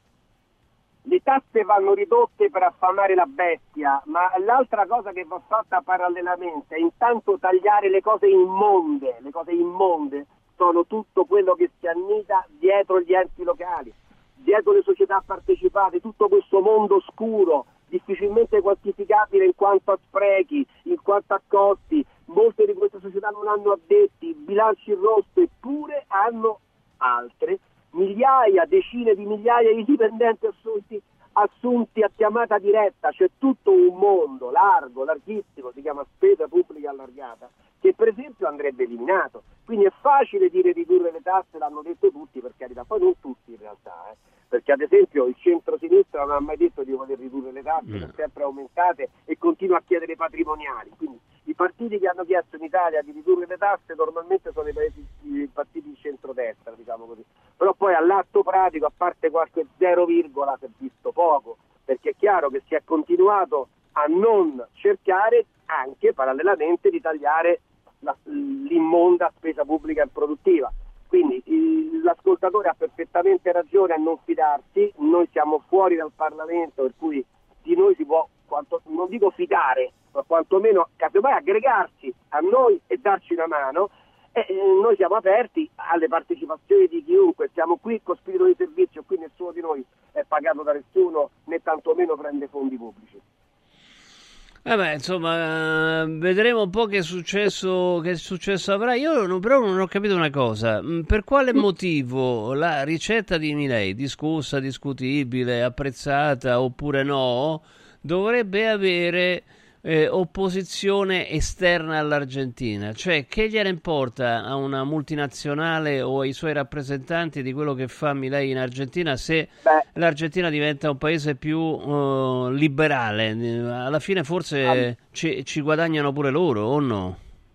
le tasse vanno ridotte per affamare la bestia, ma l'altra cosa che va fatta parallelamente è intanto tagliare le cose immonde. Le cose immonde sono tutto quello che si annida dietro gli enti locali, dietro le società partecipate, tutto questo mondo scuro, difficilmente quantificabile in quanto a sprechi, in quanto a costi. Molte di queste società non hanno addetti, bilanci in rosso, eppure hanno altre migliaia, decine di migliaia di dipendenti assunti, assunti a chiamata diretta. C'è tutto un mondo largo, larghissimo, si chiama spesa pubblica allargata, che per esempio andrebbe eliminato. Quindi è facile dire ridurre le tasse, l'hanno detto tutti, per carità, poi non tutti in realtà, eh. perché ad esempio il centro-sinistra non ha mai detto di voler ridurre le tasse, le ha sempre aumentate e continua a chiedere patrimoniali. Quindi i partiti che hanno chiesto in Italia di ridurre le tasse normalmente sono i, paesi, i partiti di centrodestra, diciamo così. Però poi all'atto pratico, a parte qualche zero virgola, si è visto poco, perché è chiaro che si è continuato a non cercare anche parallelamente di tagliare la, l'immonda spesa pubblica improduttiva. Quindi il, l'ascoltatore ha perfettamente ragione a non fidarsi. Noi siamo fuori dal Parlamento, per cui di noi si può, quanto, non dico fidare, ma quantomeno casomai aggregarsi a noi e darci una mano. E, e noi siamo aperti alle partecipazioni di chiunque, siamo qui con spirito di servizio, qui nessuno di noi è pagato da nessuno, né tantomeno prende fondi pubblici. Eh beh, insomma, vedremo un po' che successo, che successo avrà. Io non, però non ho capito una cosa. Per quale motivo la ricetta di Milei, discussa, discutibile, apprezzata oppure no, dovrebbe avere eh, opposizione esterna all'Argentina? Cioè, che gliene importa a una multinazionale o ai suoi rappresentanti di quello che fa Milei in Argentina se Beh. l'Argentina diventa un paese più uh, liberale? Alla fine forse um, ci, ci guadagnano pure loro, o no?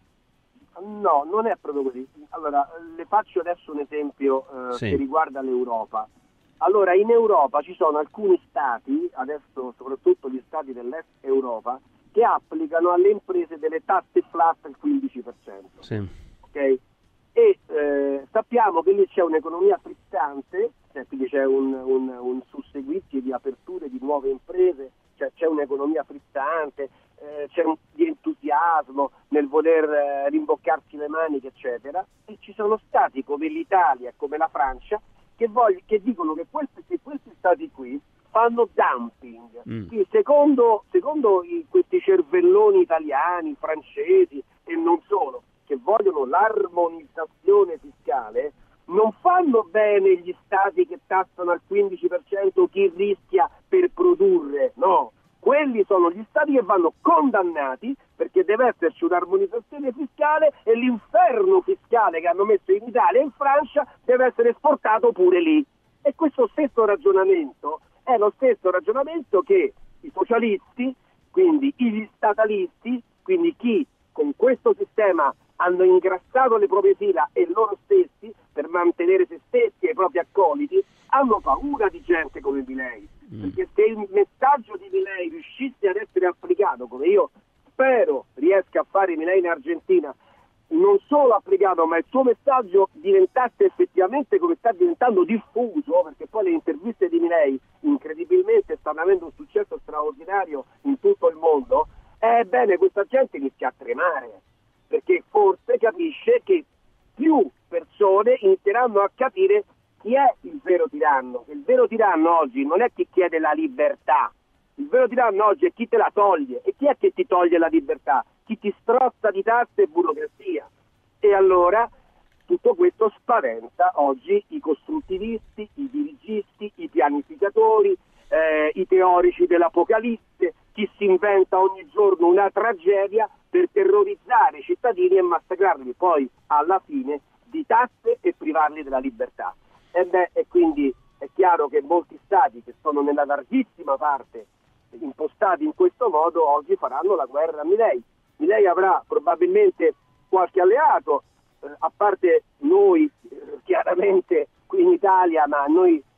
No, non è proprio così. Allora, le faccio adesso un esempio uh, sì. che riguarda l'Europa. Allora, in Europa ci sono alcuni stati, adesso soprattutto gli stati dell'est Europa, che applicano alle imprese delle tasse flat al quindici per cento. Sì. Okay? E eh, sappiamo che lì c'è un'economia frizzante, cioè, quindi c'è un, un, un susseguirsi di aperture di nuove imprese, cioè c'è un'economia frizzante, eh, c'è un di entusiasmo nel voler eh, rimboccarsi le maniche, eccetera. E ci sono stati come l'Italia e come la Francia che, voglio, che dicono che questi, che questi stati qui fanno dumping. Mm. Quindi secondo, secondo i, questi cervelloni italiani, francesi e non solo, che vogliono l'armonizzazione fiscale, non fanno bene gli stati che tassano al quindici per cento chi rischia per produrre, no. Quelli sono gli stati che vanno condannati, perché deve esserci un'armonizzazione fiscale e l'inferno fiscale che hanno messo in Italia e in Francia deve essere esportato pure lì. E questo stesso ragionamento è lo stesso ragionamento che i socialisti, quindi gli statalisti, quindi chi con questo sistema hanno ingrassato le proprie fila e loro stessi per mantenere se stessi e i propri accoliti, hanno paura di gente come Milei. Mm. Perché se il messaggio di Milei riuscisse ad essere applicato, come io spero riesca a fare Milei in Argentina, non solo applicato, ma il suo messaggio diventasse effettivamente come sta diventando diffuso, perché poi le interviste di Milei incredibilmente stanno avendo un successo straordinario in tutto il mondo, ebbene questa gente inizia a tremare, perché forse capisce che più persone inizieranno a capire chi è il vero tiranno. Il vero tiranno oggi non è chi chiede la libertà, il vero tiranno oggi è chi te la toglie. E chi è che ti toglie la libertà? Chi ti strozza di tasse e burocrazia. E allora tutto questo spaventa oggi i costruttivisti, i dirigisti, i pianificatori, eh, i teorici dell'apocalisse, chi si inventa ogni giorno una tragedia per terrorizzare i cittadini e massacrarli poi alla fine di tasse e privarli della libertà. E, beh, e quindi è chiaro che molti stati che sono nella larghissima parte impostati in questo modo oggi faranno la guerra a Milei. Milei avrà probabilmente qualche alleato, eh, a parte noi eh, chiaramente qui in Italia, ma noi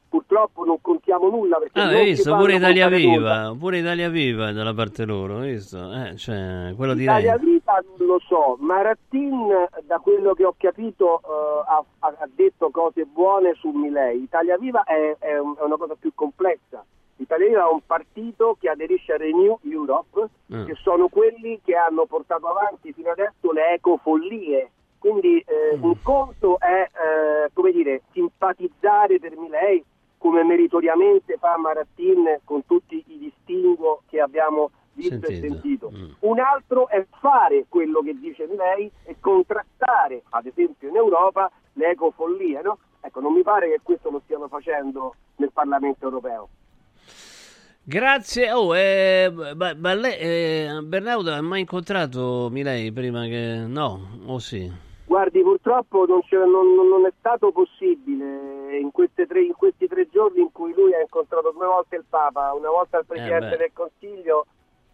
purtroppo non contiamo nulla perché Ah, non hai ci visto, fanno pure Italia contare Viva, nulla. pure Italia Viva è dalla parte loro, hai visto? Eh, cioè, quello di Italia Renzi. Viva non lo so, Maratin da quello che ho capito eh, ha, ha detto cose buone su Milei. Italia Viva è, è, un- è una cosa più complessa. Italia Viva è un partito che aderisce a Renew Europe, Mm. che sono quelli che hanno portato avanti fino adesso le ecofollie. Quindi eh, un conto è eh, come dire, simpatizzare per Milei come meritoriamente fa Maratin con tutti i distinguo che abbiamo visto e Sentito. sentito. Un altro è fare quello che dice Milei e contrastare, ad esempio in Europa, le ecofollie, no? Ecco, non mi pare che questo lo stiano facendo nel Parlamento europeo. Grazie. Oh, eh, ma, ma lei, eh, Bernardo, ha mai incontrato Milei prima che... No, o sì? Guardi, purtroppo non, c'è- non- non- non è stato possibile in, queste tre, in questi tre giorni in cui lui ha incontrato due volte il Papa, una volta il Presidente beh. del Consiglio,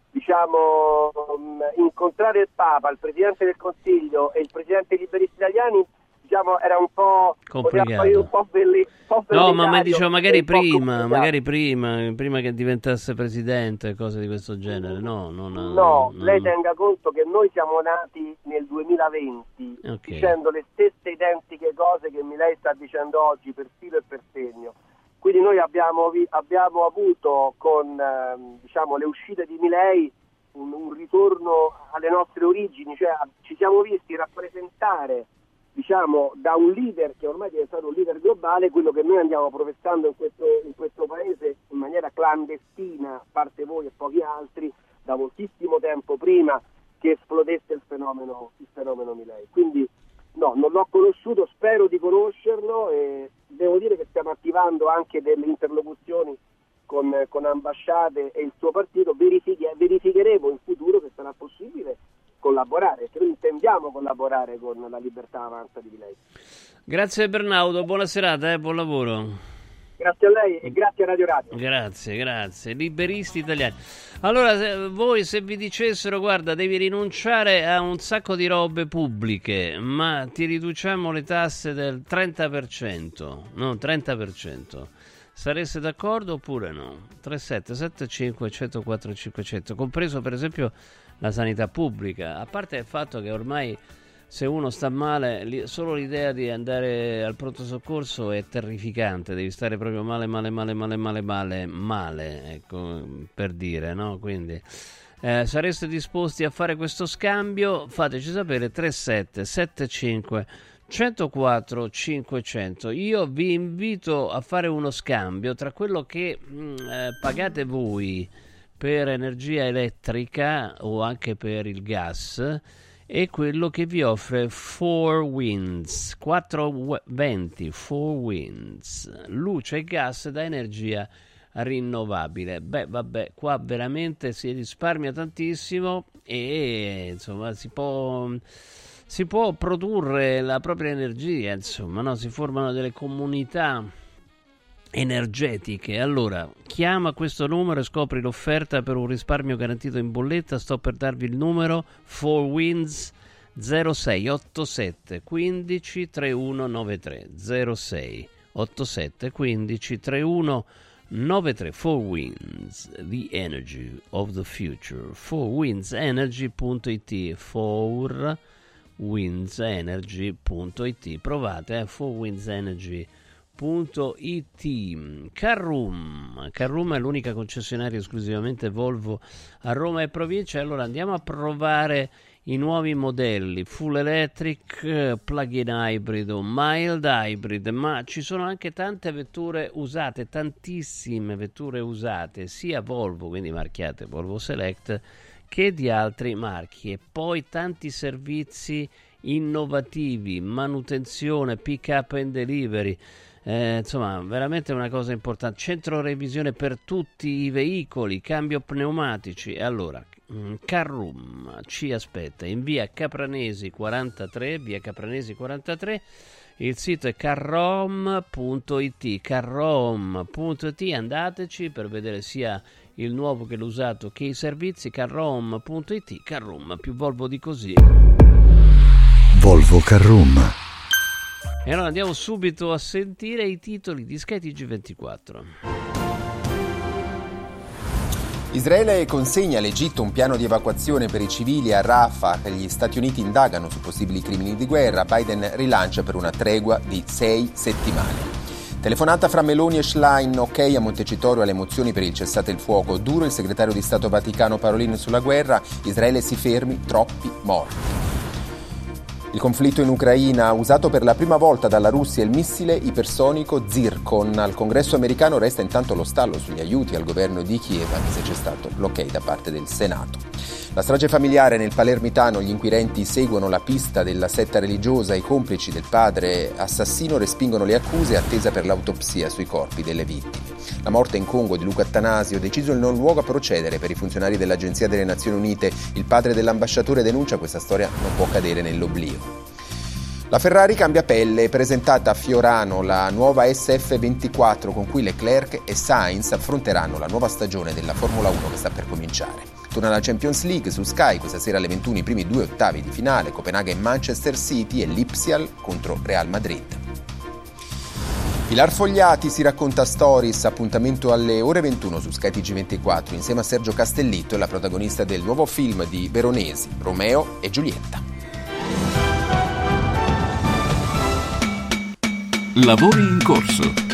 diciamo, mh, incontrare il Papa, il Presidente del Consiglio e il Presidente dei Liberisti Italiani, diciamo, era un po' Complicato. poteva apparire un po' velli- un po' No, ma mi velleitario dicevo e magari un po' prima, complicato. magari prima, prima che diventasse presidente, cose di questo genere. No, non, No, non- lei tenga conto che noi siamo nati nel duemilaventi Ok. dicendo le stesse identiche cose che lei sta dicendo oggi per filo e per segno. Quindi noi abbiamo, vi- abbiamo avuto con ehm, diciamo, le uscite di Milei un, un ritorno alle nostre origini, cioè a- ci siamo visti rappresentare, diciamo, da un leader che ormai è diventato un leader globale, quello che noi andiamo professando in questo, in questo paese in maniera clandestina, a parte voi e pochi altri, da moltissimo tempo prima che esplodesse il fenomeno, il fenomeno Milei. Quindi no, non l'ho conosciuto, spero di conoscerlo e devo dire che stiamo attivando anche delle interlocuzioni con, con ambasciate e il suo partito, verifichi- verificheremo in futuro se sarà possibile collaborare, che noi intendiamo collaborare con la Libertà Avanza di Milei. Grazie Bernardo, buona serata, eh, buon lavoro. Grazie a lei e grazie a Radio Radio. Grazie, grazie. Liberisti italiani. Allora, se- voi se vi dicessero, guarda, devi rinunciare a un sacco di robe pubbliche, ma ti riduciamo le tasse del trenta per cento, no, trenta per cento. Sareste d'accordo oppure no? tre sette sette cinque uno zero quattro cinquecento, compreso per esempio la sanità pubblica, a parte il fatto che ormai se uno sta male, li- solo l'idea di andare al pronto soccorso è terrificante, devi stare proprio male, male, male, male, male, male, male, ecco, per dire, no? Quindi eh, sareste disposti a fare questo scambio? Fateci sapere. Tre sette sette cinque uno zero quattro cinquecento. Io vi invito a fare uno scambio tra quello che mh, eh, pagate voi per energia elettrica o anche per il gas e quello che vi offre Four Winds, quattro we- venti, Four Winds, luce e gas da energia rinnovabile. Beh, vabbè, qua veramente si risparmia tantissimo e insomma si può si può produrre la propria energia, insomma, no? Si formano delle comunità energetiche. Allora, chiama questo numero e scopri l'offerta per un risparmio garantito in bolletta. Sto per darvi il numero Four Winds zero sei otto sette uno cinque tre uno nove tre zero sei otto sette uno cinque tre uno nove tre. Four Winds, the energy of the future. four winds energy punto it. four winds energy punto it. Provate, eh? four winds energy punto it. Carrum Carrum è l'unica concessionaria esclusivamente Volvo a Roma e provincia. Allora andiamo a provare i nuovi modelli full electric, plug-in hybrido, mild hybrid, ma ci sono anche tante vetture usate, tantissime vetture usate, sia Volvo, quindi marchiate Volvo Select, che di altri marchi, e poi tanti servizi innovativi, manutenzione, pick up and delivery. Eh, insomma, veramente una cosa importante. Centro revisione per tutti i veicoli, cambio pneumatici. Allora, Carrum ci aspetta in via Capranesi quarantatré, via Capranesi quarantatré. Il sito è carrom punto it, carrom punto it. Andateci per vedere sia il nuovo che l'usato che i servizi. carrom punto it. Carrum, più Volvo di così. Volvo Carrum. E allora andiamo subito a sentire i titoli di Sky T G ventiquattro. Israele consegna all'Egitto un piano di evacuazione per i civili a Rafah. Gli Stati Uniti indagano su possibili crimini di guerra. Biden rilancia per una tregua di sei settimane. Telefonata fra Meloni e Schlein, ok a Montecitorio alle mozioni per il cessate il fuoco. Duro il segretario di Stato Vaticano Parolin sulla guerra. Israele si fermi, troppi morti. Il conflitto in Ucraina ha usato per la prima volta dalla Russia il missile ipersonico Zircon. Al Congresso americano resta intanto lo stallo sugli aiuti al governo di Kiev, anche se c'è stato l'ok da parte del Senato. La strage familiare nel Palermitano, gli inquirenti seguono la pista della setta religiosa, i complici del padre assassino respingono le accuse attesa per l'autopsia sui corpi delle vittime. La morte in Congo di Luca Attanasio, deciso il non luogo a procedere per i funzionari dell'Agenzia delle Nazioni Unite. Il padre dell'ambasciatore denuncia questa storia non può cadere nell'oblio. La Ferrari cambia pelle, presentata a Fiorano la nuova S F ventiquattro con cui Leclerc e Sainz affronteranno la nuova stagione della Formula uno che sta per cominciare. Torna la Champions League su Sky, questa sera alle ventuno i primi due ottavi di finale, Copenaghen Manchester City e Lipsial contro Real Madrid. Pilar Fogliati si racconta Stories, appuntamento alle ore ventuno su Sky T G ventiquattro insieme a Sergio Castellitto e la protagonista del nuovo film di Veronesi, Romeo e Giulietta. Lavori in corso.